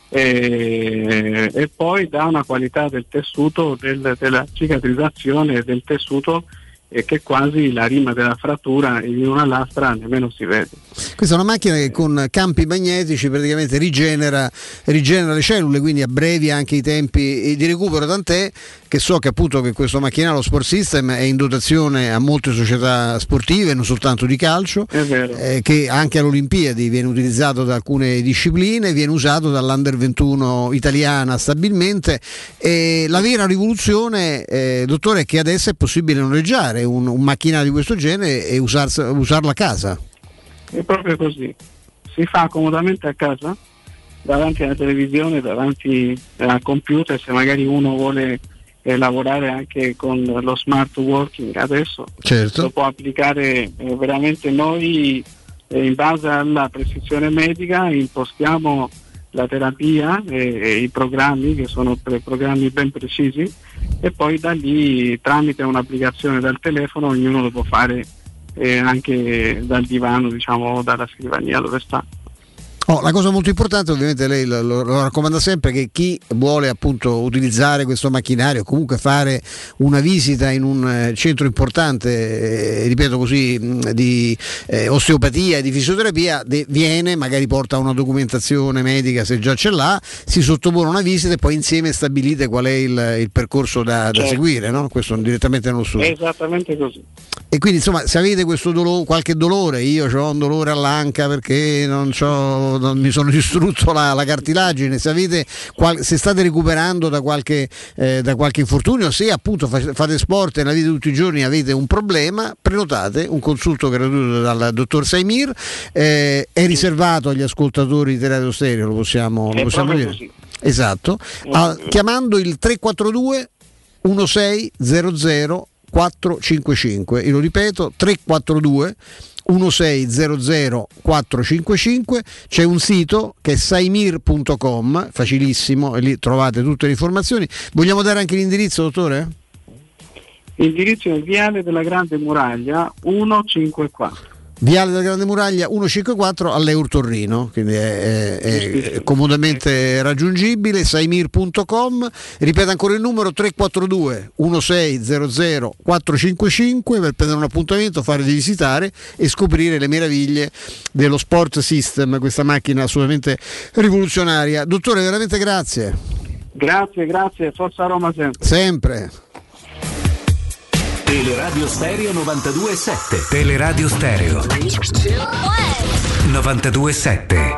e, e poi dà una qualità del tessuto, del, della cicatrizzazione del tessuto, e che quasi la rima della frattura in una lastra nemmeno si vede.
Questa è una macchina che con campi magnetici praticamente rigenera, rigenera le cellule, quindi abbrevia anche i tempi di recupero, tant'è che so che appunto che questo macchinario, lo Sport System, è in dotazione a molte società sportive, non soltanto di calcio, eh, che anche alle Olimpiadi viene utilizzato da alcune discipline, viene usato dall'Under ventuno italiana stabilmente, e la vera rivoluzione, eh, dottore, è che adesso è possibile noleggiare un, un macchinario di questo genere e usarsi, usarlo a casa.
È proprio così, si fa comodamente a casa, davanti alla televisione, davanti al computer, se magari uno vuole eh, lavorare anche con lo smart working adesso,
certo,
lo può applicare eh, veramente. Noi eh, in base alla prescrizione medica impostiamo la terapia e, e i programmi, che sono pre- programmi ben precisi, e poi da lì tramite un'applicazione dal telefono ognuno lo può fare eh, anche dal divano, diciamo, dalla scrivania dove sta.
Oh, la cosa molto importante, ovviamente lei lo, lo, lo raccomanda sempre, che chi vuole appunto utilizzare questo macchinario, comunque fare una visita in un eh, centro importante, eh, ripeto così, mh, di eh, osteopatia e di fisioterapia, de- viene, magari porta una documentazione medica se già ce l'ha, si sottopone a una visita e poi insieme stabilite qual è il, il percorso da, da
certo.
seguire, no? Questo direttamente nello studio.
È esattamente così.
E quindi insomma, se avete questo dolo- qualche dolore, io ho un dolore all'anca perché non c'ho non mi sono distrutto la, la cartilagine, se avete qual- se state recuperando da qualche eh, da qualche infortunio, se appunto fa- fate sport nella vita di tutti i giorni, avete un problema, prenotate un consulto gratuito dal dottor Saimir, eh, è riservato agli ascoltatori di Radio Stereo, lo possiamo, lo possiamo dire così. Esatto, ah, chiamando il tre quattro due uno sei zero zero quattro cinque cinque, io lo ripeto, tre quattro due uno sei zero zero quattro cinque cinque. C'è un sito che è saimir punto com, facilissimo, e lì trovate tutte le informazioni. Vogliamo dare anche l'indirizzo, dottore?
L'indirizzo è Viale della Grande Muraglia centocinquantaquattro.
Viale della Grande Muraglia centocinquantaquattro all'Eur Torrino, quindi è, è, è comodamente raggiungibile. saimir punto com, ripeto ancora il numero tre quattro due uno sei zero zero quattro cinque cinque per prendere un appuntamento, fare di visitare e scoprire le meraviglie dello Sport System, questa macchina assolutamente rivoluzionaria. Dottore, veramente grazie.
Grazie, grazie, Forza Roma sempre.
Sempre.
Teleradio Stereo novantadue sette.
Teleradio Stereo novantadue sette.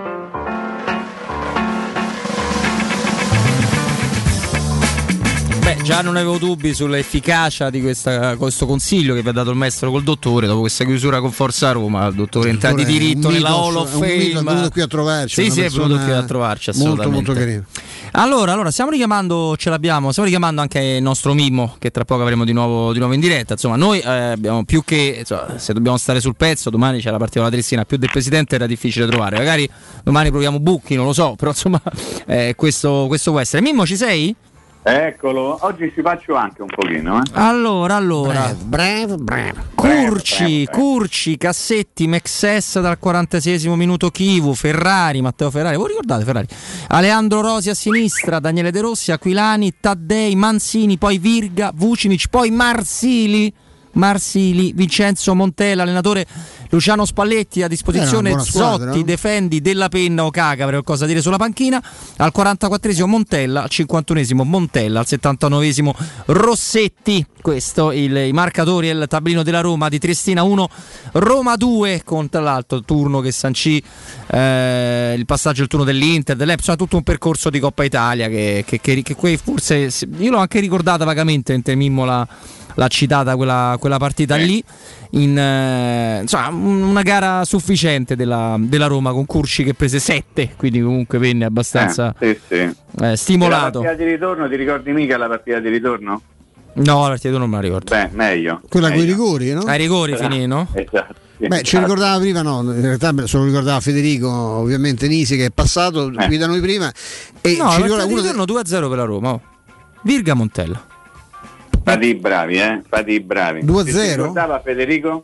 Beh, già non avevo dubbi sull'efficacia di questa, questo consiglio che vi ha dato il maestro col dottore dopo questa chiusura con Forza Roma. Il dottore entra di diritto nella Hall of Fame.
È venuto qui a trovarci.
Sì, sì, è venuto qui a trovarci, assolutamente.
Molto, molto carino.
Allora, allora, stiamo richiamando, ce l'abbiamo, stiamo richiamando anche il nostro Mimmo, che tra poco avremo di nuovo, di nuovo in diretta. Insomma, noi eh, abbiamo più che, insomma, se dobbiamo stare sul pezzo, domani c'è la partita con la Triestina, più del presidente era difficile trovare. Magari domani proviamo Bucchi, non lo so, però insomma, eh, questo, questo può essere. Mimmo, ci sei?
Eccolo, oggi ci faccio anche un pochino. Eh.
Allora, allora.
Bravo, bravo.
Curci, Curci, Cassetti, Mexes dal quarantaseiesimo minuto, Chivu, Ferrari, Matteo Ferrari, voi ricordate Ferrari? Alejandro Rosi a sinistra, Daniele De Rossi, Aquilani, Taddei, Mancini, poi Virga, Vucinic, poi Marsili. Marsili, Vincenzo Montella, allenatore Luciano Spalletti a disposizione, Zotti, squadra, no? Defendi, Della Penna o Caga, avrei qualcosa da dire sulla panchina. Al quarantaquattresimo Montella, al cinquantunesimo Montella, al settantanovesimo Rossetti. Questo il, i marcatori e il tabellino della Roma. Di Triestina uno, Roma due, con tra l'altro turno che sancì eh, il passaggio al turno dell'Inter, dell'Epsom, tutto un percorso di Coppa Italia che, che, che, che, che forse io l'ho anche ricordata vagamente, mentre Mimmo la l'ha citata quella, quella partita eh. lì in, eh, insomma, una gara sufficiente della, della Roma, con Curci che prese sette, quindi comunque venne abbastanza
eh, sì, sì.
Eh, stimolato.
La partita di ritorno, ti ricordi mica la partita di ritorno?
No, la partita di ritorno non me la ricordo.
Beh, meglio.
Quella
meglio.
con i rigori, no?
Ai rigori finì, no?
Esatto. Sì,
Beh, ci ricordava prima, no, in realtà se lo ricordava Federico, ovviamente Nisi che è passato eh. qui da noi prima. E
no,
ci
la partita di ritorno
de...
due a zero per la Roma. Oh. Virga Montella.
Fate i bravi, eh? Fate i bravi.
due a zero?
Si ricordava Federico?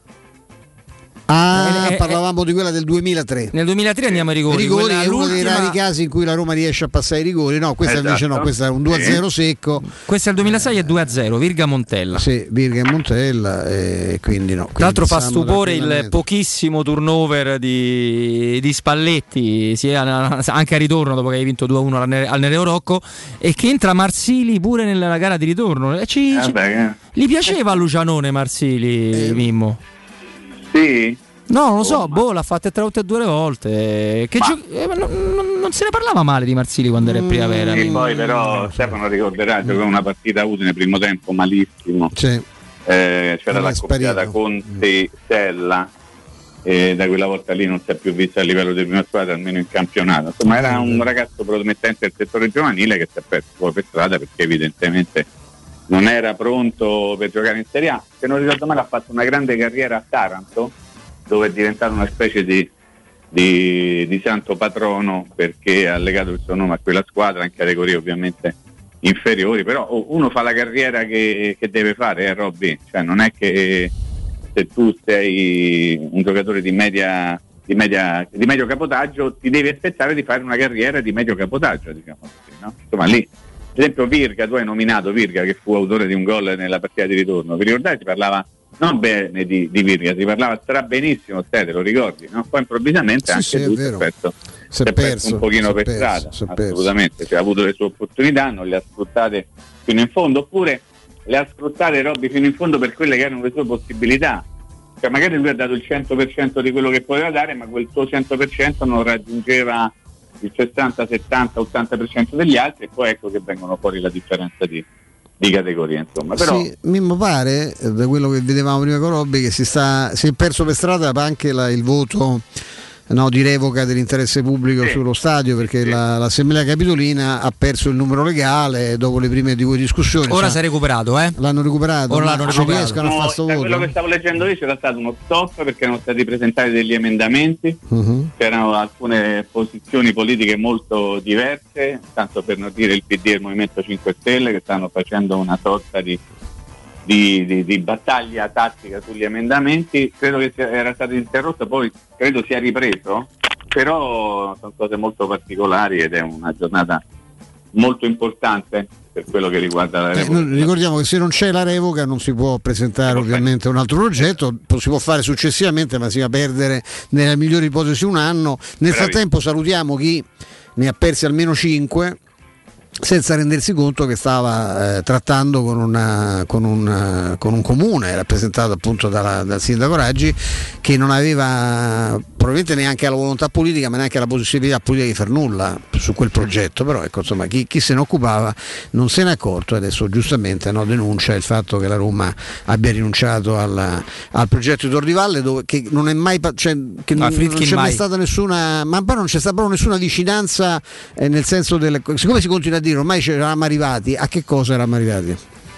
Ah,
eh, eh,
parlavamo eh, di quella del duemilatré.
Nel duemilatré andiamo ai rigori.
I rigori è uno dei rari casi in cui la Roma riesce a passare i rigori. No, questa esatto. invece no, questa è un due a zero sì. secco.
Questo è il duemilasei e due a zero, Virga Montella.
Sì, Virga e Montella, e quindi no. Quindi
tra l'altro fa stupore il pochissimo turnover di, di Spalletti, sia anche a ritorno dopo che hai vinto due a uno al Nereo Rocco, e che entra Marsili pure nella gara di ritorno. E ci,
eh,
ci,
beh,
gli piaceva a Lucianone Marsili, eh. Mimmo?
Sì.
No, non lo so,
oh,
boh, l'ha fatta tradotte due volte. Che gio- eh, non, non, non se ne parlava male di Marsili quando era in primavera.
E poi però Stefano ricorderà, giocò una partita utile primo tempo malissimo.
Sì.
Eh, c'era la coppiata Conte-Stella e da quella volta lì non si è più visto a livello di prima squadra, almeno in campionato. Insomma, era un ragazzo promettente del settore giovanile che si è perso poi per strada perché evidentemente non era pronto per giocare in Serie A. Se non ricordo male ha fatto una grande carriera a Taranto, dove è diventato una specie di, di, di santo patrono, perché ha legato il suo nome a quella squadra in categorie ovviamente inferiori. Però uno fa la carriera che, che deve fare, eh, Robby, cioè non è che se tu sei un giocatore di media di, media, di medio capotaggio ti devi aspettare di fare una carriera di medio capotaggio, diciamo così, no? Insomma lì, per esempio Virga, tu hai nominato Virga che fu autore di un gol nella partita di ritorno, vi ricordate? Si parlava non bene di, di Virga, si parlava stra benissimo, te, te lo ricordi, no? Poi improvvisamente sì, anche
sì,
lui si è perso, si è perso un pochino per strada, assolutamente, cioè, ha avuto le sue opportunità, non le ha sfruttate fino in fondo, oppure le ha sfruttate Robby fino in fondo per quelle che erano le sue possibilità. Cioè magari lui ha dato il cento per cento di quello che poteva dare, ma quel suo cento per cento non raggiungeva il sessanta, settanta, ottanta per cento degli altri, e poi ecco che vengono fuori la differenza di di categoria, insomma. Però
sì, mi pare, da quello che vedevamo prima con Robby, che si sta si è perso per strada anche la, il voto, no, di revoca dell'interesse pubblico sì. sullo stadio, perché sì. la, l'Assemblea Capitolina ha perso il numero legale dopo le prime due discussioni.
Ora
cioè,
si è recuperato, eh?
L'hanno recuperato,
ora l'hanno recuperato.
riescono
no,
a fare sto
da
voto.
quello che stavo leggendo io c'era stato uno stop perché erano stati presentati degli emendamenti, uh-huh. c'erano alcune posizioni politiche molto diverse, tanto per non dire il P D e il Movimento cinque Stelle, che stanno facendo una sorta di Di, di, di battaglia tattica sugli emendamenti. Credo che sia, era stato interrotto, poi credo sia ripreso, però sono cose molto particolari ed è una giornata molto importante per quello che riguarda la revoca.
Eh, ricordiamo che se non c'è la revoca non si può presentare ovviamente un altro progetto, si può fare successivamente, ma si va a perdere nella migliore ipotesi un anno. Nel frattempo salutiamo chi ne ha persi almeno cinque, senza rendersi conto che stava eh, trattando con, una, con, un, con un comune rappresentato appunto dalla, dal sindaco Raggi, che non aveva probabilmente neanche la volontà politica, ma neanche la possibilità politica di far nulla su quel progetto. Però ecco, insomma, chi, chi se ne occupava non se ne è accorto, e adesso giustamente, no, denuncia il fatto che la Roma abbia rinunciato alla, al progetto di Tor di Valle, dove, che non è mai, cioè, che non, non c'è mai stata nessuna, ma poi non c'è stata proprio nessuna vicinanza, eh, nel senso del, siccome si continua a dire ormai ci eravamo arrivati, a che cosa eravamo arrivati?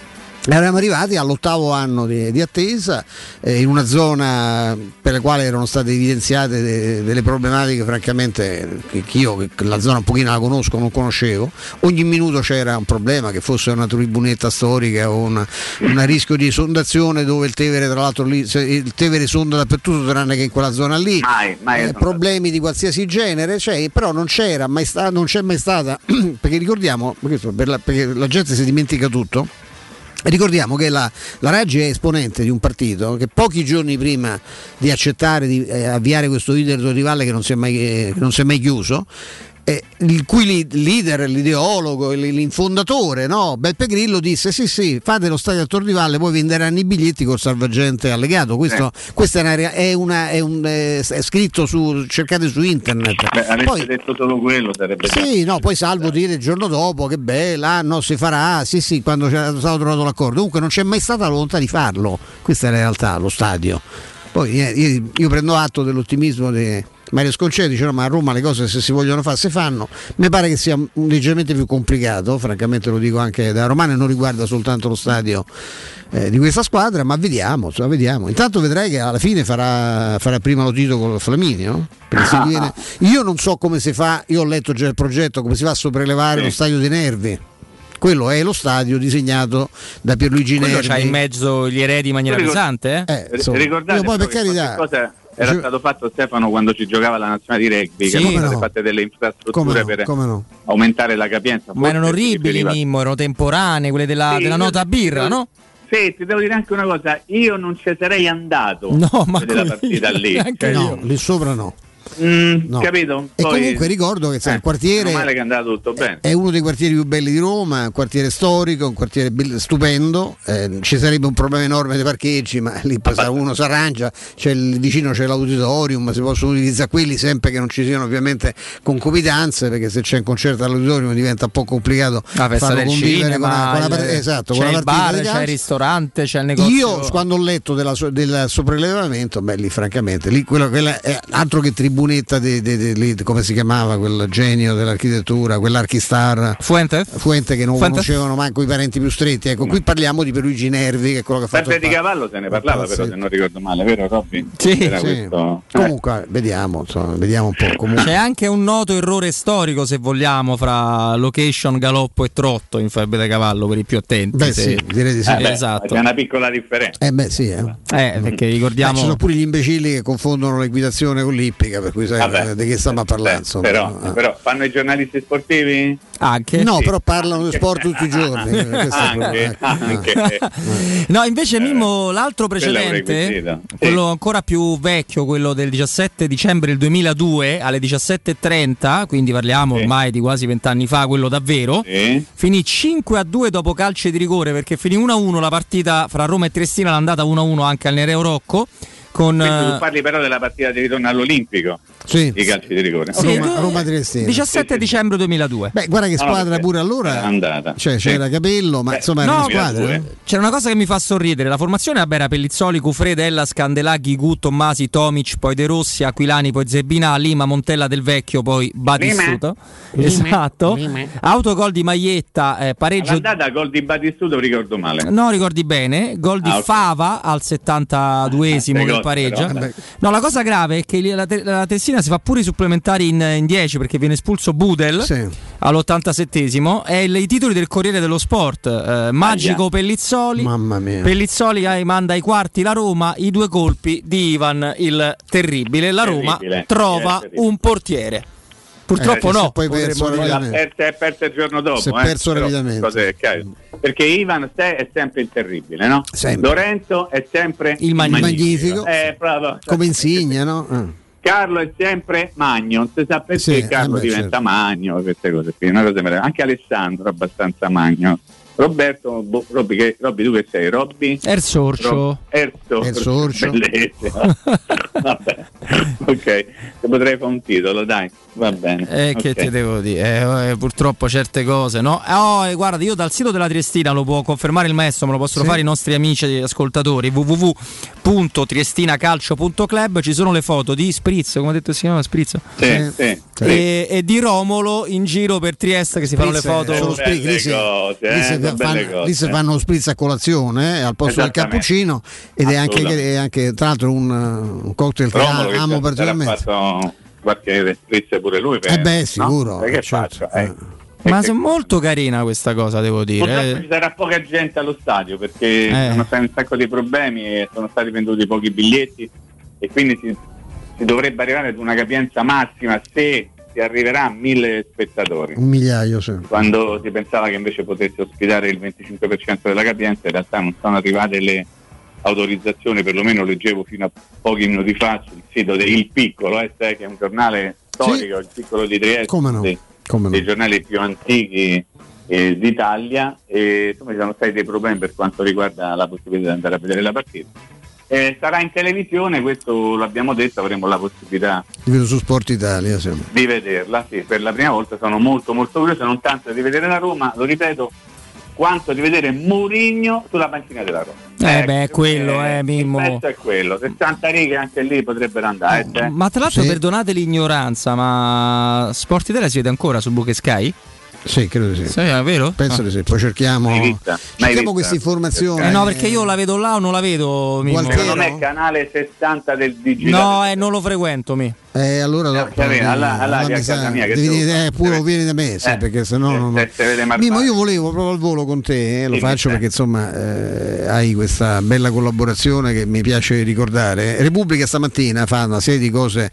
Eravamo arrivati all'ottavo anno di, di attesa, eh, in una zona per la quale erano state evidenziate de, delle problematiche, francamente, che, che io che la zona un pochino la conosco, non conoscevo. Ogni minuto c'era un problema, che fosse una tribunetta storica o un rischio di esondazione, dove il Tevere, tra l'altro, lì, il Tevere sonda dappertutto tranne che in quella zona lì.
Mai, mai
eh, problemi di qualsiasi genere, cioè, però non c'era mai sta, non c'è mai stata, perché ricordiamo, per la, perché la gente si dimentica tutto. Ricordiamo che la, la Raggi è esponente di un partito che pochi giorni prima di accettare di eh, avviare questo leader rivale che non si è mai, eh, che non si è mai chiuso, eh, il cui leader, l'ideologo, l'infondatore, no? Beppe Grillo disse sì sì, fate lo stadio a Tor di Valle, poi venderanno i biglietti col salvagente allegato. Questo, eh. Questa è, una, è, una, è, un, è scritto su, cercate su internet.
Beh, avesse
poi,
detto solo quello sarebbe
sì, no, poi Salvo dire il giorno dopo che beh, l'anno si farà, sì sì, quando c'è stato trovato l'accordo. Comunque non c'è mai stata la volontà di farlo, questa è la realtà, lo stadio. Poi eh, io, io prendo atto dell'ottimismo di Mario Sconcerti, dice no, ma a Roma le cose se si vogliono fare si fanno. Mi pare che sia leggermente più complicato, francamente lo dico anche da romano, e non riguarda soltanto lo stadio eh, di questa squadra, ma vediamo, insomma, vediamo. Intanto vedrai che alla fine farà, farà prima lo Tito con Flaminio. Ah. Viene... Io non so come si fa, io ho letto già il progetto, come si fa a sopraelevare sì. lo stadio dei Nervi. Quello è lo stadio disegnato da Pierluigi Nervi.
Quello c'ha in mezzo gli eredi in maniera
Ricor-
pesante, eh?
eh ricordate io poi per carità cosa era stato fatto, Stefano, quando ci giocava la nazionale di rugby, sì, che erano state no. fatte delle infrastrutture no, per no. aumentare la capienza.
Ma erano orribili, Mimmo, erano temporanee, quelle della,
sì,
della nota birra, no?
Sì, ti devo dire anche una cosa, io non ci sarei andato
no,
ma della partita lì.
Cioè, no, lì sopra no.
Mm,
no.
Capito?
E
Poi,
comunque ricordo che sai,
eh,
il quartiere
male che è andato tutto bene.
È uno dei quartieri più belli di Roma, un quartiere storico, un quartiere be- stupendo, eh, ci sarebbe un problema enorme dei parcheggi, ma lì poi uno si arrangia, c'è il, vicino c'è l'auditorium, si possono utilizzare quelli sempre che non ci siano ovviamente concomitanze, perché se c'è un concerto all'auditorium diventa un po' complicato
ah,
farlo convivere
cinema,
con, la, con la part-
il,
esatto,
c'è
con la
il
partita
bar, c'è il ristorante, c'è il negozio.
Io quando ho letto della, del sopraelevamento, beh lì francamente, lì quello, quella è altro che tribunetta di De, de, de, come si chiamava quel genio dell'architettura, quell'archistar
Fuente?
Fuente che non
Fuente?
conoscevano manco i parenti più stretti. Ecco, qui parliamo di Pierluigi Nervi, che è quello che ha fatto.
Sempre di Cavallo se ne parlava, però se non ricordo male, vero Robby?
Sì, sì. Questo... Comunque, eh. vediamo, insomma, vediamo un po'. Comunque.
C'è anche un noto errore storico, se vogliamo, fra location, galoppo e trotto in Febbre da Cavallo, per i più attenti.
Beh,
se...
sì, direi di sì.
Eh beh,
esatto.
C'è una piccola differenza.
Eh beh, sì, eh.
Eh, perché ricordiamo.
Eh, ci sono pure gli imbecilli che confondono l'equitazione con l'ippica, per cui sai Vabbè. di che stiamo a parlare.
Beh, però,
eh.
però fanno i giornalisti sportivi?
Anche?
No,
sì.
però parlano di sport tutti i giorni.
anche, anche.
No, invece Mimmo, l'altro precedente,
sì.
quello ancora più vecchio, quello del diciassette dicembre del duemiladue alle diciassette e trenta, quindi parliamo sì. ormai di quasi vent'anni fa, quello davvero,
sì.
finì cinque a due dopo calci di rigore, perché finì uno a uno la partita fra Roma e Triestina, l'andata uno a uno anche al Nereo Rocco. Con,
tu parli però della partita di ritorno all'Olimpico,
sì.
i calci di rigore.
Sì,
Roma, Roma Triestina.
diciassette dicembre duemiladue.
Beh, guarda che squadra
no,
pure allora.
Era andata.
Cioè,
sì.
c'era Capello, ma
Beh,
insomma
no,
era una squadra. Eh?
C'era una cosa che mi fa sorridere. La formazione vabbè, era Pellizzoli, Cufrede, Ella, Scandelà, Ghigù, Tommasi, Tomic, poi De Rossi, Aquilani, poi Zerbina, Lima, Montella del Vecchio, poi Batistuta.
Lima.
Esatto.
Lima.
Autogol di Maietta, eh, pareggio.
L'andata gol di Batistuta, ricordo male.
No, ricordi bene. Gol di ah, okay. Fava al settantaduesimo ah, che pareggia. Però, no, la cosa grave è che la, la Triestina si fa pure i supplementari in, in dieci, perché viene espulso Budel
sì.
all'ottantasettesimo. E il, i titoli del Corriere dello Sport, eh, Magico Pellizzoli.
Mamma mia.
Pellizzoli eh, manda ai quarti la Roma, i due colpi di Ivan il terribile. La Roma
terribile.
trova
eh,
un portiere. Purtroppo
eh,
no,
poi perso
è perso il giorno dopo,
si è perso
eh,
rapidamente.
Cose, perché Ivan è sempre il terribile, no?
Sempre.
Lorenzo è sempre
il, mag-
il magnifico,
eh, bravo.
Come Insigne, no? Eh.
Carlo è sempre Magno, non si sa perché sì, Carlo eh beh, diventa certo. Magno, queste cose qui, una cosa anche Alessandro è abbastanza Magno. Roberto, bo, Robby, che, Robby, tu che sei? Robby?
Ersorcio.
Ersorcio.
Ersorcio.
Bellissimo. Vabbè, ok, potrei fare un titolo, dai, va bene.
Eh,
okay.
Che ti devo dire? Eh, purtroppo certe cose, no? Oh, eh, guarda, io dal sito della Triestina, lo può confermare il maestro, me lo possono sì. fare i nostri amici ascoltatori, w w w punto triestinacalcio punto club, ci sono le foto di Spritz, come ha detto si chiama Spritz?
Sì, eh. sì.
E, e di Romolo in giro per Trieste che si fanno le foto.
Sono Spritz,
cose, eh.
si fanno, lì si fanno lo spritz a colazione eh, al posto del cappuccino ed è anche, è anche tra l'altro un, un cocktail che
Romolo,
che amo particolarmente.
Fatto qualche spritz pure lui. Per,
eh beh, sicuro.
No? Che
certo.
faccio? Eh.
Ma è molto carina questa cosa, devo dire.
Purtroppo ci sarà poca gente allo stadio perché
Eh.
sono stati un sacco di problemi e sono stati venduti pochi biglietti e quindi si, si dovrebbe arrivare ad una capienza massima se si arriverà a mille spettatori.
Un migliaio, sì.
Quando si pensava che invece potesse ospitare il venticinque per cento della capienza, in realtà non sono arrivate le autorizzazioni, perlomeno leggevo fino a pochi minuti fa sul sito del Il Piccolo, eh, che è un giornale storico, il Piccolo di Trieste.
Come no?
Dei,
Come no?
dei giornali più antichi eh, d'Italia, e insomma ci sono stati dei problemi per quanto riguarda la possibilità di andare a vedere la partita. Eh, sarà in televisione, questo l'abbiamo detto, avremo la possibilità
Li vedo su Sport Italia, sì.
di vederla, sì, per la prima volta. Sono molto molto curioso, non tanto di vedere la Roma, lo ripeto, quanto di vedere Mourinho sulla panchina della Roma.
Eh beh, è quello, eh, Mimmo.
Il pezzo è quello, sessanta righe anche lì potrebbero andare. cioè.
Ma tra l'altro, perdonate l'ignoranza, ma Sport Italia si vede ancora su Book e Sky?
Sì, credo di sì.
Sì, è vero?
Penso
Ah.
di sì. Poi cerchiamo,
Mai vista? Mai
cerchiamo
vista?
queste informazioni.
Eh no, perché io la vedo là o non la vedo, Mimmo.
Secondo me è canale sessanta del digitale.
No, eh, non lo frequento, mi.
Eh, allora dopo,
capito, alla- alla
allora
via
mi sa-
casa mia che
devi
devo
dire,
fare.
eh, pure vieni da me, sì,
Eh,
perché sennò
se-
non
se- se vede marcare.
Mimmo, io volevo proprio al volo con te, eh, lo
Sì,
faccio
sì.
perché insomma eh, hai questa bella collaborazione che mi piace ricordare. Repubblica stamattina fa una serie di cose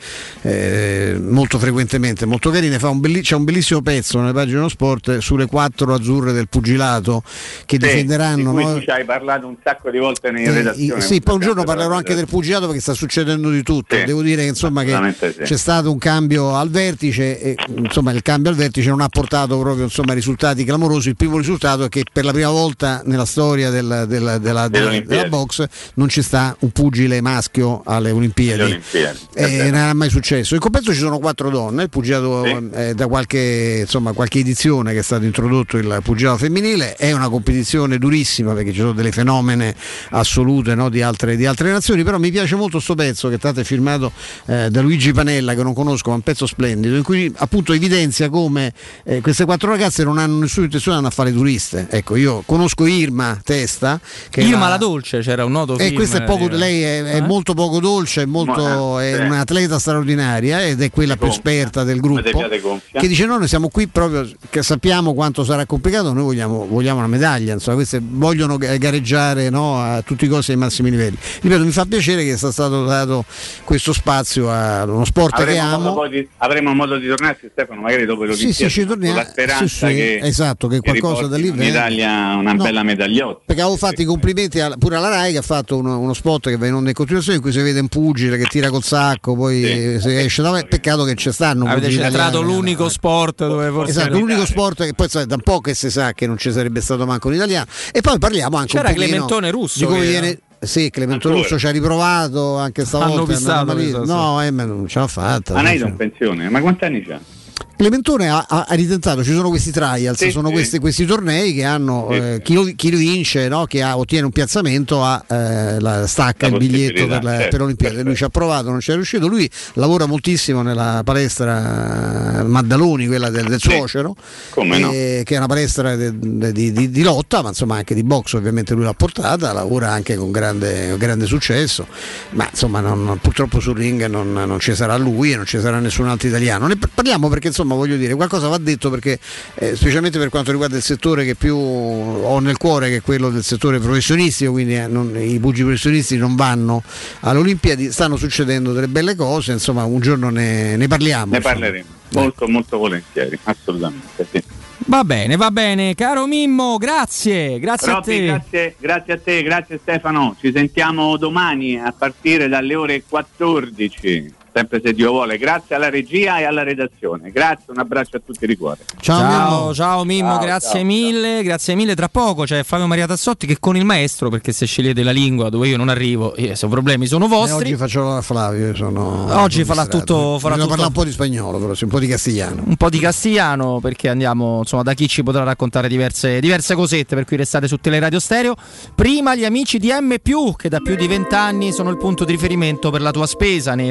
eh, molto frequentemente, molto carine, fa un belli- c'è un bellissimo pezzo nelle pagine dello sport sulle quattro azzurre del pugilato che
Sì,
difenderanno,
di cui
no?
tu ci hai parlato un sacco di volte in
Eh,
redazione.
sì, poi un giorno parlerò anche del pugilato perché sta succedendo di tutto.
Sì,
Devo dire che insomma che
assolutamente sì.
c'è stato un cambio al vertice e insomma il cambio al vertice non ha portato proprio insomma risultati clamorosi. Il primo risultato è che per la prima volta nella storia del, del, della, della, della box non ci sta un pugile maschio alle Olimpiadi.
Le Olimpiadi.
Eh, non era mai successo. In compenso ci sono quattro donne. Il pugilato
Sì.
eh, da qualche insomma qualche edizione che è stato introdotto il pugilato femminile, è una competizione durissima perché ci sono delle fenomene assolute, no, di, altre, di altre nazioni, però mi piace molto sto pezzo che è stato firmato eh, da Luigi Panella, che non conosco, ma un pezzo splendido in cui appunto evidenzia come eh, queste quattro ragazze non hanno nessuna intenzione di andare a fare turiste. Ecco, io conosco Irma Testa che è
Irma
la...
la Dolce, c'era un noto
E
film.
questo è poco,
eh,
lei è, è
eh?
molto poco dolce, è, molto,
Ma-
è
sì.
un'atleta straordinaria ed è quella più
Gonfia.
esperta del
Come
gruppo,
deviate gonfia.
che dice no, noi siamo qui proprio che sappiamo quanto sarà complicato, noi vogliamo, vogliamo una medaglia, insomma, queste vogliono ga- gareggiare, no, a tutti i costi ai massimi livelli. Ripeto, mi fa piacere che sia stato dato questo spazio a uno sport che
Avremo modo,
amo.
poi di, avremo modo di tornarci, Stefano, magari dopo le
Sì,
Olimpiadi,
sì, ci torniamo.
con la speranza
Sì, sì,
che,
esatto, che qualcosa da lì
in
venga.
Italia una
No.
bella medagliotta.
Perché avevo fatto i complimenti alla- pure alla Rai che ha fatto uno, uno spot che va in onda in continuazione in cui si vede un pugile che tira col sacco, poi
Sì.
eh, si esce da peccato che ci stanno
Avete
pugili
centrato
italiani.
l'unico sport dove forse
Esatto, l'unico sport che poi sai, da un po' che si sa che non ci sarebbe stato manco un italiano. E poi parliamo anche
C'era
un pochino
Clementone Russo
di come
che-
viene. Sì, Clementone
Ancora.
Russo ci ha riprovato anche stavolta.
Hanno
è andato
pissato,
malissimo.
penso, sì.
No, eh, ma non ce l'ha fatta.
Ma
non
lei
ce-
in pensione, ma quanti anni c'ha?
Clementone ha, ha, ha ritentato, ci sono questi trials,
Sì,
sono
sì.
questi, questi tornei che hanno
Sì.
eh, chi, lo, chi lo vince, no, che ha, ottiene un piazzamento a eh, la stacca
La
il biglietto
possibilità,
per, la,
certo,
per l'Olimpiade.
perfetto.
Lui ci ha provato, non ci è riuscito. Lui lavora moltissimo nella palestra Maddaloni, quella del, del
Sì.
suocero,
Come no?
eh, che è una palestra de- de- di, di- di lotta, ma insomma anche di box, ovviamente lui l'ha portata, lavora anche con grande, grande successo, ma insomma non- purtroppo sul ring non, non ci sarà lui e non ci sarà nessun altro italiano. Ne parliamo perché insomma voglio dire, qualcosa va detto perché eh, specialmente per quanto riguarda il settore che più ho nel cuore, che è quello del settore professionistico, quindi eh, non- i pugili professionisti non vanno alle Olimpiadi, stanno succedendo delle belle cose, insomma un giorno ne, ne parliamo.
Ne
insomma.
parleremo molto molto volentieri, assolutamente sì.
Va bene, va bene, caro Mimmo, grazie, grazie
Robby,
a te.
grazie, grazie a te, grazie Stefano, ci sentiamo domani a partire dalle ore quattordici, sempre se Dio vuole. Grazie alla regia e alla redazione, grazie, un abbraccio a tutti di cuore.
Ciao,
Ciao,
Mimmo.
ciao Mimmo,
Ciao,
grazie
ciao,
mille, grazie mille. Tra poco c'è Fabio Maria Tassotti che con il maestro, perché se scegliete la lingua dove io non arrivo, eh, se ho problemi sono
E
vostri.
oggi faccio la Flavio, io sono
Oggi
sono
farà
distratto.
tutto- farà
Bisogna
tutto-
parlare un po' di spagnolo, però, sì, un po' di castigliano.
Un po' di castigliano perché andiamo insomma da chi ci potrà raccontare diverse, diverse cosette, per cui restate su Teleradio Stereo. Prima gli amici di M più, che da più di vent'anni sono il punto di riferimento per la tua spesa nel reparto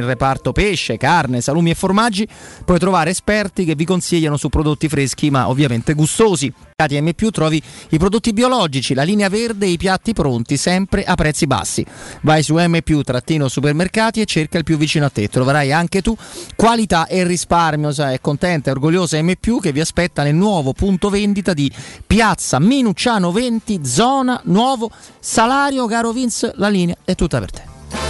alimento, pesce, carne, salumi e formaggi, puoi trovare esperti che vi consigliano su prodotti freschi ma ovviamente gustosi. A M più trovi i prodotti biologici, la linea verde e i piatti pronti, sempre a prezzi bassi. Vai su M più supermercati e cerca il più vicino a te. Troverai anche tu qualità e risparmio. È contenta e orgogliosa M più che vi aspetta nel nuovo punto vendita di Piazza Minucciano venti, zona Nuovo Salario. Caro Vince, la linea è tutta per te.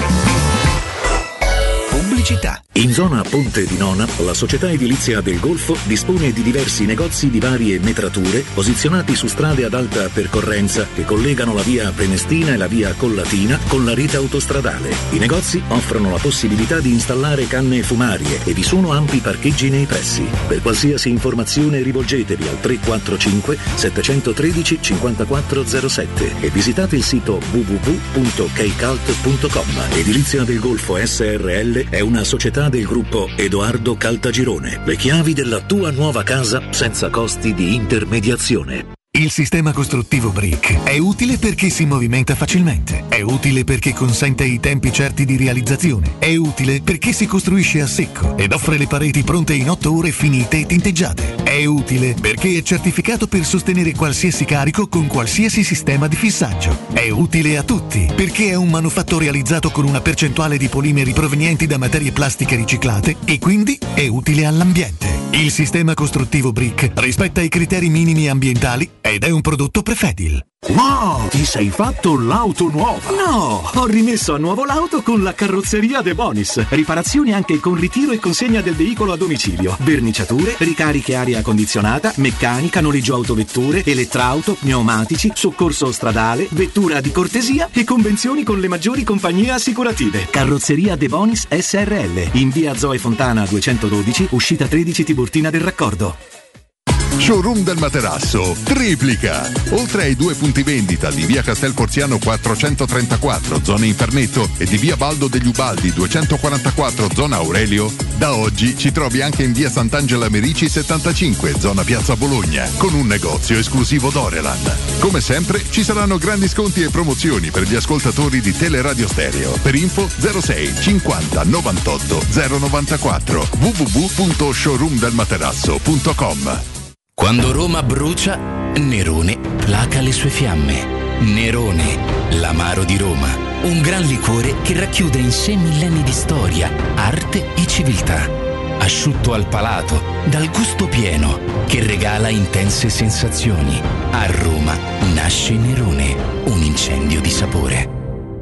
Pubblicità. In zona Ponte di Nona, la società edilizia del Golfo dispone di diversi negozi di varie metrature posizionati su strade ad alta percorrenza che collegano la via Prenestina e la via Collatina con la rete autostradale. I negozi offrono la possibilità di installare canne fumarie e vi sono ampi parcheggi nei pressi. Per qualsiasi informazione rivolgetevi al tre quattro cinque sette uno tre cinque zero sette e visitate il sito w w w punto keicalt punto com. Edilizia del Golfo S R L è una società del gruppo Edoardo Caltagirone. Le chiavi della tua nuova casa senza costi di intermediazione.
Il sistema costruttivo Brick è utile perché si movimenta facilmente, è utile perché consente i tempi certi di realizzazione, è utile perché si costruisce a secco ed offre le pareti pronte in otto ore finite e tinteggiate, è utile perché è certificato per sostenere qualsiasi carico con qualsiasi sistema di fissaggio, è utile a tutti perché è un manufatto realizzato con una percentuale di polimeri provenienti da materie plastiche riciclate e quindi è utile all'ambiente. Il sistema costruttivo Brick rispetta i criteri minimi ambientali ed è un prodotto Prefedil.
Wow, ti sei fatto l'auto nuova?
No, ho rimesso a nuovo l'auto con la carrozzeria De Bonis. Riparazioni anche con ritiro e consegna del veicolo a domicilio. Verniciature, ricariche aria condizionata, meccanica, noleggio autovetture, elettrauto, pneumatici, soccorso stradale, vettura di cortesia e convenzioni con le maggiori compagnie assicurative. Carrozzeria De Bonis S R L, in via Zoe Fontana duecentododici, uscita tredici Tiburtina del Raccordo.
Showroom del Materasso triplica. Oltre ai due punti vendita di via Castel Porziano quattrocentotrentaquattro, zona Infernetto, e di via Baldo degli Ubaldi duecentoquarantaquattro, zona Aurelio, da oggi ci trovi anche in via Sant'Angela Merici settantacinque, zona Piazza Bologna, con un negozio esclusivo Dorelan. Come sempre ci saranno grandi sconti e promozioni per gli ascoltatori di Teleradio Stereo. Per info zero sei cinquanta novantotto zero novantaquattro w w w punto showroom del materasso punto com.
Quando Roma brucia, Nerone placa le sue fiamme. Nerone, l'amaro di Roma. Un gran liquore che racchiude in sé millenni di storia, arte e civiltà. Asciutto al palato, dal gusto pieno, che regala intense sensazioni. A Roma nasce Nerone, un incendio di sapore.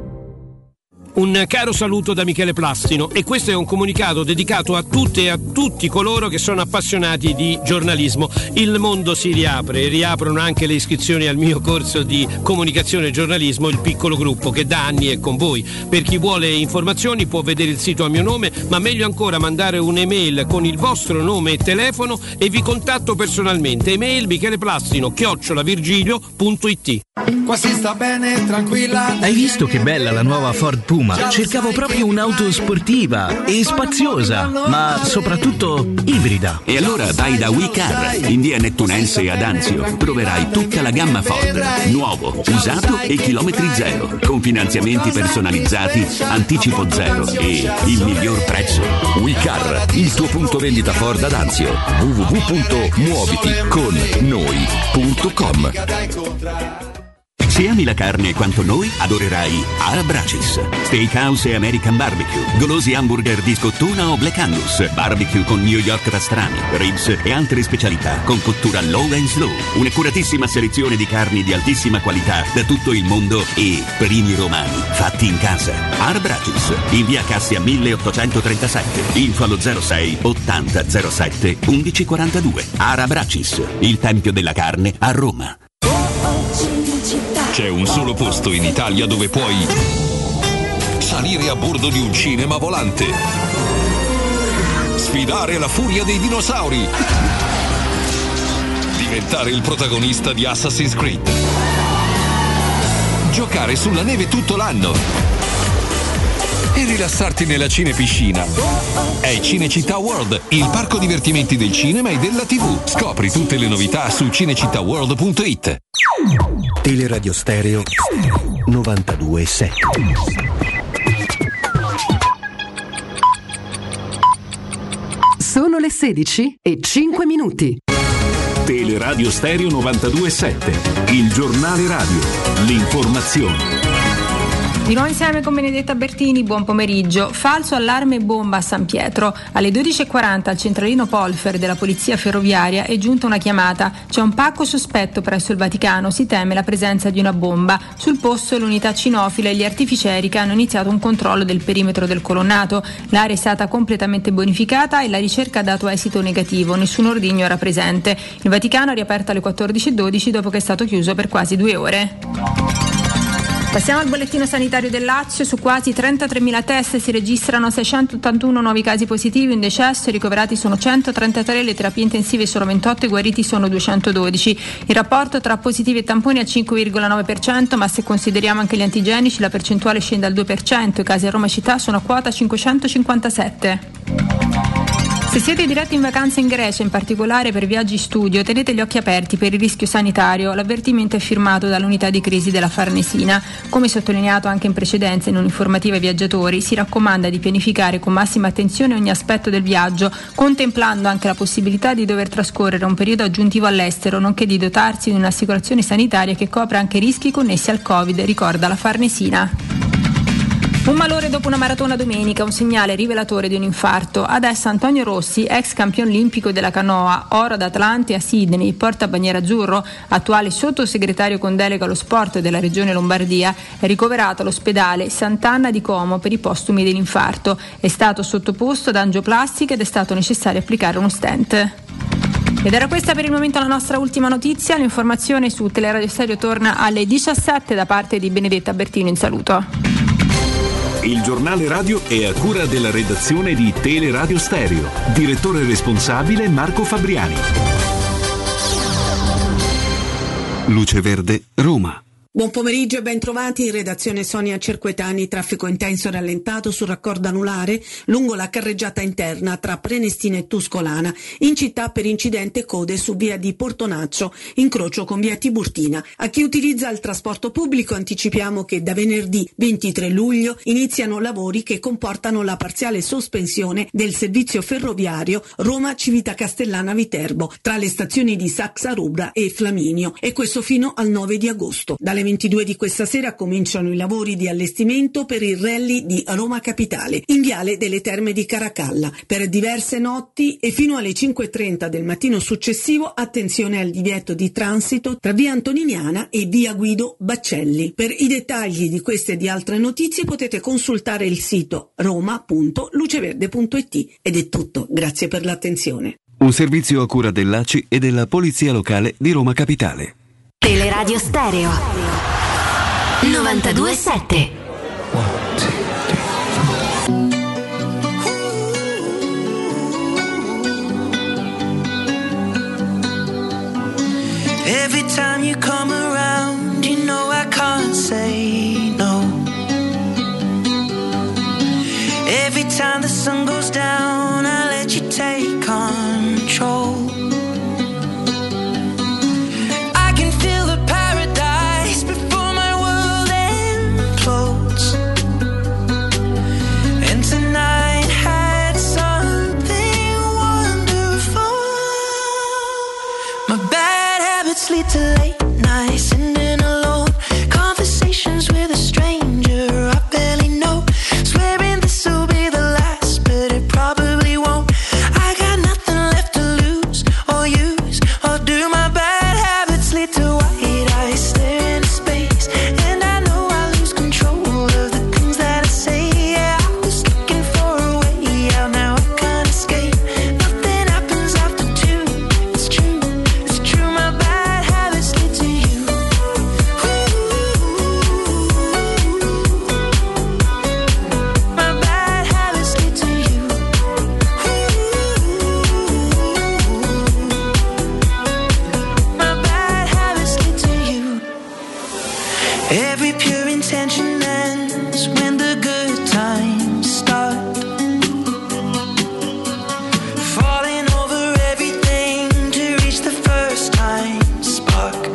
Un caro saluto da Michele Plastino, e questo è un comunicato dedicato a tutte e a tutti coloro che sono appassionati di giornalismo. Il mondo si riapre, riaprono anche le iscrizioni al mio corso di comunicazione e giornalismo, il piccolo gruppo, che da anni è con voi. Per chi vuole informazioni può vedere il sito a mio nome, ma meglio ancora mandare un'email con il vostro nome e telefono e vi contatto personalmente. Email micheleplastino chiocciola virgilio punto it.
Qua si sta bene, tranquilla.
Hai visto che bella la nuova Ford Puma? Cercavo proprio un'auto sportiva e spaziosa, ma soprattutto ibrida.
E allora vai da WeCar, in via Nettunense ad Anzio. Troverai tutta la gamma Ford, nuovo, usato e chilometri zero, con finanziamenti personalizzati, anticipo zero e il miglior prezzo. WeCar, il tuo punto vendita Ford ad Anzio. w w w punto muoviti con noi punto com. Se ami la carne quanto noi, adorerai Arabracis. Steakhouse e American Barbecue, golosi hamburger di scottuna o Black Angus, barbecue con New York pastrami, ribs e altre specialità con cottura low and slow. Un'accuratissima selezione di carni di altissima qualità da tutto il mondo e primi romani fatti in casa. Arabracis, in via Cassia milleottocentotrentasette, info allo zero sei ottanta zero sette undici quarantadue. Arabracis, il tempio della carne a Roma.
C'è un solo posto in Italia dove puoi salire a bordo di un cinema volante, sfidare la furia dei dinosauri, diventare il protagonista di Assassin's Creed, giocare sulla neve tutto l'anno e rilassarti nella cinepiscina. È Cinecittà World, il parco divertimenti del cinema e della tivù. Scopri tutte le novità su cinecittà world punto it.
Teleradio Stereo novantadue sette.
Sono le sedici e cinque minuti.
Teleradio Stereo novantadue sette, il giornale radio, l'informazione.
Di nuovo insieme con Benedetta Bertini, buon pomeriggio. Falso allarme bomba a San Pietro. Alle dodici e quaranta al centralino Polfer della Polizia Ferroviaria è giunta una chiamata. C'è un pacco sospetto presso il Vaticano, si teme la presenza di una bomba. Sul posto l'unità cinofila e gli artificieri che hanno iniziato un controllo del perimetro del colonnato. L'area è stata completamente bonificata e la ricerca ha dato esito negativo, nessun ordigno era presente. Il Vaticano ha riaperto alle quattordici e dodici dopo che è stato chiuso per quasi due ore. Passiamo al bollettino sanitario del Lazio. Su quasi trentatremila test si registrano seicentottantuno nuovi casi positivi, un decesso, i ricoverati sono centotrentatré, le terapie intensive sono ventotto, i guariti sono duecentododici. Il rapporto tra positivi e tamponi è al cinque virgola nove per cento, ma se consideriamo anche gli antigenici la percentuale scende al due per cento, i casi a Roma città sono a quota cinquecentocinquantasette. Se siete diretti in vacanza in Grecia, in particolare per viaggi studio, tenete gli occhi aperti per il rischio sanitario. L'avvertimento è firmato dall'unità di crisi della Farnesina. Come sottolineato anche in precedenza in un'informativa ai viaggiatori, si raccomanda di pianificare con massima attenzione ogni aspetto del viaggio, contemplando anche la possibilità di dover trascorrere un periodo aggiuntivo all'estero, nonché di dotarsi di un'assicurazione sanitaria che copra anche rischi connessi al Covid, ricorda la Farnesina. Un malore dopo una maratona domenica, un segnale rivelatore di un infarto. Adesso Antonio Rossi, ex campione olimpico della canoa, oro ad Atlante e a Sydney, portabandiera azzurro, attuale sottosegretario con delega allo sport della regione Lombardia, è ricoverato all'ospedale Sant'Anna di Como per i postumi dell'infarto. È stato sottoposto ad angioplastica ed è stato necessario applicare uno stent. Ed era questa per il momento la nostra ultima notizia. L'informazione su Teleradio Stereo torna alle diciassette da parte di Benedetta Bertino. In saluto.
Il giornale radio è a cura della redazione di Teleradio Stereo. Direttore responsabile Marco Fabriani.
Luce Verde, Roma.
Buon pomeriggio e ben trovati in redazione Sonia Cerquetani. Traffico intenso e rallentato sul raccordo anulare lungo la carreggiata interna tra Prenestina e Tuscolana. In città per incidente code su via di Portonaccio, incrocio con via Tiburtina. A chi utilizza il trasporto pubblico anticipiamo che da venerdì ventitré luglio iniziano lavori che comportano la parziale sospensione del servizio ferroviario Roma-Civita-Castellana-Viterbo tra le stazioni di Saxa Rubra e Flaminio, e questo fino al nove di agosto. Dalle ventidue di questa sera cominciano i lavori di allestimento per il rally di Roma Capitale in viale delle Terme di Caracalla per diverse notti, e fino alle cinque e trenta del mattino successivo attenzione al divieto di transito tra via Antoniniana e via Guido Baccelli. Per i dettagli di queste e di altre notizie potete consultare il sito roma punto luceverde punto it. Ed è tutto, grazie per l'attenzione.
Un servizio a cura dell'A C I e della Polizia Locale di Roma Capitale.
Teleradio Stereo novantadue sette.
Every time you come around, you know I can't say no. Every time the sun goes down, I let you take control. Lead to late nights, sitting alone, conversations with a stranger I barely know, swearing this will be the last, but it probably won't. I got nothing left to lose or use, or do my bad habits lead to white eyes staring into space, and I know I lose control of the things that I say. Yeah, I was looking for a way out, now I can't escape. Nothing happens after two, it's true, it's true, my bad. Every pure intention ends when the good times start. Falling over everything to reach the first time spark.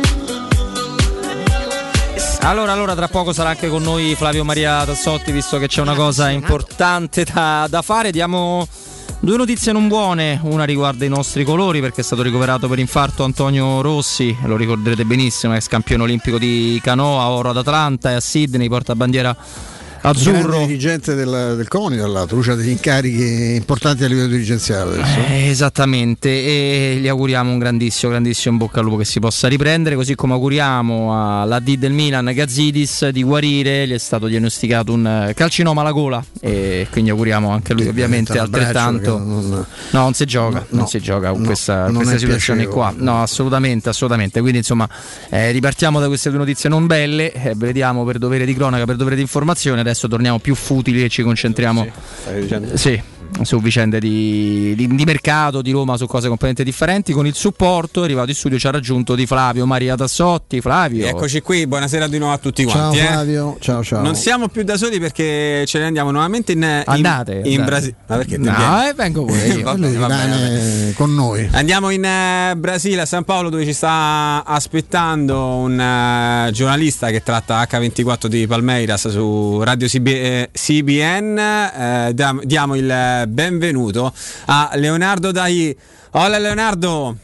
Allora, allora, tra poco sarà anche con noi Flavio Maria Tassotti, visto che c'è una cosa importante da, da fare. Diamo Due notizie non buone, una riguarda i nostri colori perché è stato ricoverato per infarto Antonio Rossi, lo ricorderete benissimo, ex campione olimpico di canoa, oro ad Atlanta e a Sydney, portabandiera azzurro,
dirigente del, del CONI, dall'altro, ha degli incarichi importanti a livello dirigenziale adesso.
Eh, esattamente, e gli auguriamo un grandissimo, grandissimo in bocca al lupo, che si possa riprendere, così come auguriamo alla D del Milan Gazzidis di guarire. Gli è stato diagnosticato un calcinoma alla gola e quindi auguriamo anche a lui, ovviamente altrettanto. Non... No, non si gioca, no, non no, si gioca con no, questa, queste situazioni qua. No, assolutamente, assolutamente. Quindi insomma eh, ripartiamo da queste due notizie non belle, eh, vediamo per dovere di cronaca, per dovere di informazione. Adesso torniamo più futili e ci concentriamo sì, sì, su vicende di, di, di mercato di Roma, su cose completamente differenti, con il supporto arrivato in studio ci ha raggiunto di Flavio Maria Tassotti. Flavio,
eccoci qui, buonasera di nuovo a tutti
ciao
quanti.
Flavio,
eh.
ciao ciao.
Non siamo più da soli perché ce ne andiamo nuovamente in, in,
andate,
in Brasile. Ma perché
no, eh, vengo pure io.
vabbè, vabbè, vabbè. Con noi
andiamo in uh, Brasile, a San Paolo, dove ci sta aspettando un uh, giornalista che tratta acca ventiquattro di Palmeiras su Radio C B, eh, C B N. eh, diamo, diamo il benvenuto a Leonardo Dai. Hola Leonardo.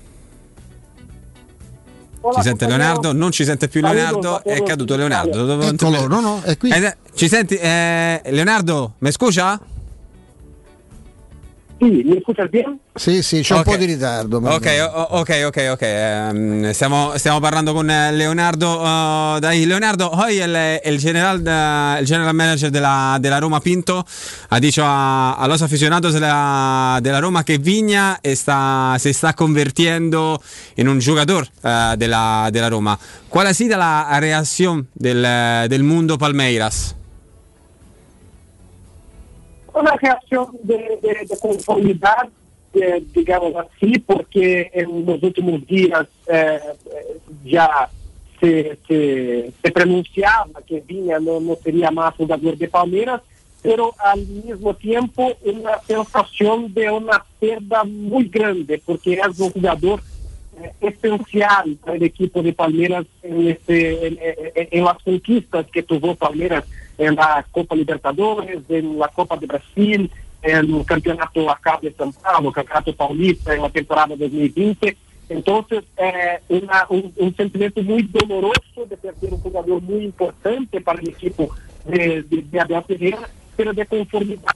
Ci sente Leonardo? Non ci sente più Leonardo, è caduto Leonardo.
Eccolo, no, no, è qui.
Eh, ci senti? Eh, Leonardo, mi scusa?
Sì, mi scusa bene?
Sì, sì, c'è okay. un po' di ritardo.
Ok, ok, ok, ok. Um, stiamo, stiamo parlando con Leonardo uh, dai. Leonardo, hoy el, el, general, uh, el general manager de la, de la Roma Pinto ha dicho a, a los aficionados de la, de la Roma que Viña está, se está convirtiendo en un jugador uh, de, la, de la Roma. ¿Cuál ha sido la reacción del, del mundo Palmeiras?
Una reacción de, de, de conformidad, eh, digamos así, porque en los últimos días eh, ya se, se, se pronunciaba que Viña no, no sería más jugador de Palmeiras, pero al mismo tiempo una sensación de una pérdida muy grande, porque es un jugador eh, esencial para el equipo de Palmeiras en, este, en, en, en las conquistas que tuvo Palmeiras en la Copa Libertadores, en la Copa de Brasil, en el Campeonato Acá de São Paulo, Campeonato Paulista en la temporada dos mil veinte. Entonces, eh, una, un, un sentimiento muy doloroso de perder un jugador muy importante para el equipo de, de, de Abel Ferreira, pero de conformidad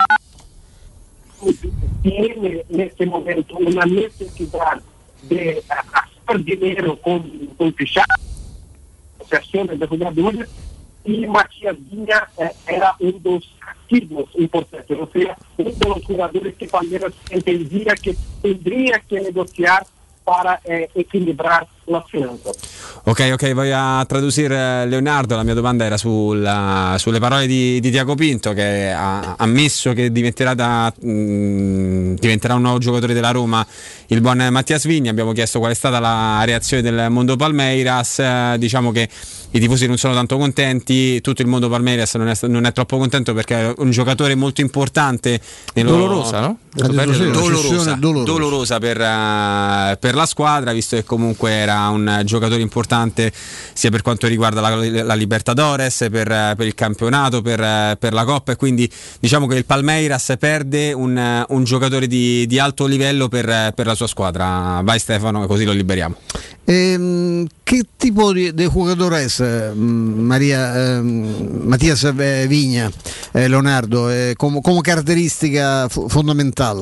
tiene en este momento una necesidad de hacer dinero con, con fichajes, asociaciones de jugadores, y Matías Viña eh, era uno de los activos importantes, o sea, uno de los jugadores que Palmeiras entendía que tendría que negociar para eh, equilibrar las finanzas.
Ok, ok, voy a tradurre Leonardo. La mia domanda era sulla, sulle parole di, di Tiago Pinto, che ha ammesso che diventerà, da, mh, diventerà un nuovo giocatore della Roma il buon Mattias Vigna. Abbiamo chiesto qual è stata la reazione del mondo Palmeiras. Eh, diciamo che i tifosi non sono tanto contenti, tutto il mondo Palmeiras non è, non è troppo contento perché è un giocatore molto importante nello,
dolorosa, no?
Dolorosa, dolorosa, dolorosa per, uh, per la squadra, visto che comunque era un giocatore importante sia per quanto riguarda la, la Libertadores, per, per il campionato, per, per la Coppa, e quindi diciamo che il Palmeiras perde un, un giocatore di, di alto livello per, per la sua squadra. Vai Stefano, così lo liberiamo.
Eh, ¿Qué tipo de, de jugador es eh, María, eh, Matías Viña, eh, Leonardo, eh, como, como característica f- fundamental?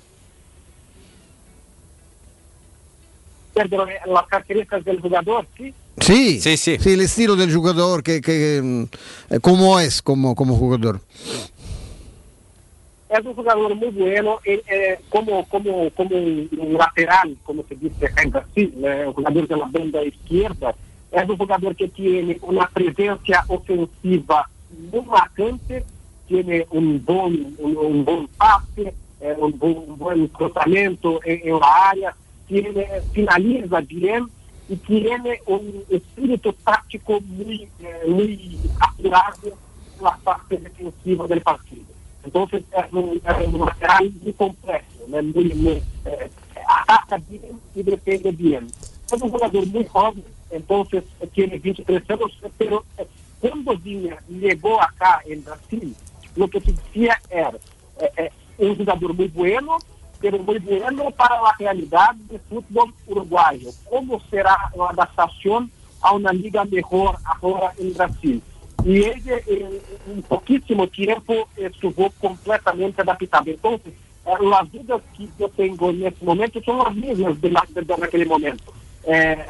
Las características del jugador, ¿sí?
Sí, sí, sí. Sí, el estilo del jugador, que, que, que, ¿cómo es como, como jugador?
Es un jugador muy bueno, eh, eh, como, como, como un lateral, como se dice acá en Brasil, eh, un jugador de la banda izquierda. Es un jugador que tiene una presencia ofensiva muy marcante, tiene un buen, un, un buen pase, eh, un, buen, un buen cruzamiento en, en la área, tiene, finaliza bien y tiene un espíritu táctico muy, eh, muy apurado en la parte defensiva del partido. Entonces es un, es un lateral muy complejo, ¿no? muy, muy, eh, ataca bien y defiende bien. Es un jugador muy joven, entonces eh, tiene veintitrés años, pero eh, cuando Viña llegó acá en Brasil, lo que se decía era, eh, eh, un jugador muy bueno, pero muy bueno para la realidad del fútbol uruguayo. ¿Cómo será la adaptación a una liga mejor ahora en Brasil? Y ella en un poquísimo tiempo estuvo completamente adaptado. Entonces, eh, las dudas que yo tengo en este momento son las mismas de, la, de, de aquel momento. Eh,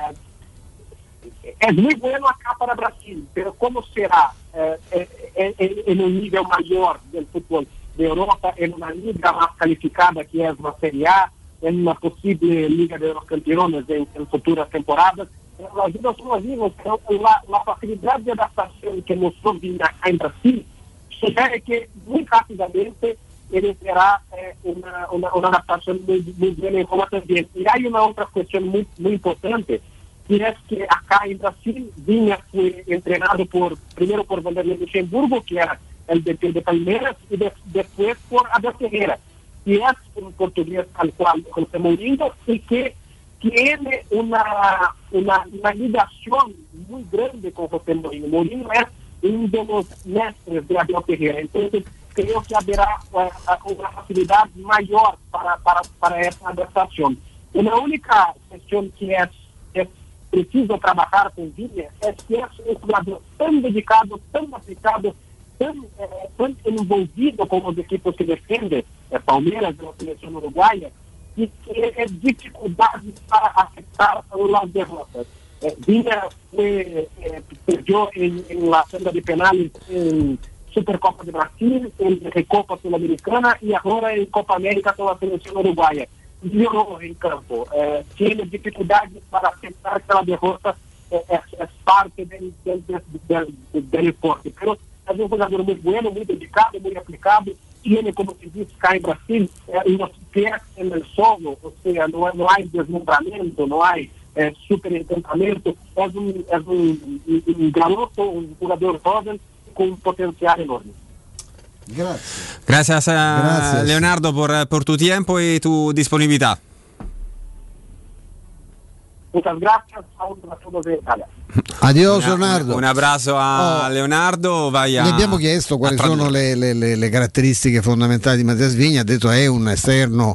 es muy bueno acá para Brasil, pero ¿cómo será eh, eh, en, en un nivel mayor del fútbol de Europa, en una liga más calificada que es la Serie A, en una posible Liga de los Campeones en, en futuras temporadas? Las dudas son las mismas, pero la, la facilidad de adaptación que nosotros vimos acá en Brasil sugiere que muy rápidamente él será eh, una, una, una adaptación muy, muy buena en Roma también. Y hay una otra cuestión muy, muy importante, que es que acá en Brasil Viña fue entrenado por, primero por Vanderlei Luxemburgo, que era el D T de Palmeiras, y de, después por Abel Ferreira, que es un portugués al cual José Mourinho, y que tiene una, una, una ligación muy grande con José Mourinho. Mourinho es uno de los mestres de Abel Ferreira, entonces creo que habrá uh, una facilidad mayor para, para, para esa adaptación. Una única cuestión que es, es preciso trabajar con Viña es que es un jugador tan dedicado, tan aplicado, tan, eh, tan envolvido con los equipos que defiende, eh, Palmeiras, de la selección uruguaya, y que es dificultad para aceptar las derrotas. Eh, Viña fue, eh, perdió en, en la senda de penales en Supercopa de Brasil, en Recopa Sul-Americana y ahora en Copa América con la selección uruguaya. Lloró en campo, eh, tiene dificultades para aceptar que la derrota eh, es, es parte del, del, del, del, del deporte. Pero es un jugador muy bueno, muy dedicado, muy aplicado. Tiene, como se dice acá en Brasil, eh, los pies en el suelo, o sea, no, no hay deslumbramento, no hay eh, super encantamiento. Es un, es un, un, un garoto, un jugador joven con un potencial enorme.
Gracias.
Gracias, uh,
Gracias.
Leonardo, por, por tu tiempo y tu disponibilidad.
Muchas gracias, a todos de Italia.
Adios
Una,
Leonardo.
Un, un abbraccio a
Oh,
Leonardo. Vai a,
gli abbiamo chiesto quali sono le, le, le, le caratteristiche fondamentali di Mattias Vigna. Ha detto è un esterno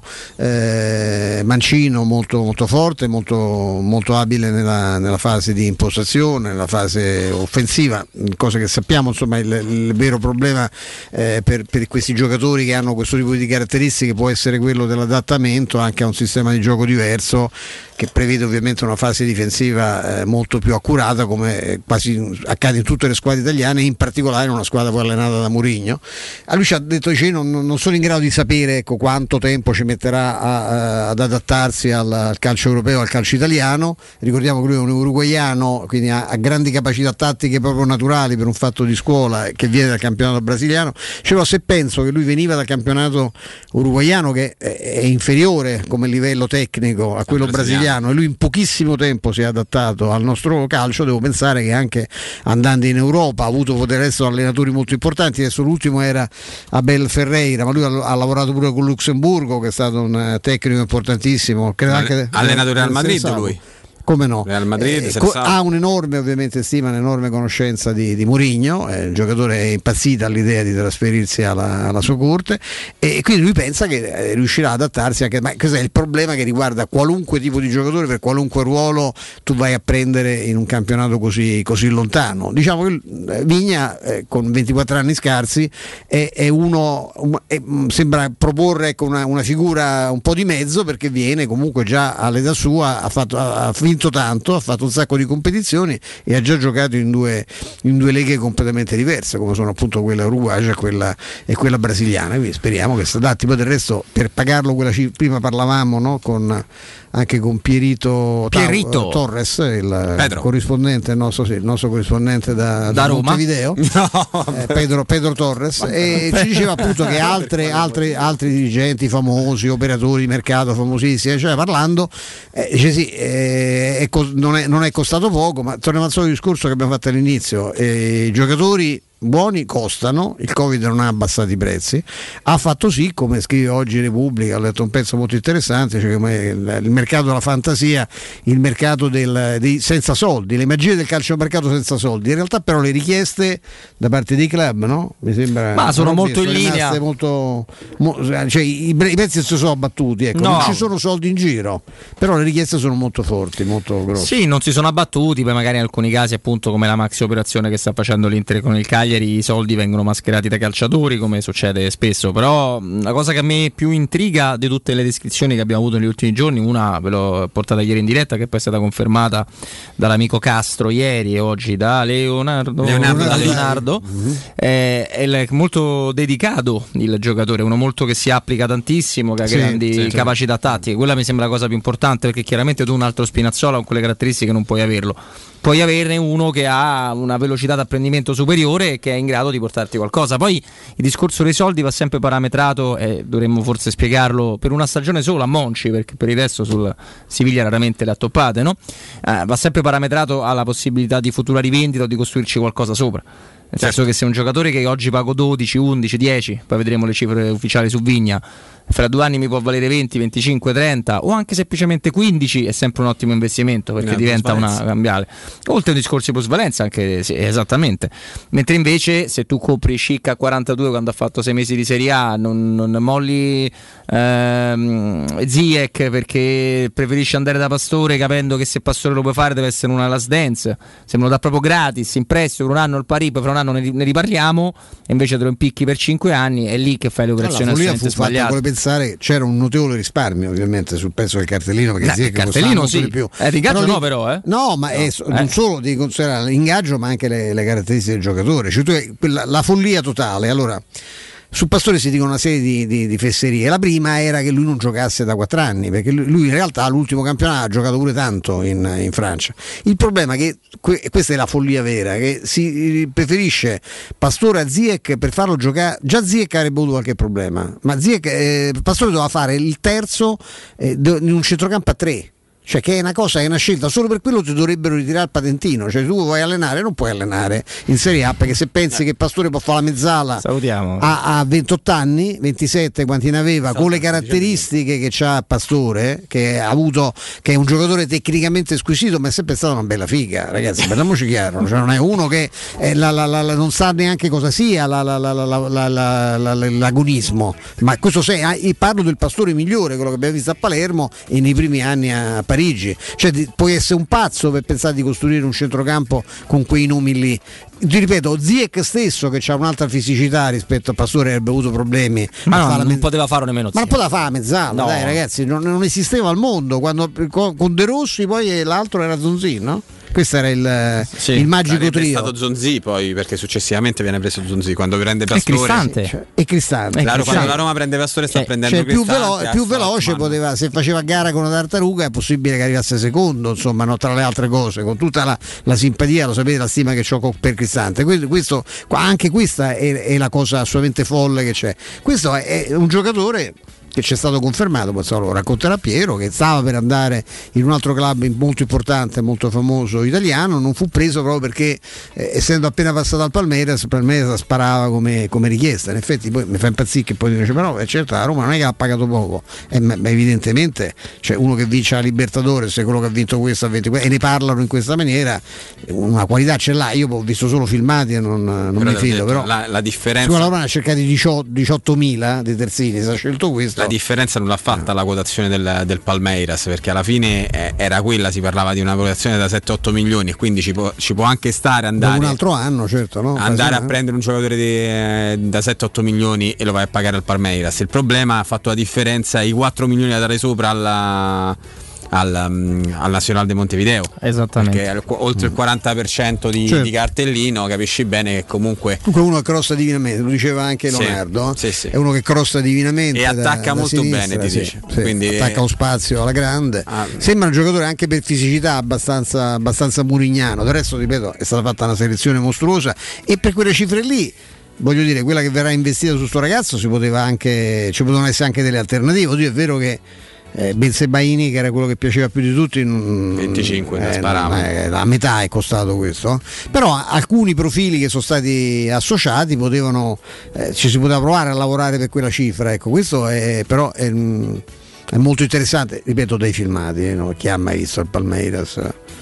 eh, mancino molto, molto forte, molto, molto abile nella, nella fase di impostazione, nella fase offensiva, cosa che sappiamo, insomma il, il vero problema eh, per, per questi giocatori che hanno questo tipo di caratteristiche può essere quello dell'adattamento anche a un sistema di gioco diverso, che prevede ovviamente una fase difensiva eh, molto più accurata, come quasi accade in tutte le squadre italiane, in particolare in una squadra poi allenata da Mourinho. A lui ci ha detto che non, non sono in grado di sapere, ecco, quanto tempo ci metterà a, a, ad adattarsi al, al calcio europeo, al calcio italiano. Ricordiamo che lui è un uruguaiano, quindi ha, ha grandi capacità tattiche proprio naturali per un fatto di scuola, che viene dal campionato brasiliano. Cioè, se penso che lui veniva dal campionato uruguaiano, che è, è inferiore come livello tecnico a quello brasiliano, e lui in pochissimo tempo si è adattato al nostro calcio, devo pensare che anche andando in Europa ha avuto per il resto allenatori molto importanti. Adesso l'ultimo era Abel Ferreira, ma lui ha, ha lavorato pure con Lussemburgo, che è stato un tecnico importantissimo, credo anche
allenatore al Madrid lui.
Come no?
Real Madrid,
eh, co- ha un'enorme ovviamente stima, un'enorme conoscenza di, di Mourinho, eh, il giocatore è impazzito all'idea di trasferirsi alla, alla sua corte, e quindi lui pensa che eh, riuscirà ad adattarsi anche, ma questo è il problema che riguarda qualunque tipo di giocatore, per qualunque ruolo tu vai a prendere in un campionato così, così lontano. Diciamo che eh, Vigna eh, con ventiquattro anni scarsi è, è uno um, è, sembra proporre, ecco, una, una figura un po' di mezzo, perché viene comunque già all'età sua, ha fatto ha finito tanto, ha fatto un sacco di competizioni e ha già giocato in due, in due leghe completamente diverse, come sono appunto quella uruguagia e quella, e quella brasiliana. Quindi speriamo che si adatti. Poi del resto, per pagarlo quella cifra, prima parlavamo, no, con anche con Pierito,
Pierito.
Tau, Torres, il corrispondente, il nostro, sì, il nostro corrispondente da,
da,
da
Roma
Montevideo, no, eh, Pedro, Pedro Torres, e ci diceva appunto che altre, altre, altri dirigenti famosi, operatori di mercato famosissimi, cioè parlando, eh, dice sì, eh, è co- non, è, non è costato poco, ma torniamo al solito discorso che abbiamo fatto all'inizio, eh, i giocatori buoni costano, il Covid non ha abbassato i prezzi, ha fatto sì, come scrive oggi Repubblica, ho letto un pezzo molto interessante, cioè come il, il mercato della fantasia, il mercato del, dei, senza soldi, le magie del calciomercato senza soldi, in realtà però le richieste da parte dei club, no? Mi sembra,
ma sono molto in linea,
molto, mo, cioè, i, i prezzi si sono abbattuti, ecco,
no.
non ci sono soldi in giro, però le richieste sono molto forti, molto grosse.
Sì, non si sono abbattuti, poi magari in alcuni casi appunto come la maxi operazione che sta facendo l'Inter con il Cagliari, i soldi vengono mascherati dai calciatori come succede spesso, però la cosa che a me più intriga di tutte le descrizioni che abbiamo avuto negli ultimi giorni, una ve l'ho portata ieri in diretta che poi è stata confermata dall'amico Castro ieri e oggi da Leonardo,
Leonardo,
da Leonardo. Mm-hmm. eh, è molto dedicato il giocatore, uno molto che si applica tantissimo, che ha
sì,
grandi
sì,
capacità sì. tattiche, quella mi sembra la cosa più importante, perché chiaramente tu un altro Spinazzola con quelle caratteristiche non puoi averlo, puoi averne uno che ha una velocità d'apprendimento superiore e che è in grado di portarti qualcosa. Poi il discorso dei soldi va sempre parametrato, e dovremmo forse spiegarlo per una stagione sola a Monci, perché per il resto sul Siviglia raramente le ha toppate, no? Eh, va sempre parametrato alla possibilità di futura rivendita o di costruirci qualcosa sopra. Nel certo. senso che se un giocatore che oggi pago dodici, undici, dieci, poi vedremo le cifre ufficiali su Vigna, fra due anni mi può valere venti, venticinque, trenta o anche semplicemente quindici, è sempre un ottimo investimento, perché no, diventa una cambiale. Oltre ai discorsi plusvalenza anche, sì, esattamente. Mentre invece se tu copri Schick a quarantadue quando ha fatto sei mesi di Serie A, non, non molli ehm, Ziyech perché preferisci andare da Pastore capendo che se Pastore lo puoi fare deve essere una last dance, se me lo dà proprio gratis in prestito per un anno il pari, poi fra un anno ne, ne riparliamo, e invece te lo impicchi per cinque anni, è lì che fai le operazioni assolutamente sbagliate.
Pensare, c'era un notevole risparmio ovviamente sul pezzo del cartellino, perché
eh, il cartellino sì, di più. Eh, l'ingaggio però, no però eh.
no ma
no.
È, non eh. solo devi considerare l'ingaggio ma anche le, le caratteristiche del giocatore, cioè, tu, quella, la follia totale. Allora su Pastore si dicono una serie di, di, di fesserie. La prima era che lui non giocasse da quattro anni, perché lui, lui in realtà all'ultimo campionato ha giocato pure tanto in, in Francia. Il problema è che que, questa è la follia vera, che si preferisce Pastore a Ziyech per farlo giocare. Già Ziyech avrebbe avuto qualche problema, ma Ziyech, eh, Pastore doveva fare il terzo eh, in un centrocampo a tre. Cioè che è una cosa, è una scelta, solo per quello ti dovrebbero ritirare il patentino, cioè tu vuoi allenare, non puoi allenare in Serie A, perché se pensi che Pastore può fare la mezzala a, a ventotto anni, ventisette quanti ne aveva, con le caratteristiche che c'ha Pastore, che ha avuto, che è un giocatore tecnicamente squisito, ma è sempre stata una bella figa, ragazzi, parliamoci chiaro, cioè non è uno che è la, la, la, la, non sa neanche cosa sia la, la, la, la, la, la, la, l'agonismo, ma questo sei, parlo del Pastore migliore, quello che abbiamo visto a Palermo e nei primi anni a Parigi. Parigi, cioè puoi essere un pazzo per pensare di costruire un centrocampo con quei nomi lì. Ti ripeto, Ziyech stesso che ha un'altra fisicità rispetto a Pastore avrebbe avuto problemi,
ma no, non
me-
poteva farlo nemmeno
ma non poteva fare a mezzala, no. Dai ragazzi, non, non esisteva al mondo quando, con, con De Rossi, poi l'altro era Zonzin, no? Questo era il, sì, il magico trio. È
stato Zonzi poi, perché successivamente viene preso Zonzi quando prende Pastore.
E Cristante.
Cioè, e Cristante.
Claro, quando la Roma prende Pastore sta cioè, prendendo
cioè,
Cristante.
Più, velo- più veloce poteva, se faceva gara con una tartaruga è possibile che arrivasse secondo, insomma, no, tra le altre cose, con tutta la, la simpatia, lo sapete, la stima che ho per Cristante. Questo, questo, anche questa è, è la cosa assolutamente folle che c'è. Questo è, è un giocatore che ci è stato confermato, poi lo racconterà Piero, che stava per andare in un altro club molto importante, molto famoso italiano, non fu preso proprio perché eh, essendo appena passato al Palmeiras, Palmeiras sparava come, come richiesta. In effetti poi mi fa impazzire che poi dice però eh, certo la Roma non è che ha pagato poco, eh, ma, ma evidentemente cioè, uno che vince la Libertadores, se quello che ha vinto questo a venti e ne parlano in questa maniera, una qualità ce l'ha. Io ho visto solo filmati e non, non mi fido, però
la, la differenza,
la Roma ha cercato diciottomila dei terzini, si è scelto questo.
La differenza non l'ha fatta la quotazione del, del Palmeiras, perché alla fine eh, era quella, si parlava di una quotazione da sette otto milioni, e quindi ci può, ci può anche stare andare
da un altro anno, certo, no?
andare a prendere un giocatore di, eh, da sette otto milioni e lo vai a pagare al Palmeiras. Il problema ha fatto la differenza i quattro milioni da dare sopra alla Al, um, al Nacional de Montevideo,
esattamente,
perché oltre il quaranta per cento di,
certo.
di cartellino, capisci bene che comunque
comunque uno che crossa divinamente, lo diceva anche Leonardo,
sì, sì, sì.
È uno che crossa divinamente
e attacca
da,
molto
da sinistra,
bene, ti
sì,
dice.
sì.
Quindi,
attacca lo spazio alla grande,
ah,
sembra un giocatore anche per fisicità abbastanza, abbastanza murignano. Del resto, ripeto, è stata fatta una selezione mostruosa e per quelle cifre lì, voglio dire, quella che verrà investita su sto ragazzo si poteva anche, ci potevano essere anche delle alternative. Oddio, è vero che eh, Bensebaini, che era quello che piaceva più di tutti,
venticinque,
eh,
sparava.
Eh, a metà è costato questo, però alcuni profili che sono stati associati potevano, eh, ci si poteva provare a lavorare per quella cifra, ecco, questo è, però è, è molto interessante, ripeto, dai filmati, eh, no? Chi ha mai visto il Palmeiras?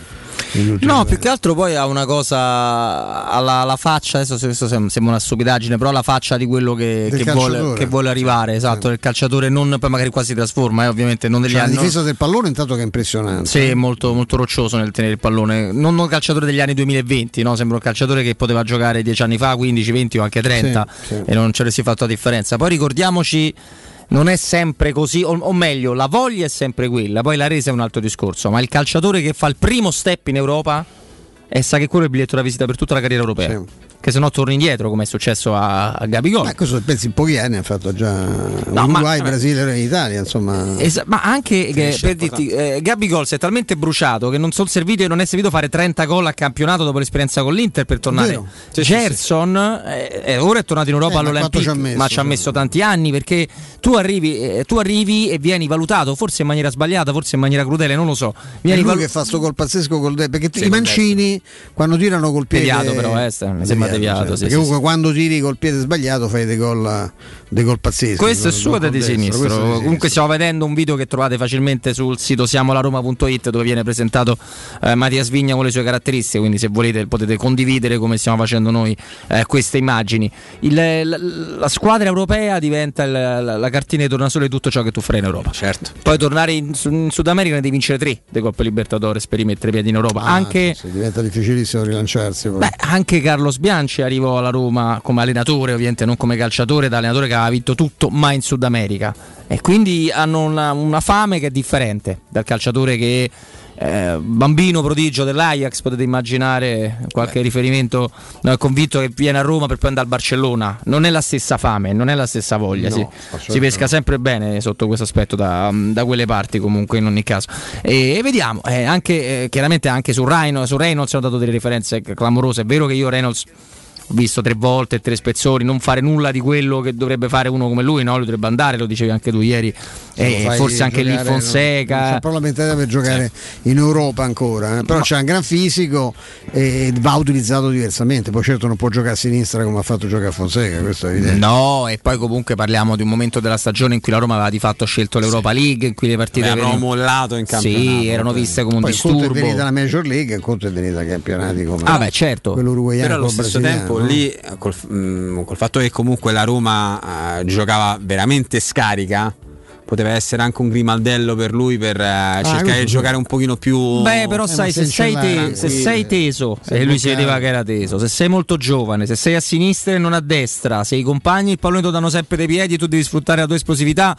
No, più che altro poi ha una cosa alla, alla faccia, adesso questo sembra una stupidaggine, però la faccia di quello che, che, vuole, che vuole arrivare, esatto, sì. Del calciatore, non poi magari quasi si trasforma, eh, ovviamente non degli
cioè,
anni.
La difesa del pallone intanto che è impressionante.
Sì, eh. molto, molto roccioso nel tenere il pallone, non un calciatore degli anni duemilaventi, no? Sembra un calciatore che poteva giocare dieci anni fa, quindici, venti o anche trenta, sì, sì. E non ce ne si è fatto la differenza. Poi ricordiamoci, non è sempre così, o, o meglio, la voglia è sempre quella, poi la resa è un altro discorso, ma il calciatore che fa il primo step in Europa e sa che quello è il biglietto da visita per tutta la carriera europea, sì. Che se no torna indietro, come è successo a, a Gabigol.
Ma questo pensi in pochi anni ha fatto già no, Uruguay, ma, Brasile e Italia, insomma.
Esa- ma anche che, per dirti, eh, Gabigol si è talmente bruciato che non sono serviti e non è servito fare trenta gol a campionato dopo l'esperienza con l'Inter per tornare. Sì, Gerson sì, sì. Eh, ora è tornato in Europa eh, all'Olympique, ma, messo, ma ci ha messo tanti anni, perché tu arrivi, eh, tu arrivi e vieni valutato forse in maniera sbagliata, forse in maniera crudele, non lo so. Vieni
è lui
valu-
che fa sto gol pazzesco col de- perché sì, i mancini quando tirano col piede
deviato, però eh, mi sembra deviato, sì,
perché comunque quando tiri col piede sbagliato fai dei gol, dei gol pazzeschi.
Questo è suo da di sinistro. Comunque sinistro. Stiamo vedendo un video che trovate facilmente sul sito siamolaroma punto it, dove viene presentato eh, Mattias Vigna con le sue caratteristiche, quindi se volete potete condividere come stiamo facendo noi eh, queste immagini. Il, la, la squadra europea diventa il, la, la cartina di tornasole di tutto ciò che tu farai in Europa.
Certo.
Poi tornare in, in Sud America ne devi vincere tre dei Coppe Libertadores per rimettere piedi in Europa.
Ah,
anche,
sì, diventa difficilissimo rilanciarsi. Poi.
Beh, anche Carlos Bianchi arrivò alla Roma come allenatore, ovviamente non come calciatore, da allenatore che aveva vinto tutto, ma in Sud America, e quindi hanno una, una fame che è differente dal calciatore che eh, bambino prodigio dell'Ajax, potete immaginare qualche Beh. riferimento eh, convinto che viene a Roma per poi andare al Barcellona. Non è la stessa fame, non è la stessa voglia, no, si, si pesca sempre bene sotto questo aspetto da, da quelle parti, comunque in ogni caso, e, e vediamo eh, anche eh, chiaramente anche su Reynolds, su Reynolds hanno dato delle referenze clamorose. È vero che io Reynolds ho visto tre volte, tre spezzoni, non fare nulla di quello che dovrebbe fare uno come lui, no? Lui dovrebbe andare, lo dicevi anche tu ieri, e forse anche lì Fonseca.
Non c'è proprio la mentalità per giocare sì. in Europa ancora, eh? Però no. C'è un gran fisico e va utilizzato diversamente. Poi certo non può giocare a sinistra come ha fatto giocare a Fonseca, questo è evidente.
No, e poi comunque parliamo di un momento della stagione in cui la Roma aveva di fatto scelto l'Europa sì. League, in cui le partite
avevano venivano... mollato in campionato.
Sì, erano viste come un
poi
disturbo.
Conte è venuta la Major League e Conte è venuta ai campionati come
ah, beh, certo.
quello uruguaiano.
Però allo stesso tempo
no?
lì col, mh, col fatto che comunque la Roma uh, giocava veramente scarica, poteva essere anche un grimaldello per lui per uh, ah, cercare di giocare un pochino più.
Beh, però eh, sai, se sei, te, se sei teso, e lui si vedeva che era teso, se sei molto giovane, se sei a sinistra e non a destra, se i compagni il pallone te lo danno sempre dei piedi e tu devi sfruttare la tua esplosività.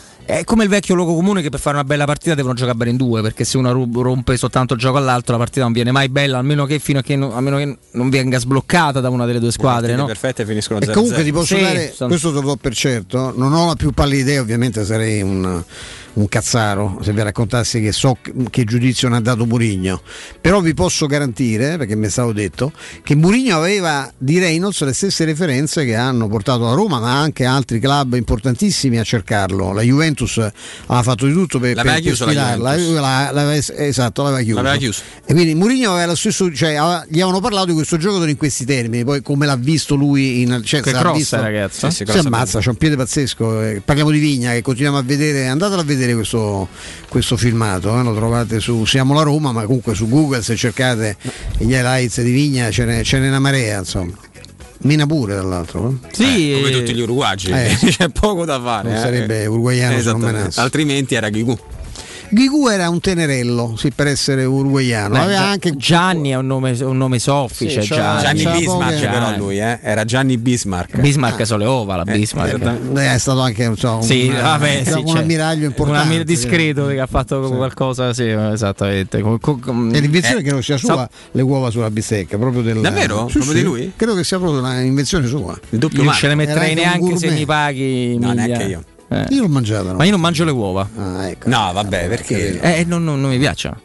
È come il vecchio luogo comune che per fare una bella partita devono giocare bene in due, perché se uno rompe soltanto il gioco all'altro la partita non viene mai bella, almeno che fino a che non, a meno che non venga sbloccata da una delle due squadre, no?
Perfette finiscono
zero zero. E comunque ti posso
sì,
dare,
sono...
questo te lo do per certo, non ho la più pallida idea, ovviamente sarei un, un cazzaro se vi raccontassi che so che giudizio ne ha dato Mourinho, però vi posso garantire, perché mi è stato detto, che Mourinho aveva di Reynolds le stesse referenze che hanno portato la Roma, ma anche altri club importantissimi a cercarlo. La Juventus ha fatto di tutto per,
l'aveva
per,
chiuso
per
la
la, la, la, esatto, l'aveva chiuso.
l'aveva chiuso
e quindi Mourinho aveva lo stesso, cioè aveva, gli avevano parlato di questo giocatore in questi termini, poi come l'ha visto lui in, cioè,
che cross visto, ragazzo
si, si ammazza, c'è un piede pazzesco. Eh, parliamo di Vigna che continuiamo a vedere, andatelo a vedere questo, questo filmato, eh, lo trovate su Siamo la Roma, ma comunque su Google se cercate gli highlights di Vigna ce n'è, ce n'è una marea, insomma. Mina pure dall'altro, eh?
Sì,
eh, come tutti gli uruguagi,
eh,
c'è poco da fare.
Non
eh.
sarebbe uruguaiano se non menasse.
Altrimenti era Ghigù.
Ghigù era un tenerello, sì, per essere uruguaiano.
Beh,
aveva anche
Gianni è un nome, un nome soffice.
Sì,
Gianni,
Gianni Bismarck,
poche...
però lui eh? era Gianni Bismarck.
Bismarck ah. sono le ova, la Bismarck.
Eh, è stato anche un, so,
sì,
un,
vabbè,
un,
sì,
un ammiraglio importante.
Un ammir- discreto che ha fatto sì. qualcosa, sì, esattamente. Com- com-
e l'invenzione
eh,
che non sia sua, so... le uova sulla bistecca, proprio del...
Davvero?
Sì,
proprio
sì.
di lui?
Credo che sia proprio un'invenzione sua.
Il doppio
io non ce ne metterei neanche se mi paghi.
No, neanche io.
Eh. Io l'ho mangiato, no?
Ma io non mangio le uova.
Ah, ecco.
No, vabbè, perché?
Eh, non, non, non mi piacciono.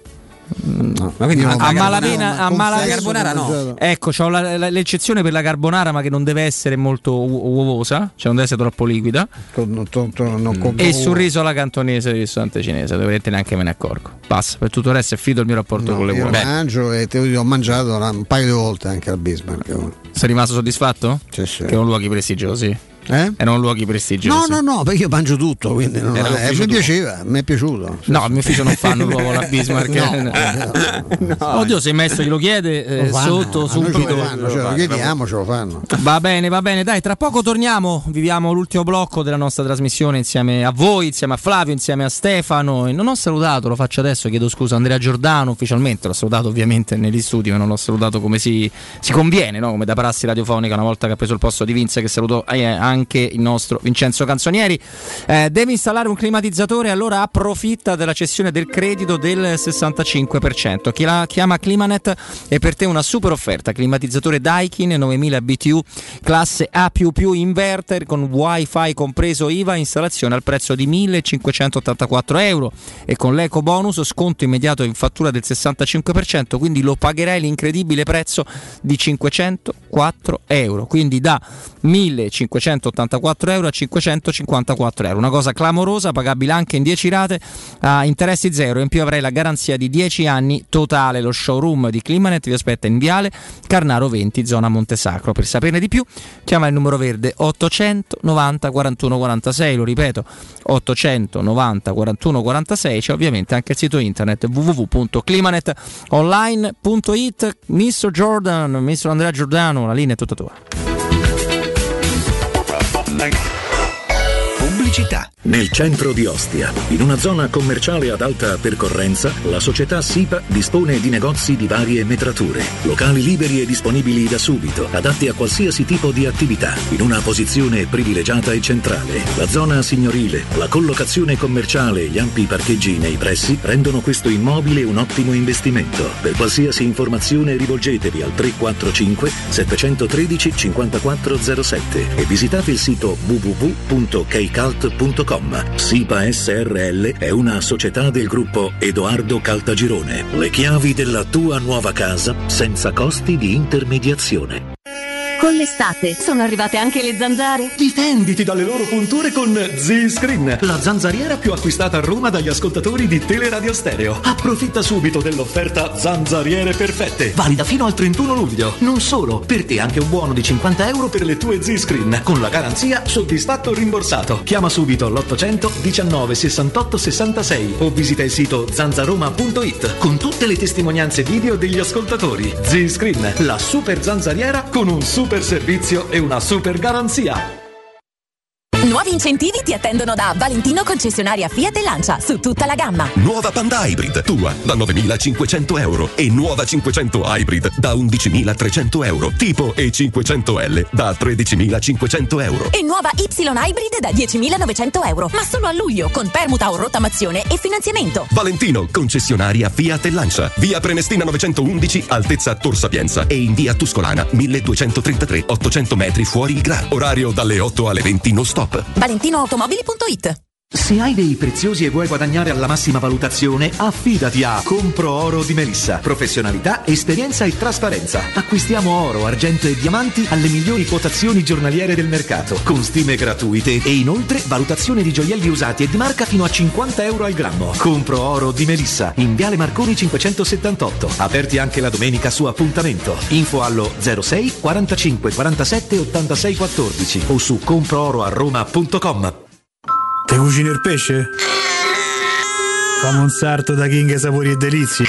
No, ma quindi a malapena, a mala carbonara no. Ecco, c'ho la, la, l'eccezione per la carbonara, ma che non deve essere molto uovosa, cioè non deve essere troppo liquida.
Non, non, non
e sul riso alla cantonese del ristorante cinese, dovete neanche me ne accorgo. Basta, per tutto il resto è finito il mio rapporto
no,
con le
io
uova.
Mangio e te ho mangiato un paio di volte anche al Bismarck.
Sei rimasto soddisfatto?
Sì, sì.
Che erano luoghi prestigiosi.
Eh?
Erano luoghi prestigiosi.
No, no, no, perché io mangio tutto, quindi non eh, mi piaceva, mi è piaciuto.
No, al mio ufficio non fanno l'uovo alla Bismarck.
no, no, no.
Oddio, se il maestro glielo chiede eh, sotto, subito.
Ce lo fanno, ce lo chiediamo, ce lo fanno.
Va bene, va bene, dai, tra poco torniamo, viviamo l'ultimo blocco della nostra trasmissione insieme a voi, insieme a Flavio, insieme a Stefano. E non ho salutato, lo faccio adesso, chiedo scusa, Andrea Giordano, ufficialmente, l'ho salutato ovviamente negli studi, ma non l'ho salutato come si, si conviene, no? Come da prassi radiofonica, una volta che ha preso il posto di Vince, che salutò eh, anche il nostro Vincenzo Canzonieri. Eh, devi installare un climatizzatore, allora approfitta della cessione del credito del sessantacinque per cento. Chi la chiama Climanet è per te una super offerta: climatizzatore Daikin novemila B T U classe A più più inverter con wifi compreso I V A, installazione al prezzo di millecinquecentottantaquattro euro e con l'eco bonus sconto immediato in fattura del sessantacinque per cento, quindi lo pagherai l'incredibile prezzo di cinquecentoquattro euro, quindi da millecinquecentottantaquattro euro a cinquecentocinquantaquattro euro, una cosa clamorosa, pagabile anche in dieci rate a interessi zero, e in più avrai la garanzia di dieci anni totale. Lo showroom di Climanet vi aspetta in viale Carnaro venti, zona Montesacro. Per saperne di più chiama il numero verde ottocentonovanta quarantuno quarantasei, lo ripeto ottocentonovanta quarantuno quarantasei. C'è ovviamente anche il sito internet w w w punto climanet online punto it. mister Jordan, mister Andrea Giordano, la linea è tutta tua.
Pubblicità. Nel centro di Ostia, in una zona commerciale ad alta percorrenza, la società SIPA dispone di negozi di varie metrature, locali liberi e disponibili da subito, adatti a qualsiasi tipo di attività, in una posizione privilegiata e centrale. La zona signorile, la collocazione commerciale e gli ampi parcheggi nei pressi rendono questo immobile un ottimo investimento. Per qualsiasi informazione rivolgetevi al tre quattro cinque sette uno tre cinque quattro zero sette e visitate il sito w w w punto keycult punto com. SIPA S R L è una società del gruppo Edoardo Caltagirone. Le chiavi della tua nuova casa senza costi di intermediazione.
Con l'estate sono arrivate anche le zanzare.
Difenditi dalle loro punture con Z-Screen, la zanzariera più acquistata a Roma dagli ascoltatori di Teleradio Stereo. Approfitta subito dell'offerta Zanzariere Perfette, valida fino al trentuno luglio. Non solo, per te anche un buono di cinquanta euro per le tue Z-Screen, con la garanzia soddisfatto o rimborsato. Chiama subito l'ottocento diciannove sessantotto sessantasei o visita il sito zanzaroma punto it con tutte le testimonianze video degli ascoltatori. Z-Screen, la super zanzariera con un super super servizio e una super garanzia.
Nuovi incentivi ti attendono da Valentino concessionaria Fiat e Lancia su tutta la gamma.
Nuova Panda Hybrid tua da novemilacinquecento euro e nuova cinquecento Hybrid da undicimilatrecento euro. Tipo E cinquecento L da tredicimilacinquecento euro.
E nuova Y Hybrid da diecimilanovecento euro. Ma solo a luglio con permuta o rottamazione e finanziamento.
Valentino concessionaria Fiat e Lancia. Via Prenestina novecentoundici, altezza Tor Sapienza, e in via Tuscolana milleduecentotrentatré, ottocento metri fuori il Gra. Orario dalle otto alle venti, non stop.
valentinoautomobili punto it.
Se hai dei preziosi e vuoi guadagnare alla massima valutazione, affidati a Compro Oro di Melissa. Professionalità, esperienza e trasparenza. Acquistiamo oro, argento e diamanti alle migliori quotazioni giornaliere del mercato, con stime gratuite e inoltre valutazione di gioielli usati e di marca fino a cinquanta euro al grammo. Compro Oro di Melissa, in Viale Marconi cinquecentosettantotto. Aperti anche la domenica su appuntamento. Info allo zero sei quarantacinque quarantasette ottantasei quattordici o su comprooroaroma punto com.
Te cucini il pesce? Fammi un sarto da King Sapori e Delizie.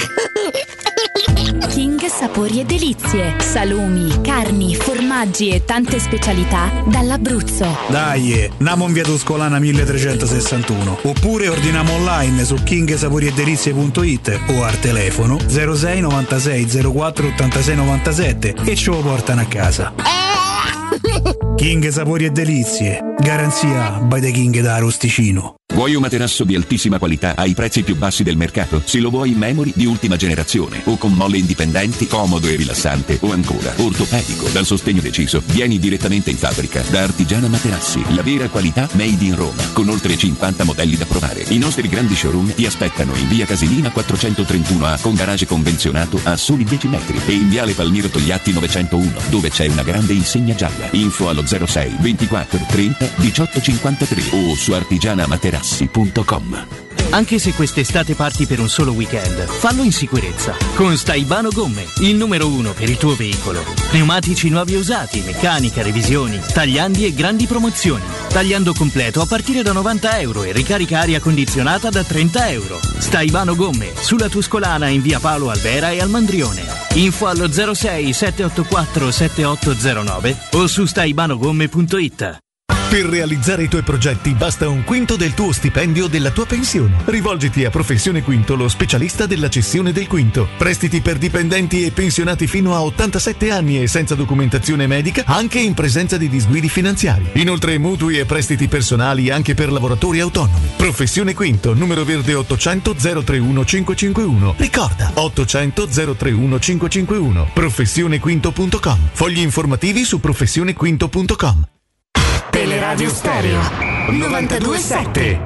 King Sapori e Delizie. Salumi, carni, formaggi e tante specialità dall'Abruzzo.
Dai, namo in via Tuscolana milletrecentosessantuno. Oppure ordiniamo online su king sapori e delizie punto it o al telefono zero sei novantasei zero quattro ottantasei novantasette e ce lo portano a casa. King Sapori e Delizie. Garanzia by the King da Arosticino.
Vuoi un materasso di altissima qualità ai prezzi più bassi del mercato? Se lo vuoi in memory di ultima generazione o con molle indipendenti, comodo e rilassante, o ancora ortopedico dal sostegno deciso, vieni direttamente in fabbrica da Artigiana Materassi, la vera qualità made in Roma, con oltre cinquanta modelli da provare. I nostri grandi showroom ti aspettano in via Casilina quattrocentotrentuno A con garage convenzionato a soli dieci metri e in viale Palmiro Togliatti novecentouno, dove c'è una grande insegna gialla. Info allo zero sei ventiquattro trenta diciotto cinquantatré o su artigiana materassi punto com.
Anche se quest'estate parti per un solo weekend, fallo in sicurezza. Con Staibano Gomme, il numero uno per il tuo veicolo. Pneumatici nuovi e usati, meccanica, revisioni, tagliandi e grandi promozioni. Tagliando completo a partire da novanta euro e ricarica aria condizionata da trenta euro. Staibano Gomme, sulla Tuscolana in via Paolo Albera e al Mandrione. Info allo zero sei sette otto quattro sette otto zero nove o su staibanogomme punto it.
Per realizzare i tuoi progetti basta un quinto del tuo stipendio o della tua pensione. Rivolgiti a Professione Quinto, lo specialista della cessione del quinto. Prestiti per dipendenti e pensionati fino a ottantasette anni e senza documentazione medica, anche in presenza di disguidi finanziari. Inoltre mutui e prestiti personali anche per lavoratori autonomi. Professione Quinto, numero verde ottocento zero trentuno cinquecentocinquantuno. Ricorda, ottocento zero trentuno cinquecentocinquantuno. professione quinto punto com. Fogli informativi su professione quinto punto com.
Teleradio Stereo novantadue sette.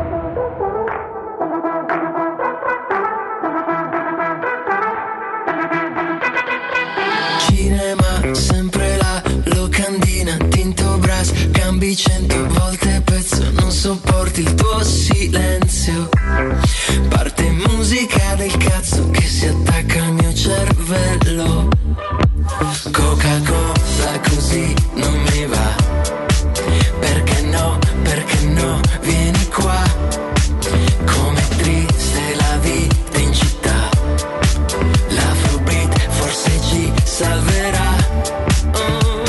Cinema, sempre la locandina, tinto brass, cambi cento volte pezzo, non sopporti il tuo silenzio. Parte musica del cazzo che si attacca al mio cervello. Coca-Cola così non mi va. Perché no, perché no, vieni qua. Com'è triste la vita in città. L'Afrobeat forse ci salverà. Oh.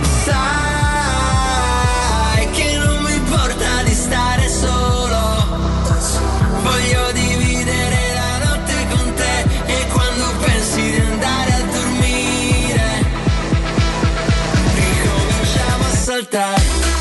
Sai che non mi importa di stare solo. Voglio dividere la notte con te. E quando pensi di andare a dormire, ricominciamo a saltare.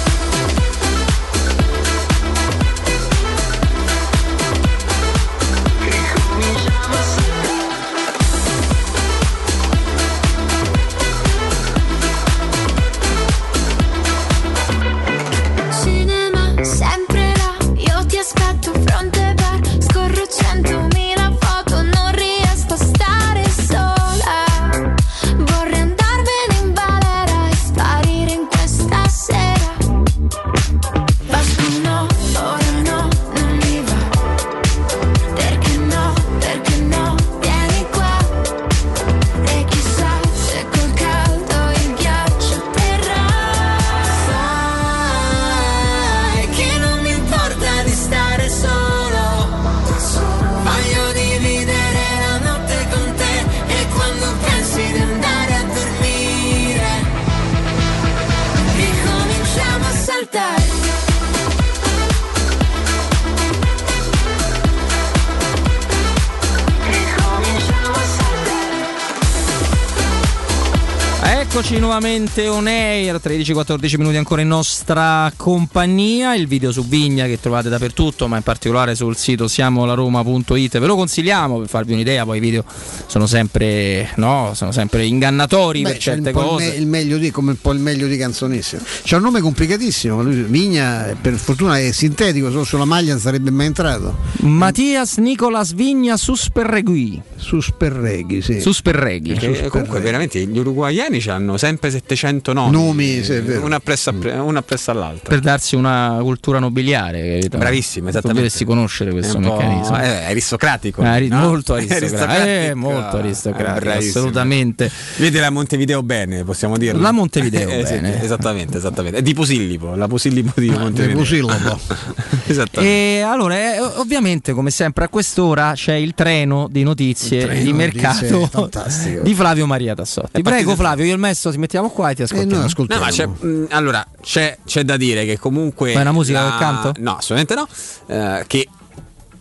Sempre là, io ti aspetto fronte bar, scorro centomila foto, non riesco a stare sola. Vorrei andarmene in balera e sparire in questa sera. Vasco no, ora no, non mi va. Perché no, perché no, vieni qua. E chissà se col caldo il ghiaccio terrà. Di stare solo, voglio dividere la notte con te. E quando pensi di andare a dormire, ricominciamo a saltare. Ricominciamo a saltare.
Eccoci nuovamente on air, tredici quattordici minuti ancora in nostra compagnia. Il video su Vigna che trovate dappertutto, ma in particolare sul sito siamolaroma punto it. Ve lo consigliamo per farvi un'idea, poi i video sono sempre, no, sono sempre ingannatori. Beh, per certe cose.
Il, me- il meglio di, come un po' il meglio di Canzonissimo. C'è un nome complicatissimo, lui, Vigna per fortuna è sintetico, solo sulla maglia non sarebbe mai entrato.
Mattias Nicolas Vigna Susperregui.
Susperregui, sì.
Susperregui.
Che, comunque veramente gli uruguaiani hanno sempre settecento nomi,
nomi sì,
una, appresso, una appresso all'altra,
per darsi una cultura nobiliare.
Bravissimo, esattamente.
Dovresti conoscere questo meccanismo.
È aristocratico,
eh,
no?
molto aristocratico, eh, molto aristocratico, assolutamente.
Vede la Montevideo bene, possiamo dirlo.
La Montevideo
eh,
bene,
sì, esattamente, esattamente. È di Posillipo, la Posillipo di Montevideo.
Posillipo.
E allora, eh, ovviamente, come sempre, a quest'ora c'è il treno di notizie
treno
di mercato
notizie,
di Flavio Maria Tassotti. Prego, Flavio, io e il Messo ti mettiamo qua e ti ascoltiamo.
Eh,
no, ma c'è, mh, allora c'è, c'è da dire che comunque
ma è una musica
la...
del canto?
No, assolutamente no. Uh, che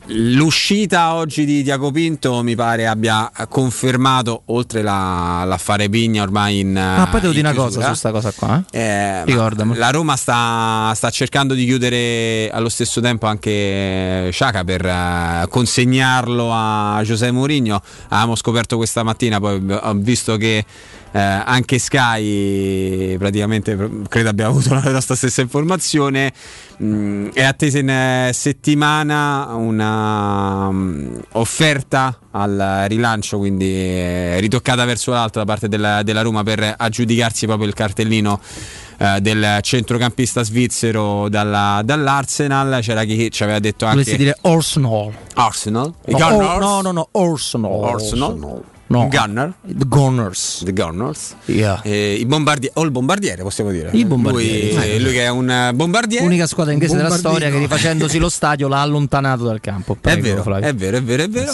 l'uscita oggi di Tiago Pinto mi pare abbia confermato, oltre la, l'affare Pigna ormai in
ma poi devo dire una
chiusura,
cosa su sta cosa qua, eh?
eh,
Ricordami.
La Roma sta, sta cercando di chiudere allo stesso tempo anche Sciacca per uh, consegnarlo a José Mourinho. Avevamo scoperto questa mattina, poi ho visto che Eh, anche Sky praticamente credo abbia avuto la nostra stessa informazione. Mm, è attesa in eh, settimana una um, offerta al rilancio, quindi eh, ritoccata verso l'alto da parte della, della Roma per aggiudicarsi proprio il cartellino eh, del centrocampista svizzero dalla, dall'Arsenal. C'era chi ci aveva detto anche
volessi dire Arsenal
Arsenal I
no,
Gunners?
or, no no no Arsenal
Arsenal,
Arsenal. No.
Gunner,
The Gunners,
The Gunners,
yeah.
eh, i bombardieri o il bombardiere possiamo dire.
I bombardieri.
Lui, eh, lui che è un bombardiere.
Unica squadra inglese della storia che rifacendosi lo stadio l'ha allontanato dal campo. Prego,
è, vero,
Flavio.
è vero, è vero, è vero.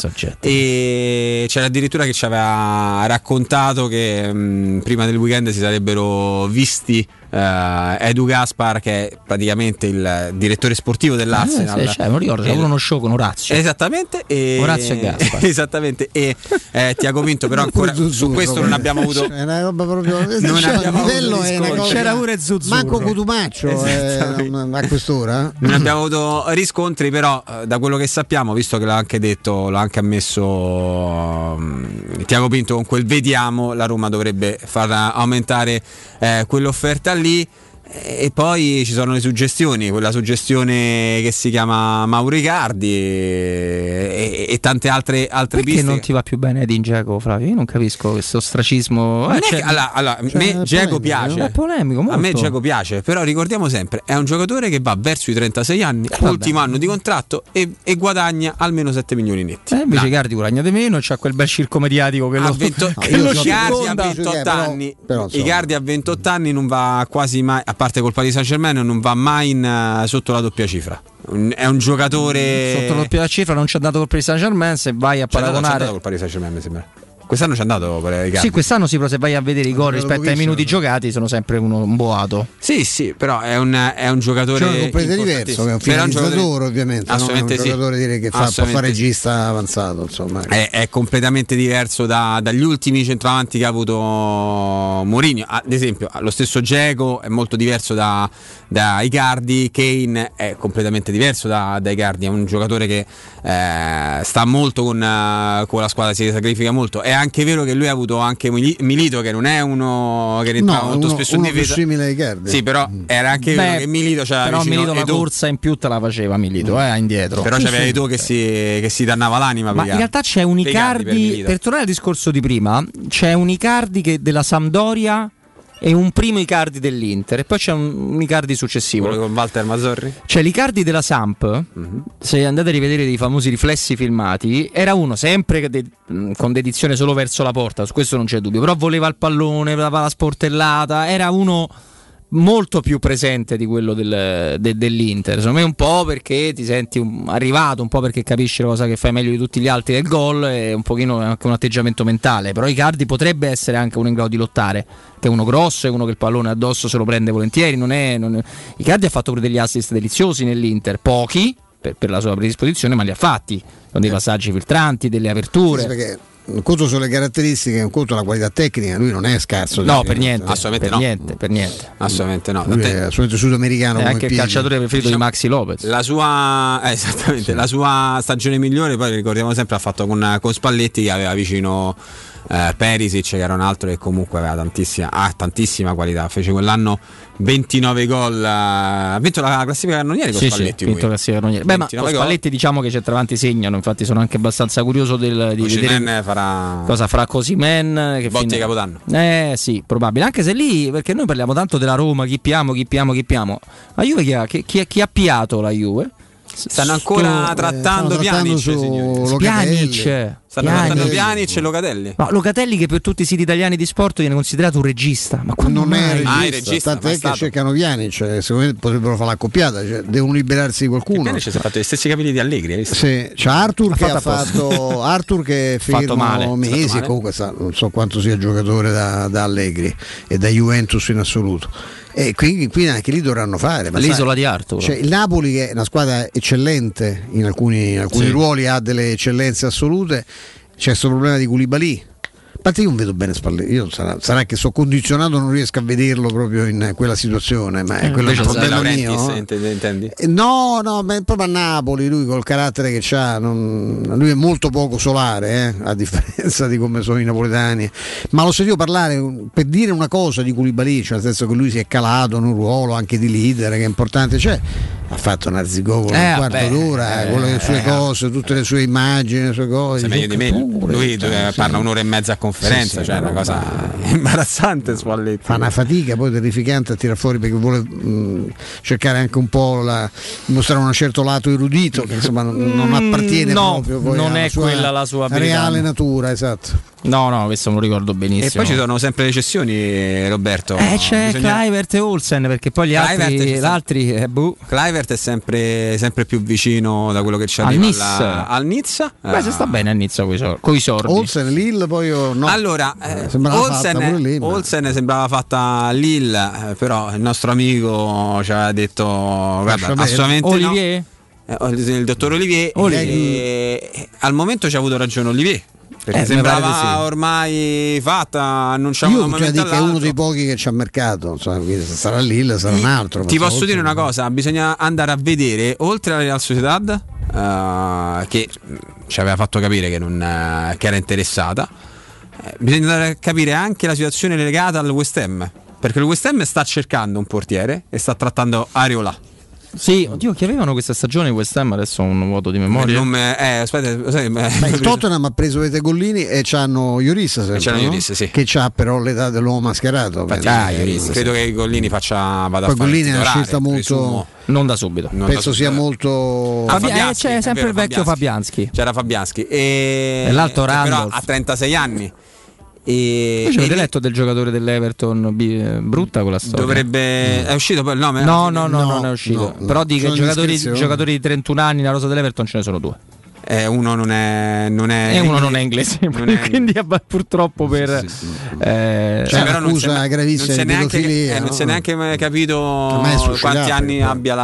E c'era addirittura che ci aveva raccontato che mh, prima del weekend si sarebbero visti Uh, Edu Gaspar, che è praticamente il direttore sportivo dell'Arsenal.
Eh, sì, cioè, non ricordo, c'è uno show con Orazio.
Esattamente. E...
Orazio e Gaspar.
Esattamente. E eh, Tiago Pinto, però ancora su questo non abbiamo avuto.
È una roba proprio.
Non
cioè,
abbiamo
il livello
avuto
è una cosa.
C'era pure Zuzzurro.
Manco Cotumaccio eh, a quest'ora.
Non abbiamo avuto riscontri, però da quello che sappiamo, visto che l'ha anche detto, l'ha anche ammesso um, Tiago Pinto, con quel vediamo, la Roma dovrebbe far aumentare eh, quell'offerta lì. E poi ci sono le suggestioni, quella suggestione che si chiama Mauro Icardi e, e tante altre, altre
perché
piste.
Non ti va più bene Edin Dzeko, Flavio? Io non capisco questo ostracismo.
Eh,
eh,
cioè, allora, allora cioè, me Dzeko piace,
è polemico, molto.
A me Dzeko piace, però ricordiamo sempre, è un giocatore che va verso i trentasei anni, eh, ultimo anno di contratto e, e guadagna almeno sette milioni netti.
Eh, invece Icardi guadagna di meno e c'ha quel bel circo mediatico che
ha
lo,
vento,
che
no,
lo
Icardi a
circonda.
ventotto anni,
però, però,
Icardi a ventotto anni non va quasi mai, a parte col Paris Saint-Germain, non va mai in, uh, sotto la doppia cifra. Un, è un giocatore
sotto la doppia cifra, non c'è andato col Paris Saint-Germain. Se vai a
c'è
paragonare,
c'è andato col Paris Saint-Germain, mi sembra. Quest'anno c'è andato per Icardi.
Sì, quest'anno sì, però se vai a vedere i gol rispetto ai minuti giocati sono sempre uno, un boato.
Sì, sì, però è un, è un giocatore
c'è un completo diverso, che è un finalizzatore ovviamente,
assolutamente
non è un giocatore
sì.
dire che fa, può fare regista avanzato, insomma.
È, è completamente diverso da, dagli ultimi centravanti che ha avuto Mourinho. Ad esempio, lo stesso Dzeko è molto diverso da, da Icardi, Kane è completamente diverso da, da Icardi, è un giocatore che eh, sta molto con, uh, con la squadra, si sacrifica molto. È anche vero che lui ha avuto anche Milito, che non è uno che rientrava
no,
molto
uno,
spesso
uno
in difesa.
Più simile a Icardi.
Sì, però era anche
Beh,
vero che Milito c'era
però
vicino
Milito la
Eto'o.
corsa in più te la faceva Milito, eh, indietro.
Però c'aveva Eto'o che si, che si dannava l'anima.
Ma in realtà c'è un Icardi, per, per tornare al discorso di prima, c'è un Icardi che della Sampdoria e un primo Icardi dell'Inter e poi c'è un, un Icardi successivo.
Quello con Walter Mazzorri?
C'è l'Icardi della Samp, mm-hmm. Se andate a rivedere dei famosi riflessi filmati, era uno sempre de- con dedizione solo verso la porta, su questo non c'è dubbio, però voleva il pallone, dava la sportellata, era uno molto più presente di quello del, de, dell'Inter, secondo me un po' perché ti senti un, arrivato, un po' perché capisci la cosa che fai meglio di tutti gli altri del gol e un pochino anche un atteggiamento mentale, però Icardi potrebbe essere anche uno in grado di lottare, che è uno grosso, è uno che il pallone addosso se lo prende volentieri, non è, non è... Icardi ha fatto pure degli assist deliziosi nell'Inter, pochi per, per la sua predisposizione, ma li ha fatti con dei passaggi filtranti, delle aperture.
Sì, perché un conto sulle caratteristiche, un conto la qualità tecnica, lui non è scarso.
No, per niente,
assolutamente
per
no.
niente, per niente.
Assolutamente no.
Lui è assolutamente sudamericano.
È
come
anche il
piedi.
calciatore preferito
diciamo,
di Maxi Lopez.
La sua, eh, esattamente, sì. La sua stagione migliore, poi ricordiamo sempre, ha fatto con, con Spalletti, che aveva vicino eh, Perisic, che era un altro che comunque aveva tantissima, ah, tantissima qualità. Fece quell'anno ventinove gol, ha vinto la classifica cannonieri con
sì,
Spalletti.
Sì, vinto la classifica cannonieri. Beh, ma con Spalletti diciamo che centravanti segnano, infatti sono anche abbastanza curioso del, di
Osimhen
vedere
farà...
cosa farà Cosimen, che
Botti
fine...
Capodanno.
Eh sì, probabile, anche se lì, perché noi parliamo tanto della Roma, chi piamo, chi piamo, chi piamo. La Juve chi ha, chi, chi, chi ha piato la Juve?
Stanno ancora
Sto,
trattando
eh,
Pjanic, signori.
Pjanic.
Stanno trattando Pjanic e Locatelli.
No, Locatelli, che per tutti i siti italiani di sport viene considerato un regista, ma quando
non
mai?
è regista,
ah, regista
tant'è che
stato.
cercano Pjanic, cioè, secondo me potrebbero fare l'accoppiata, cioè, devono liberarsi di qualcuno.
Pjanic si è fatto gli stessi capelli di Allegri, hai visto?
Sì, c'è Arthur
ha
che
fatto
ha fatto Arthur che
fatto male.
mesi e comunque sa, non so quanto sia giocatore da, da Allegri e da Juventus in assoluto. E quindi, quindi anche lì dovranno fare. Ma
l'isola
sai,
di Arturo.
Cioè, il Napoli, che è una squadra eccellente in alcuni, in alcuni
sì.
ruoli, ha delle eccellenze assolute. C'è questo problema di Koulibaly. A parte io non vedo bene Spalletti, io sarà, sarà che sono condizionato, non riesco a vederlo proprio in quella situazione, ma è quello
Invece
il problema
Laurentiis,
mio.
intendi? intendi?
Eh, No, no, ma è proprio a Napoli, lui col carattere che ha, lui è molto poco solare, eh, a differenza di come sono i napoletani. Ma l'ho sentito parlare per dire una cosa di Koulibaly, cioè nel senso che lui si è calato in un ruolo anche di leader, che è importante, cioè ha fatto una zigogolo
Eh,
un quarto
vabbè,
d'ora
eh,
con le sue
eh,
cose, tutte le sue immagini, le sue cose.
Sei meglio di me, lui
cioè,
parla
sì.
un'ora e mezza a conferenza,
Sì, sì,
cioè è una
no,
cosa imbarazzante Spalletti.
Fa una fatica poi terrificante a tirar fuori, perché vuole mh, cercare anche un po' la, mostrare un certo lato erudito che insomma non, non appartiene
no,
proprio poi
non
alla
è
sua
quella la sua abilità.
reale natura, esatto.
No, no, questo me lo ricordo benissimo.
E poi ci sono sempre le cessioni, Roberto.
Eh, c'è
Bisogna...
Kluivert e Olsen, perché poi gli
Kluivert
altri,
c'è
l'altri eh, boh.
Kluivert è sempre, sempre più vicino da quello che ci
Al
arriva
Nice.
alla- al Nizza.
Beh, se sta bene a Nizza con i sordi.
Olsen, Lille, poi io no.
Allora, eh,
sembrava fatta pure
Olsen,
lì, ma-
Olsen sembrava fatta a Lille, eh, però il nostro amico ci aveva detto guarda,
bene.
assolutamente
Olivier?
no. Eh, il dottor Olivier,
Olivier.
eh, al momento ci ha avuto ragione Olivier. Perché
Eh, mi
sembrava
pare di sì.
ormai fatta, annunciamo
Io
da un
cioè,
momento
dico che è uno
all'altro.
dei pochi che c'ha mercato, insomma, quindi se sarà Lille, sarà un altro.
Ti
ma
posso
Olsen-
dire una cosa, bisogna andare a vedere, oltre alla Real Sociedad, eh, che mh, ci aveva fatto capire che, non, eh, che era interessata, eh, bisogna andare a capire anche la situazione legata al West Ham, perché il West Ham sta cercando un portiere e sta trattando Areola.
Sì, oddio, che avevano questa stagione West Ham, adesso ho un vuoto di memoria.
Non me- eh, aspetta, sai,
Ma il Tottenham ha preso Vete Gollini e c'hanno Lloris, sempre,
c'hanno
no?
Lloris, sì.
Che c'ha però l'età dell'uomo mascherato.
Infatti,
penso.
ah, Lloris, credo che Gollini faccia vada
Poi
a fare
Gollini
il
è una
titolare,
scelta molto-
presumo.
Non da subito.
Non
Penso
da
sia
subito.
molto.
Ah,
Fabi- eh,
Fabianski,
c'è
è
sempre
vero,
il vecchio Fabianski.
C'era Fabianski e,
E l'altro
e però
Randolph.
ha trentasei anni. E,
Invece
e
avete letto del giocatore dell'Everton bi- brutta quella storia?
dovrebbe è uscito poi il nome?
No, no, no,
No,
non è uscito.
no,
Però
no.
di che
Sono
giocatori,
indiscrezioni.
giocatori di trentuno anni nella rosa dell'Everton ce ne sono due.
Eh, uno non è non è
E uno non è inglese,
non è-
quindi abba- purtroppo per eh,
C'è
però non
un'accusa
si è-
gravissima
non si è
di
neanche,
pedofilia,
eh, non
no?
si è neanche mai capito
Ormai è suscitato,
quanti anni
mi pare.
abbia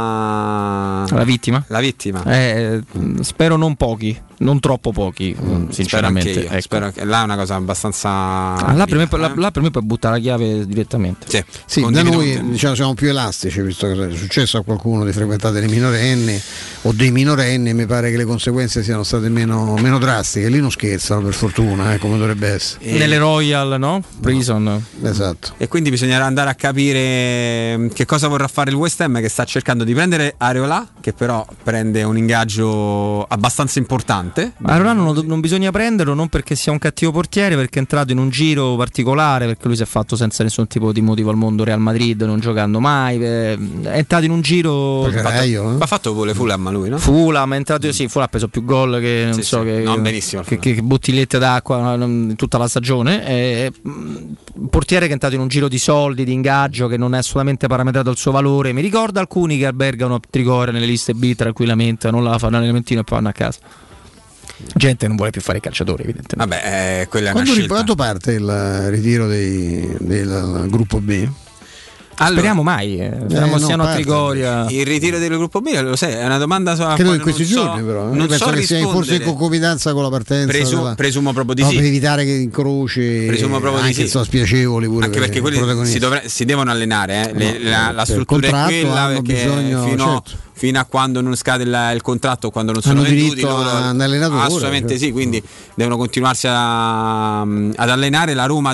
la
la vittima.
la vittima.
Eh, spero non pochi, non troppo pochi,
Spero
sinceramente.
anche io.
Ecco.
Spero che là è una cosa abbastanza
Ah, là, per me,
viva,
là-
eh.
là per me puoi buttare la chiave direttamente.
Sì,
Sì, da
condivido
noi
con te.
diciamo, siamo più elastici, visto che è successo a qualcuno di frequentare dei minorenni o dei minorenni, mi pare che le conseguenze siano state meno, meno drastiche. Lì non scherzano, per fortuna, eh, come dovrebbe essere.
E-
Nelle Royal, no? Prison.
Esatto.
E quindi bisognerà andare a capire mh, che cosa vorrà fare il West Ham, che sta cercando di prendere Areola, che però prende un ingaggio abbastanza importante.
Allora non, non bisogna prenderlo non perché sia un cattivo portiere, perché è entrato in un giro particolare, perché lui si è fatto senza nessun tipo di motivo al mondo Real Madrid, non giocando mai, eh, è entrato in un giro
Poi c'era io, eh?
Ma ha fatto pure Fulham lui, no?
Fulham, è entrato, sì, Fulham ha preso più gol che non
Sì,
so
sì,
che,
non benissimo il
che,
Fulham.
che bottigliette d'acqua in tutta la stagione, è un portiere che è entrato in un giro di soldi, di ingaggio che non è assolutamente parametrato al suo valore. Mi ricorda alcuni che albergano a Trigoria nelle liste B tranquillamente, non la fanno all'elementino e poi vanno a casa. Gente non vuole più fare i calciatori, evidentemente.
Vabbè, eh, quella è una
Quando, ri-
scelta.
quando parte il ritiro dei- del gruppo B?
Allora,
Speriamo mai, eh. speriamo
no,
siano a
parte.
Trigoria.
il ritiro del gruppo B, lo sai, è una domanda sulla
Credo
quale
in questi
non so-
giorni, però. eh.
Non
Penso
so
che sia forse in
rispondere.
concomitanza con la partenza.
Presu-
della-
presumo proprio di
no,
sì.
per evitare che incroci
Presumo proprio di
anche
sì.
insomma, spiacevoli pure
Anche
per
perché
i
quelli
protagonisti.
si, dovre- si devono allenare, eh. Le-
No,
la, la
per
struttura è
contratto
quella
hanno
perché
bisogno-
fino,
certo.
fino a quando non scade il, il contratto, quando non sono
Hanno
venduti
diritto
loro,
a un allenatore,
assolutamente
certo.
sì, quindi devono continuarsi a- ad allenare. La Roma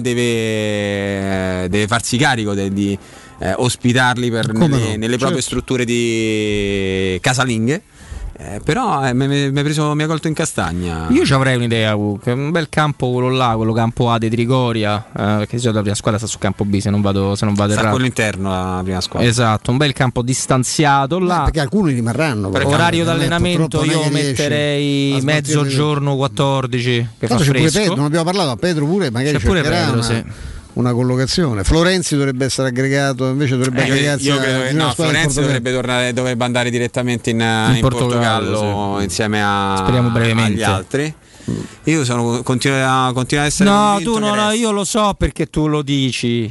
deve, deve farsi carico de- di eh, ospitarli per
Come
nelle,
no,
nelle
certo.
proprie strutture di casalinghe. Eh, però eh, mi mi ha preso, mi ha colto in castagna.
Io ci avrei un'idea, uh, che è un bel campo quello là, quello campo A di Trigoria, eh, perché di solito la prima squadra sta su campo B, se non vado, se non vado
Sta
errato.
quello interno la prima squadra.
Esatto, un bel campo distanziato là.
Eh, perché alcuni rimarranno. però.
Orario
Non è-
d'allenamento
purtroppo non
io
è che riesci
metterei
a smaltire
mezzogiorno quattordici che fa
Tanto c'è pure
fresco.
Pedro, non abbiamo parlato, ma Pedro pure magari
C'è pure
cercherà
Pedro,
una,
sì.
una collocazione. Florenzi dovrebbe essere aggregato, invece dovrebbe
Eh, io,
aggregarsi
io
a-
credo che
in una
no,
squadra
Florenzi
importante.
dovrebbe, tornare, dovrebbe andare direttamente in, in
Portogallo,
Portogallo, insieme a,
Speriamo brevemente.
agli altri. Io sono, continuo, a, continuo ad essere
No,
convinto
tu no,
che
no,
resti.
io lo so perché tu lo dici.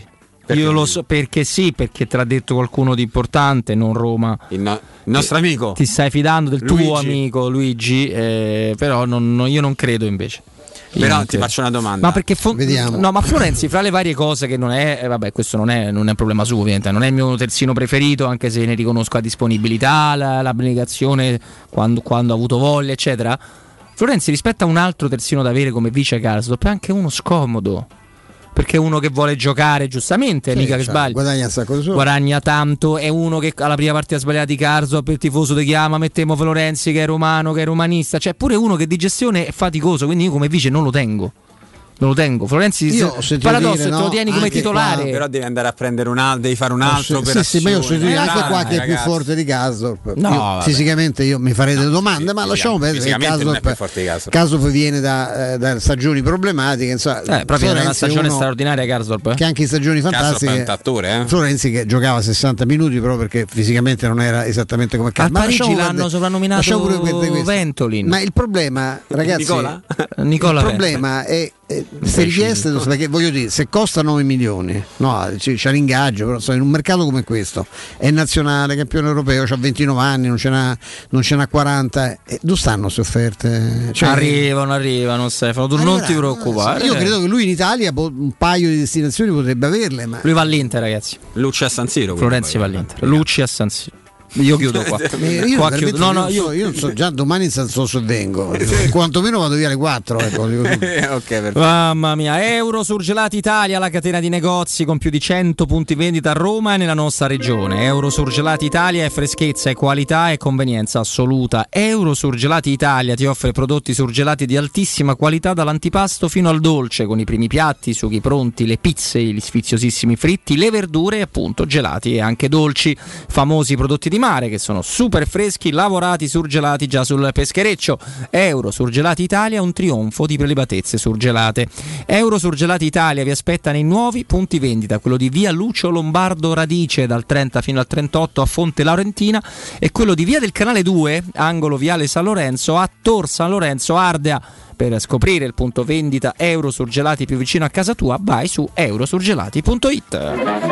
Perché
Io lo so perché sì, perché te l'ha detto qualcuno di importante, non Roma.
Il, no, il nostro amico.
Ti stai fidando del
Luigi.
tuo amico Luigi, eh, però non, non- io non credo invece. Io
Però
non
ti
credo.
faccio una domanda.
Ma perché fo-
Vediamo.
No, ma Florenzi, fra le varie cose che non è, eh, vabbè, questo non è, non è un problema suo, ovviamente, non è il mio terzino preferito, anche se ne riconosco la disponibilità, la, l'abnegazione quando, quando ha avuto voglia, eccetera. Florenzi rispetto a un altro terzino da avere come vice Karsdorp è anche uno scomodo. Perché è uno che vuole giocare giustamente,
Sì,
mica che
cioè,
sbaglia.
guadagna un sacco di soldi.
Guadagna tanto, è uno che alla prima partita sbagliata di Karsdorp, il tifoso ti chiama, mettiamo Florenzi che è romano, che è romanista, cioè pure uno che di gestione è faticoso, quindi io come vice non lo tengo. Non lo tengo. Florenzi,
Io ho sentito
paradosso,
dire,
te lo
no,
tieni come
anche
titolare.
qua-
Però devi andare a prendere un altro, devi fare un altro
sì, sì, ma io ho sentito dire anche
Dai,
qua che è più
ragazzi.
forte di Karsdorp.
No,
Io,
vabbè.
fisicamente io mi farei delle domande, ma lasciamo perdere che
fisicamente non è più
Karsdorp,
forte di Karsdorp.
Karsdorp viene da, eh, da stagioni problematiche, insomma,
Eh, proprio
Florenzi
una
è
stagione
uno
straordinaria Karsdorp. Eh?
che anche in stagioni
Karsdorp è un
fantastiche
attore, eh?
Florenzi che giocava sessanta minuti proprio perché fisicamente non era esattamente come
A
Karsdorp. Ma
Parigi
lasciamo
l'hanno
perdere-
soprannominato
lasciamo pure perdere questo.
Ventolin.
Ma il problema, ragazzi,
Nicola?
Nicola
il
Ventolin.
problema è eh, queste richieste, perché voglio dire, se costa nove milioni, no, c- c'è l'ingaggio, però insomma, in un mercato come questo, è nazionale, campione europeo, ha ventinove anni, non ce n'ha, non ce n'ha quaranta, eh, dove stanno queste offerte? Cioè,
arrivano, arrivano Stefano, tu non ti preoccupare.
io credo che lui in Italia po- un paio di destinazioni potrebbe averle, ma
Lui va all'Inter, ragazzi.
Lucci a San Siro.
Florenzi va all'Inter. Lucci a San Siro. Io chiudo qua.
Eh, io,
Qua
veramente
chiudo. No, no,
non
io
so, io non so, già domani non so se vengo, quantomeno vado via alle quattro. Ecco, dico tutto.
Ok, perfetto.
Mamma mia, Euro Surgelati Italia, la catena di negozi con più di cento punti vendita a Roma e nella nostra regione. Euro Surgelati Italia è freschezza, è qualità e convenienza assoluta. Euro Surgelati Italia ti offre prodotti surgelati di altissima qualità dall'antipasto fino al dolce, con i primi piatti, i sughi pronti, le pizze, gli sfiziosissimi fritti, le verdure e appunto gelati e anche dolci. Famosi prodotti di mare che sono super freschi, lavorati, surgelati già sul peschereccio. Euro Surgelati Italia, un trionfo di prelibatezze surgelate. Euro Surgelati Italia vi aspetta nei nuovi punti vendita, quello di via Lucio Lombardo Radice dal trenta fino al trentotto a Fonte Laurentina e quello di via del Canale due, angolo viale San Lorenzo a Tor San Lorenzo Ardea. Per scoprire il punto vendita Euro Surgelati più vicino a casa tua, vai su eurosurgelati punto it.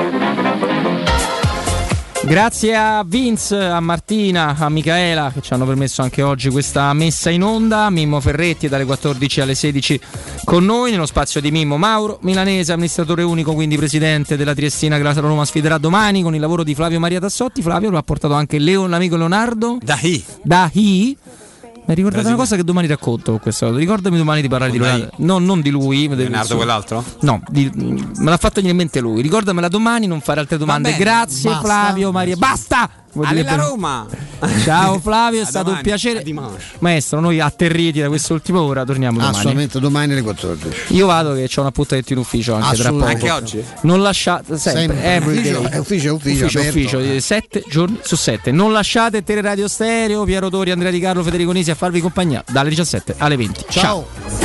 Grazie a Vince, a Martina, a Michaela che ci hanno permesso anche oggi questa messa in onda. Mimmo Ferretti dalle quattordici alle sedici con noi nello spazio di Mimmo Mauro Milanese, amministratore unico, quindi presidente della Triestina che la Roma sfiderà domani con il lavoro di Flavio Maria Tassotti. Flavio lo ha portato anche Leo, l'amico Leonardo
Dahi.
Dahi. Mi ricordate una cosa che domani racconto questa cosa. Ricordami domani di parlare di Leonardo. No, non di lui.
Leonardo quell'altro?
No, di, me l'ha fatto venire in mente lui. Ricordamela domani, non fare altre domande.
bene,
Grazie
basta.
Flavio Maria. Basta! Vuol dire
Alla
per-
Roma.
Ciao Flavio, è
A
stato
domani,
un piacere.
a dimanche.
Maestro, noi atterriti da quest'ultima ora, torniamo domani.
Assolutamente domani alle quattordici.
Io vado che c'ho un appuntamento in ufficio anche tra poco.
Assolutamente.
Anche oggi?
Non lasciate sempre,
Sempre.
every
Ufficio,
day.
è ufficio, è ufficio,
ufficio,
aperto.
ufficio, eh, sette giorni su sette. Non lasciate Teleradio Stereo, Piero Tori, Andrea Di Carlo, Federico Nisi a farvi compagnia dalle diciassette alle venti.
Ciao.
Ciao.